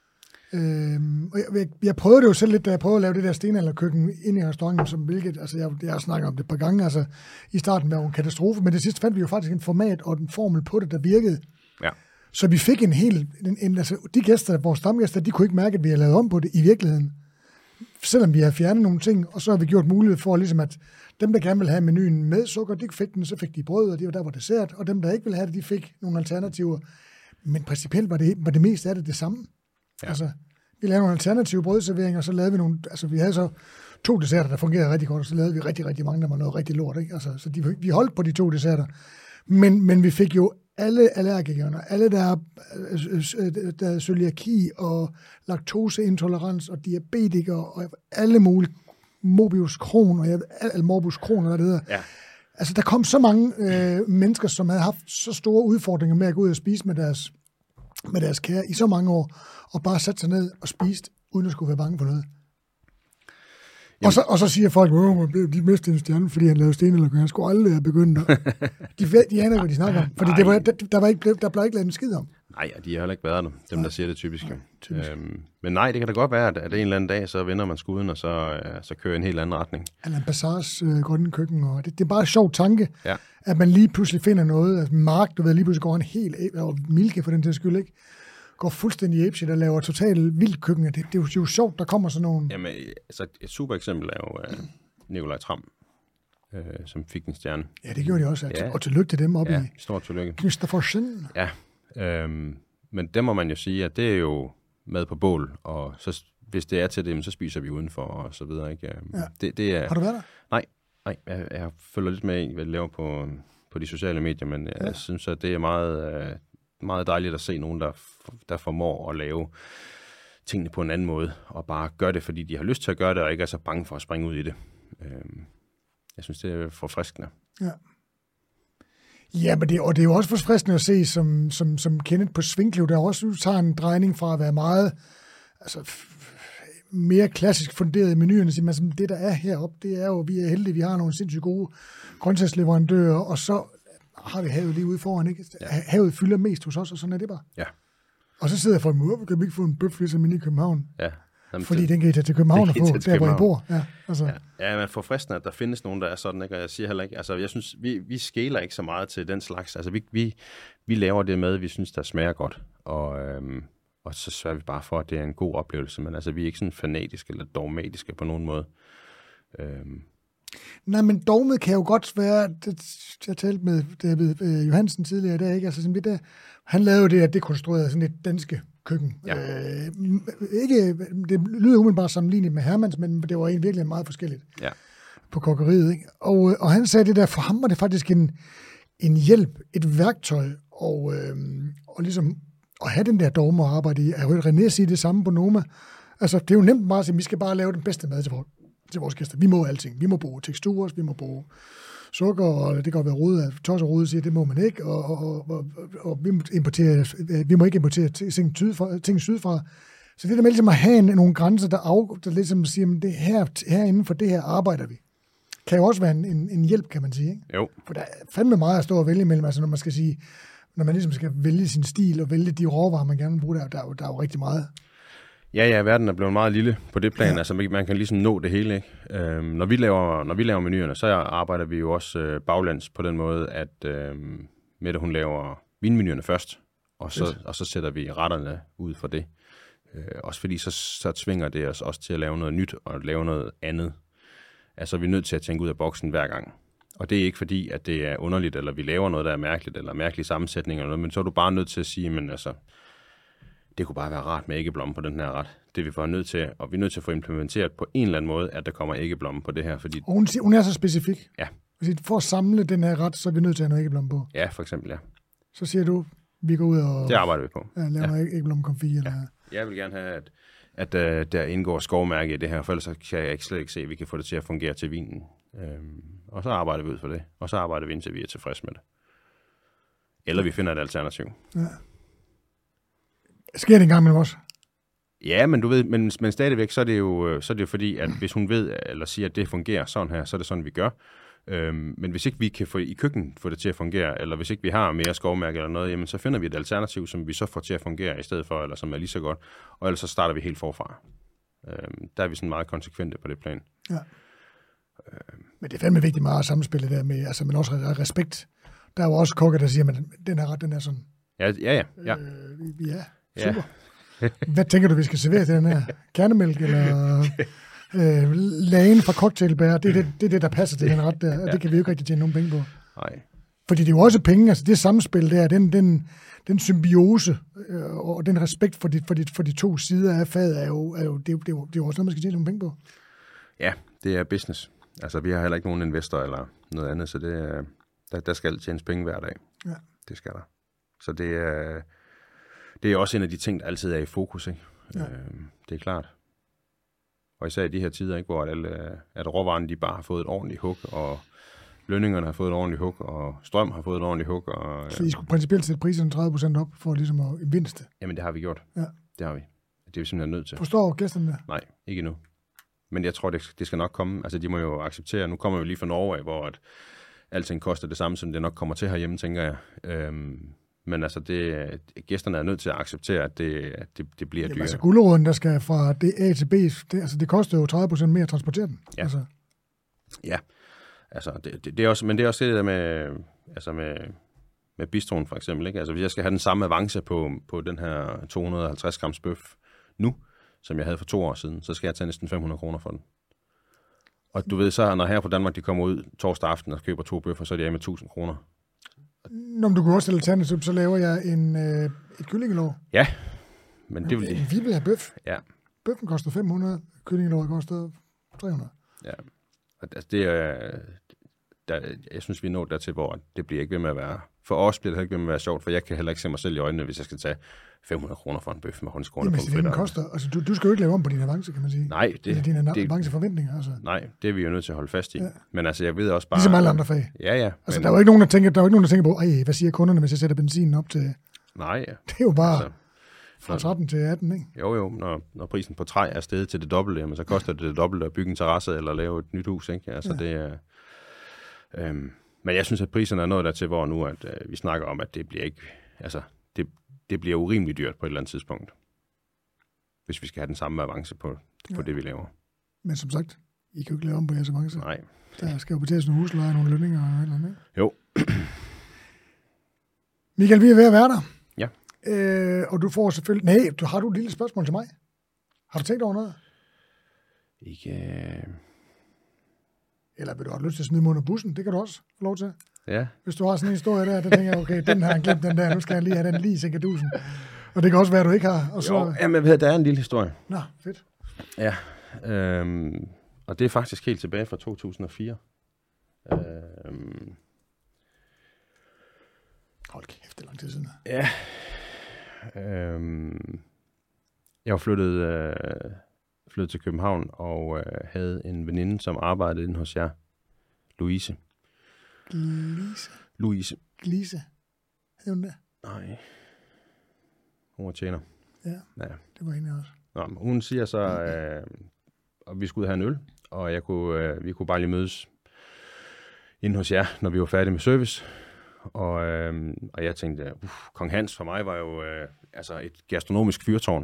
Og jeg prøvede det jo selv lidt, da jeg prøvede at lave det der stenalderkøkken ind i restauranten, som hvilket, altså jeg har snakket om det et par gange, altså i starten var det en katastrofe, men det sidste fandt vi jo faktisk en format og en formel på det, der virkede. Ja. Så vi fik altså de gæster, vores stamgæster, de kunne ikke mærke, at vi havde lavet om på det i virkeligheden. Selvom vi har fjernet nogle ting, og så har vi gjort mulighed for, ligesom at dem, der gerne vil have menuen med sukker, de fik den, så fik de brød, og det var der var dessert, og dem, der ikke ville have det, de fik nogle alternativer. Men principielt var det meste af det samme. Ja. Altså, vi lavede nogle alternative brødserveringer, og så lavede vi nogle, altså vi havde så 2 desserter, der fungerede rigtig godt, og så lavede vi rigtig, rigtig mange, der var noget rigtig lort, ikke? Altså, så vi holdt på de 2 desserter. Men vi fik jo alle allergikerne, alle der er cøliaki og laktoseintolerans og diabetikere og alle mulige Morbus Crohn og Morbus Crohn, eller hvad det hedder. Ja. Altså, der kom så mange mennesker, som havde haft så store udfordringer med at gå ud og spise med deres kære i så mange år, og bare satte sig ned og spiste, uden at skulle være bange for noget. Og så siger folk, de mistede en stjerne, fordi han lavede stenalderkøkken. Han skulle aldrig have begyndt. De aner, hvad de snakker om. Fordi der blev ikke lavet en skid om. Nej, de har heller ikke været der, dem der siger det typisk. Men nej, det kan da godt være, at en eller anden dag, så vender man skuden, og så kører en helt anden retning. Alain Bassars grønne køkken. Og det er bare en sjov tanke, at man lige pludselig finder noget. At Mark, du ved, lige pludselig går en helt, og Milke for den til skyld, ikke? Går fuldstændig apeshit og laver totalt vildt køkken. Det er jo sjovt, der kommer sådan nogle... Jamen, altså et super eksempel er jo Nikolaj Tram, som fik en stjerne. Ja, det gjorde de også. Ja. Og tillykke til dem oppe i... Stort tillykke. Christoffersen. Ja, men det må man jo sige, at det er jo mad på bål, og så, hvis det er til dem, så spiser vi udenfor, og så videre, ikke? Det er... Har du været der? Nej, jeg følger lidt med i, hvad jeg laver på de sociale medier, men jeg synes, at det er meget dejligt at se nogen, der formår at lave tingene på en anden måde, og bare gør det, fordi de har lyst til at gøre det, og ikke er så bange for at springe ud i det. Jeg synes, det er forfriskende. Ja, men det er jo også forfriskende at se, som Kenneth på Svinklev, der også tager en drejning fra at være meget mere klassisk funderet i menuerne. Men det, der er heroppe, det er jo, vi er heldige, vi har nogle sindssygt gode grøntsagsleverandører, og så har vi havet lige ude foran, ikke? Ja. Havet fylder mest hos os, og sådan er det bare. Ja. Og så sidder jeg for mig, kan vi ikke få en bøf ligesom inde i København? Ja. Jamen, fordi den kan I tage til København og få, der hvor I bor. Ja, altså. Ja, men forfriskende, at der findes nogen, der er sådan, ikke? Og jeg siger heller ikke, altså jeg synes, vi skæler ikke så meget til den slags. Altså vi laver det med, vi synes, der smager godt. Og så sørger vi bare for, at det er en god oplevelse. Men altså, vi er ikke sådan fanatiske eller dogmatiske på nogen måde. Nej, men dogmet kan jo godt være, jeg talte med David Johansen tidligere i dag, ikke? Altså, det der, han lavede det, at det konstruerede sådan et danske køkken. Ja. Det lyder umiddelbart sammenlignet med Hermans, men det var virkelig meget forskelligt på kokkeriet. Ikke? Og han sagde det der, for ham var det faktisk en hjælp, et værktøj, og ligesom at have den der dogme og arbejde i. Jeg har hørt René sige det samme på Noma. Altså, det er jo nemt bare at sige, vi skal bare lave den bedste mad til vores gæster. Vi må alting. Vi må bruge teksturer, vi må bruge sukker, og det kan godt være rode. Tosser Rode siger, det må man ikke, og vi må ikke importere ting sydfra. Så det der med ligesom at have nogle grænser, der ligesom siger, at det her inden for det her arbejder vi, kan jo også være en hjælp, kan man sige. Ikke? Jo. For der er fandme meget at stå og vælge imellem, altså når man ligesom skal vælge sin stil og vælge de råvarer, man gerne vil bruge, der er jo rigtig meget. Ja, verden er blevet meget lille på det plan, altså man kan ligesom nå det hele, ikke? Når vi laver menuerne, så arbejder vi jo også baglæns på den måde, at Mette, hun laver vinmenuerne først, og så sætter vi retterne ud for det. Også fordi så tvinger det os også til at lave noget nyt og lave noget andet. Altså vi er nødt til at tænke ud af boksen hver gang. Og det er ikke fordi, at det er underligt, eller vi laver noget, der er mærkeligt, eller mærkelig sammensætning, eller noget, men så er du bare nødt til at sige, men altså, det kunne bare være rart med æggeblomme på den her ret. Det er vi bare nødt til, og vi er nødt til at få implementeret på en eller anden måde, at der kommer æggeblomme på det her. Fordi... Og hun er så specifik. Ja. For at samle den her ret, så er vi nødt til at have noget æggeblomme på. Ja, for eksempel, ja. Så siger du, vi går ud og... Det arbejder vi på. Laver noget æggeblommekonfit, eller... Ja. Jeg vil gerne have, at der indgår skovmærke i det her, for ellers kan jeg slet ikke se, at vi kan få det til at fungere til vinen. Og så arbejder vi ud for det. Og så arbejder vi indtil vi er tilfredse med det. Eller vi finder et alternativ. Ja. Sker det engang med os? Ja, men du ved, men stadigvæk, så er det jo fordi, at hvis hun ved, eller siger, at det fungerer sådan her, så er det sådan, vi gør. Men hvis ikke vi kan få det til at fungere, eller hvis ikke vi har mere skovmærke eller noget, jamen så finder vi et alternativ, som vi så får til at fungere i stedet for, eller som er lige så godt. Og ellers så starter vi helt forfra. Der er vi sådan meget konsekvente på det plan. Ja. Men det er fandme vigtigt meget at samspille der med, altså, men også respekt. Der er jo også kokker, der siger, at den her ret, den er sådan. Ja. Ja, super. Ja. Hvad tænker du, vi skal servere til den her? Kernemælk eller lagen fra cocktailbær? Det er det, der passer til den ret der, og det kan vi jo ikke rigtig tjene nogen penge på. Nej. Fordi det er jo også penge, altså det samspil der, den symbiose og den respekt for de to sider af faget, er jo også noget, man skal tjene nogle penge på. Ja, det er business. Altså, vi har heller ikke nogen investor eller noget andet, så der skal tjenes penge hver dag. Ja. Det skal der. Så det er også en af de ting, der altid er i fokus, ikke? Ja. Det er klart. Og især i de her tider, ikke, hvor at råvarerne de bare har fået et ordentligt hug, og lønningerne har fået et ordentligt hug, og strøm har fået et ordentligt hug. Og, så I skulle principielt sætte priserne 30% op for ligesom at vindste? Jamen, det har vi gjort. Ja. Det har vi. Det er vi simpelthen nødt til. Forstår gæsterne det? Nej, ikke endnu. Men jeg tror, det skal nok komme. Altså, de må jo acceptere. Nu kommer vi lige fra Norge af, hvor at alting koster det samme, som det nok kommer til herhjemme, tænker jeg. Men altså, gæsterne er nødt til at acceptere, at det bliver dyrt. Altså, guleroden, der skal fra A til B, det koster jo 30% mere at transportere den. Ja. Ja. Altså, det er også, men det er også det der med bistroen, for eksempel. Ikke? Altså, hvis jeg skal have den samme avance på den her 250 grams bøf nu, som jeg havde for 2 år siden, så skal jeg tage næsten 500 kroner for den. Og du ved så, når her på Danmark, de kommer ud torsdag aften og køber 2 bøffer, så er de af med 1000 kroner. Nå, men du kan også stille alternativ, så laver jeg et kyllingelår. Ja, men det vil de. Vi vil have bøf. Ja. Bøffen koster 500, kyllingelåret koster 300. Ja, altså det er... jeg synes, vi er nået dertil, hvor det bliver ikke ved med at være... For os bliver det ikke ved med at være sjovt, for jeg kan heller ikke se mig selv i øjnene, hvis jeg skal tage 500 kroner for en bøf med håndskårne på en fritter. Koster. Altså, du skal jo ikke lave om på din avance, kan man sige. Nej, det dine avanceforventninger. Altså. Nej, det er vi jo nødt til at holde fast i. Ja. Men altså, jeg ved også bare... Ligesom alle andre fag. Ja. Altså, men... der er jo ikke nogen, der tænker på, hvad siger kunderne, hvis jeg sætter benzinen op til... Nej, ja. Det er jo bare altså, fra 13 til 18, ikke? Jo, når prisen på træ er steget til det dobbelte, jamen, så koster det dobbelte at bygge en terrasse eller lave et nyt hus, ikke? Altså, det er... men jeg synes, at priserne er nået dertil, hvor nu, at vi snakker om, at det bliver ikke... Altså, det bliver urimeligt dyrt på et eller andet tidspunkt, hvis vi skal have den samme avance på det, vi laver. Men som sagt, I kan jo ikke lave om på jeres avance. Nej. Der skal jo betales nogle husleje, nogle lønninger og eller andet. Jo. Michael, vi er ved at være der. Ja. Og du får selvfølgelig... Nej, har du et lille spørgsmål til mig? Har du tænkt over noget? Ikke... Eller vil du have lyst til at smide mig under bussen? Det kan du også få lov til. Ja. Hvis du har sådan en historie der tænker jeg, okay, den har jeg glemt, den der. Nu skal jeg lige have den lige i sænkedusen. Og det kan også være, at du ikke har. Og så... Jo, jamen, der er en lille historie. Nå, fedt. Ja. Og det er faktisk helt tilbage fra 2004. Hold kæft, det er lang tid siden. Ja. Jeg var flyttet til København og havde en veninde, som arbejdede inde hos jer. Louise. Glise. Hed hun det? Nej. Hun var tjener. Ja, det var hende også. Nå, hun siger så, at vi skulle have en øl, og vi kunne bare lige mødes inde hos jer, når vi var færdige med service. Og jeg tænkte, Kong Hans for mig var jo et gastronomisk fyrtårn.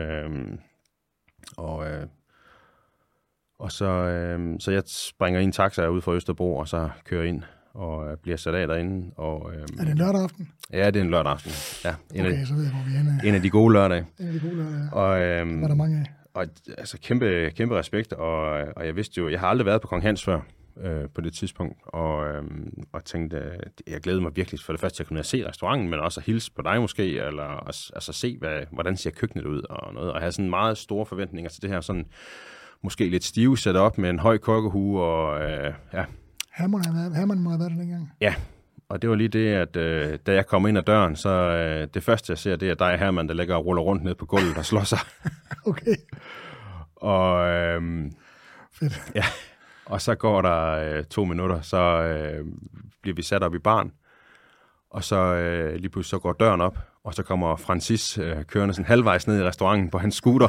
Og så jeg springer i en taxa ud fra Østerbro, og så kører ind og bliver sat af derinde. Og, er det en lørdag aften? Ja, det er en lørdag aften. Ja, så ved jeg, hvor vi er. En af de gode lørdage. En af de gode lørdage, ja. Og, var der mange af. Og altså kæmpe respekt, og jeg vidste jo, jeg har aldrig været på Kong Hans før. på det tidspunkt, og tænkte, jeg glædede mig virkelig for det første til at kunne se restauranten, men også at hilse på dig måske, eller altså se, hvordan ser køkkenet ud og noget, og have sådan meget store forventninger til det her, sådan måske lidt stive setup med en høj kokkehue, og ja. Herman må have været der dengang. Ja, og det var lige det, at da jeg kom ind ad døren, så det første, jeg ser, det er dig, Herman, der ligger og ruller rundt ned på gulvet og slår sig. Okay. Og fedt. Ja, og så går der 2 minutter, så bliver vi sat op i baren, og så lige pludselig så går døren op, og så kommer Francis kørende sådan halvvejs ned i restauranten på hans scooter.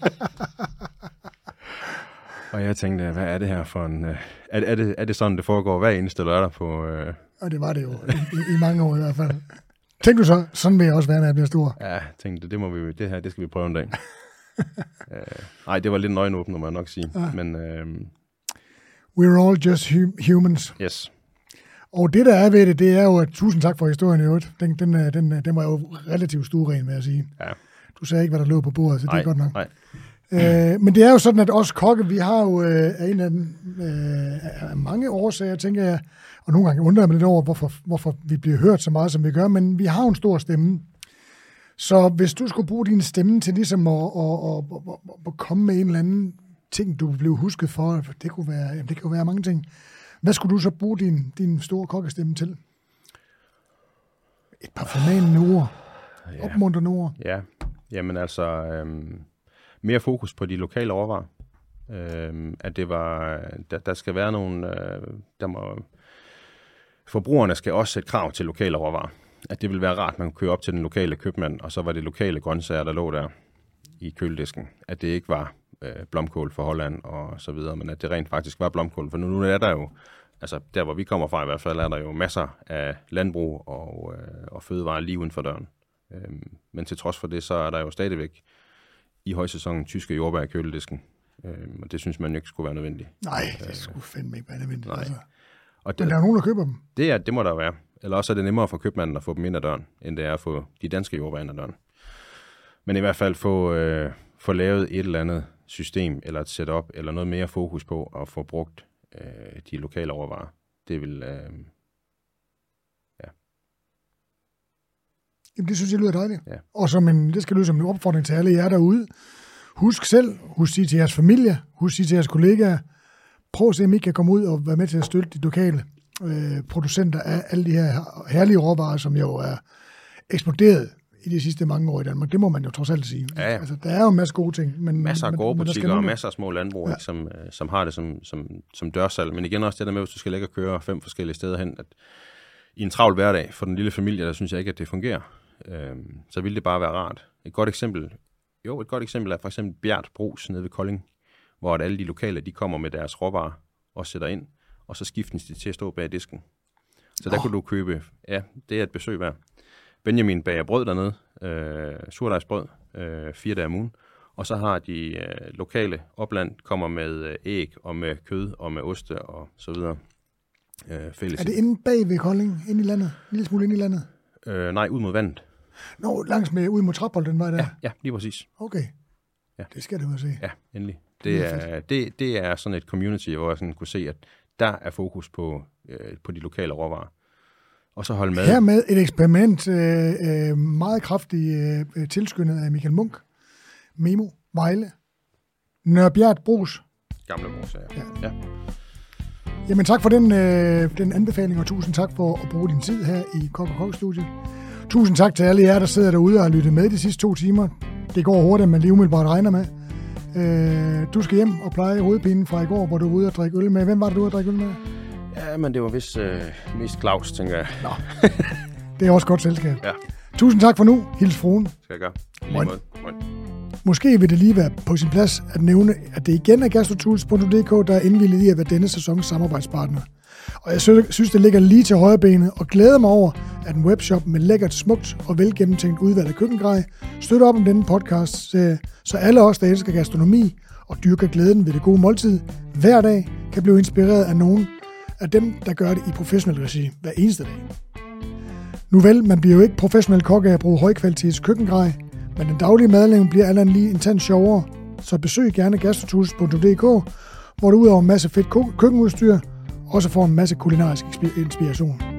Og jeg tænkte, hvad er det her for en... Er det sådan, det foregår hver eneste lørdag på... Og det var det jo i mange år i hvert fald. Tænkte du så, sådan vil jeg også være, når jeg bliver stor? Ja, tænkte, det skal vi prøve en dag. Nej, det var lidt en øjenåbner, må jeg nok sige. Ja. Men, we're all just humans. Yes. Og det, der er ved det er jo, at tusind tak for historien i øvrigt. Den var jo relativt stueren, vil jeg sige. Ja. Du sagde ikke, hvad der lå på bordet, så det er godt nok. Nej. Men det er jo sådan, at os kokke, vi har jo en af dem, mange årsager, tænker jeg, og nogle gange undrer jeg mig lidt over, hvorfor vi bliver hørt så meget, som vi gør, men vi har jo en stor stemme. Så hvis du skulle bruge din stemme til ligesom at komme med en eller anden ting, du blev husket for det kunne være mange ting. Hvad skulle du så bruge din store kokkestemme til? Et par formanende ord. Ja. Opmuntrende ord. Ja, jamen altså... mere fokus på de lokale råvarer. At det var, der skal være nogle, forbrugerne skal også sætte krav til lokale råvarer. At det ville være rart, man kunne køre op til den lokale købmand, og så var det lokale grøntsager, der lå der i køledisken. At det ikke var blomkål fra Holland og så videre, men at det rent faktisk var blomkål. For nu er der jo, altså der hvor vi kommer fra i hvert fald, er der jo masser af landbrug og fødevarer lige uden for døren. Men til trods for det, så er der jo stadigvæk i højsæsonen tyske jordbær i køledisken. Og det synes man jo ikke skulle være nødvendigt. Nej, det skulle fandme ikke være nødvendigt. Nej. Altså. Og men der er nogen, der køber dem. Det må der være. Eller også er det nemmere for købmanden at få dem ind ad døren, end det er at få de danske jordbær ind ad døren. Men i hvert fald få lavet et eller andet system, eller et setup, eller noget mere fokus på at få brugt de lokale råvarer. Det vil... Jamen, det synes jeg lyder dejligt. Ja. Og det skal lyde som en opfordring til alle jer derude. Husk selv, husk sige til jeres familie, husk sige til jeres kollegaer, prøv at se, om I kan komme ud og være med til at støtte de lokale producenter af alle de her herlige råvarer, som jo er eksploderet i de sidste mange år i Danmark. Det må man jo trods alt sige. Ja. Altså, der er jo en masse gode ting. Masser af gårdbutikker og masser af små landbrug, ja. som har det som dørsalg. Men igen også det der med, hvis du skal lægge og køre 5 forskellige steder hen, at i en travl hverdag for den lille familie, der synes jeg ikke, at det fungerer. Så ville det bare være rart. Et godt eksempel er for eksempel Bjert Brugs nede ved Kolding, hvor alle de lokale, de kommer med deres råvarer og sætter ind, og så skiftes de til at stå bag disken. Så der kunne du købe, ja, det er et besøg værd. Benjamin bager brød dernede, surdejsbrød, 4 dage om ugen, og så har de lokale opland, kommer med æg og med kød og med oste og så videre. Fælles. Er det inde bag ved Kolding, inde i landet? En lille smule inde i landet? Nej, ud mod vandet. Nå, langs med ud mod Trapholt, den vej der? Ja, lige præcis. Okay. Ja. Det skal du jo se. Ja, endelig. Det er sådan et community, hvor jeg sådan kunne se, at der er fokus på de lokale råvarer. Og så holde med. Her med et eksperiment, meget kraftigt tilskyndet af Michael Munk, Memo, Vejle, Nørrebjert Brugs. Gamle Brugs, ja. Jamen tak for den anbefaling, og tusind tak for at bruge din tid her i Kok & Kok-studiet. Tusind tak til alle jer, der sidder derude og har lyttet med de sidste 2 timer. Det går hurtigt, man lige umiddelbart regner med. Du skal hjem og pleje hovedpinen fra i går, hvor du var ude og drikke øl med. Hvem var det, du var ude og drikke øl med? Ja, men det var vist mest Claus, tænker jeg. Nå, det er også godt selskab. Ja. Tusind tak for nu. Hils fruen. Skal jeg gøre. Lige måde. Måske vil det lige være på sin plads at nævne, at det igen er gastrotools.dk, der er indvildet i at være denne sæsons samarbejdspartner. Og jeg synes, det ligger lige til højre benet, og glæder mig over, at en webshop med lækkert, smukt og velgennemtænkt udvalg af køkkengrej støtter op om denne podcast, så alle os, der elsker gastronomi og dyrker glæden ved det gode måltid, hver dag kan blive inspireret af nogen af dem, der gør det i professionel regi hver eneste dag. Nu vel, man bliver jo ikke professionel kok af at bruge højkvalitets køkkengrej, men den daglige madlavning bliver allerede lige en tand sjovere, så besøg gerne gastrotools.dk, hvor du udover en masse fedt køkkenudstyr, også får en masse kulinarisk inspiration.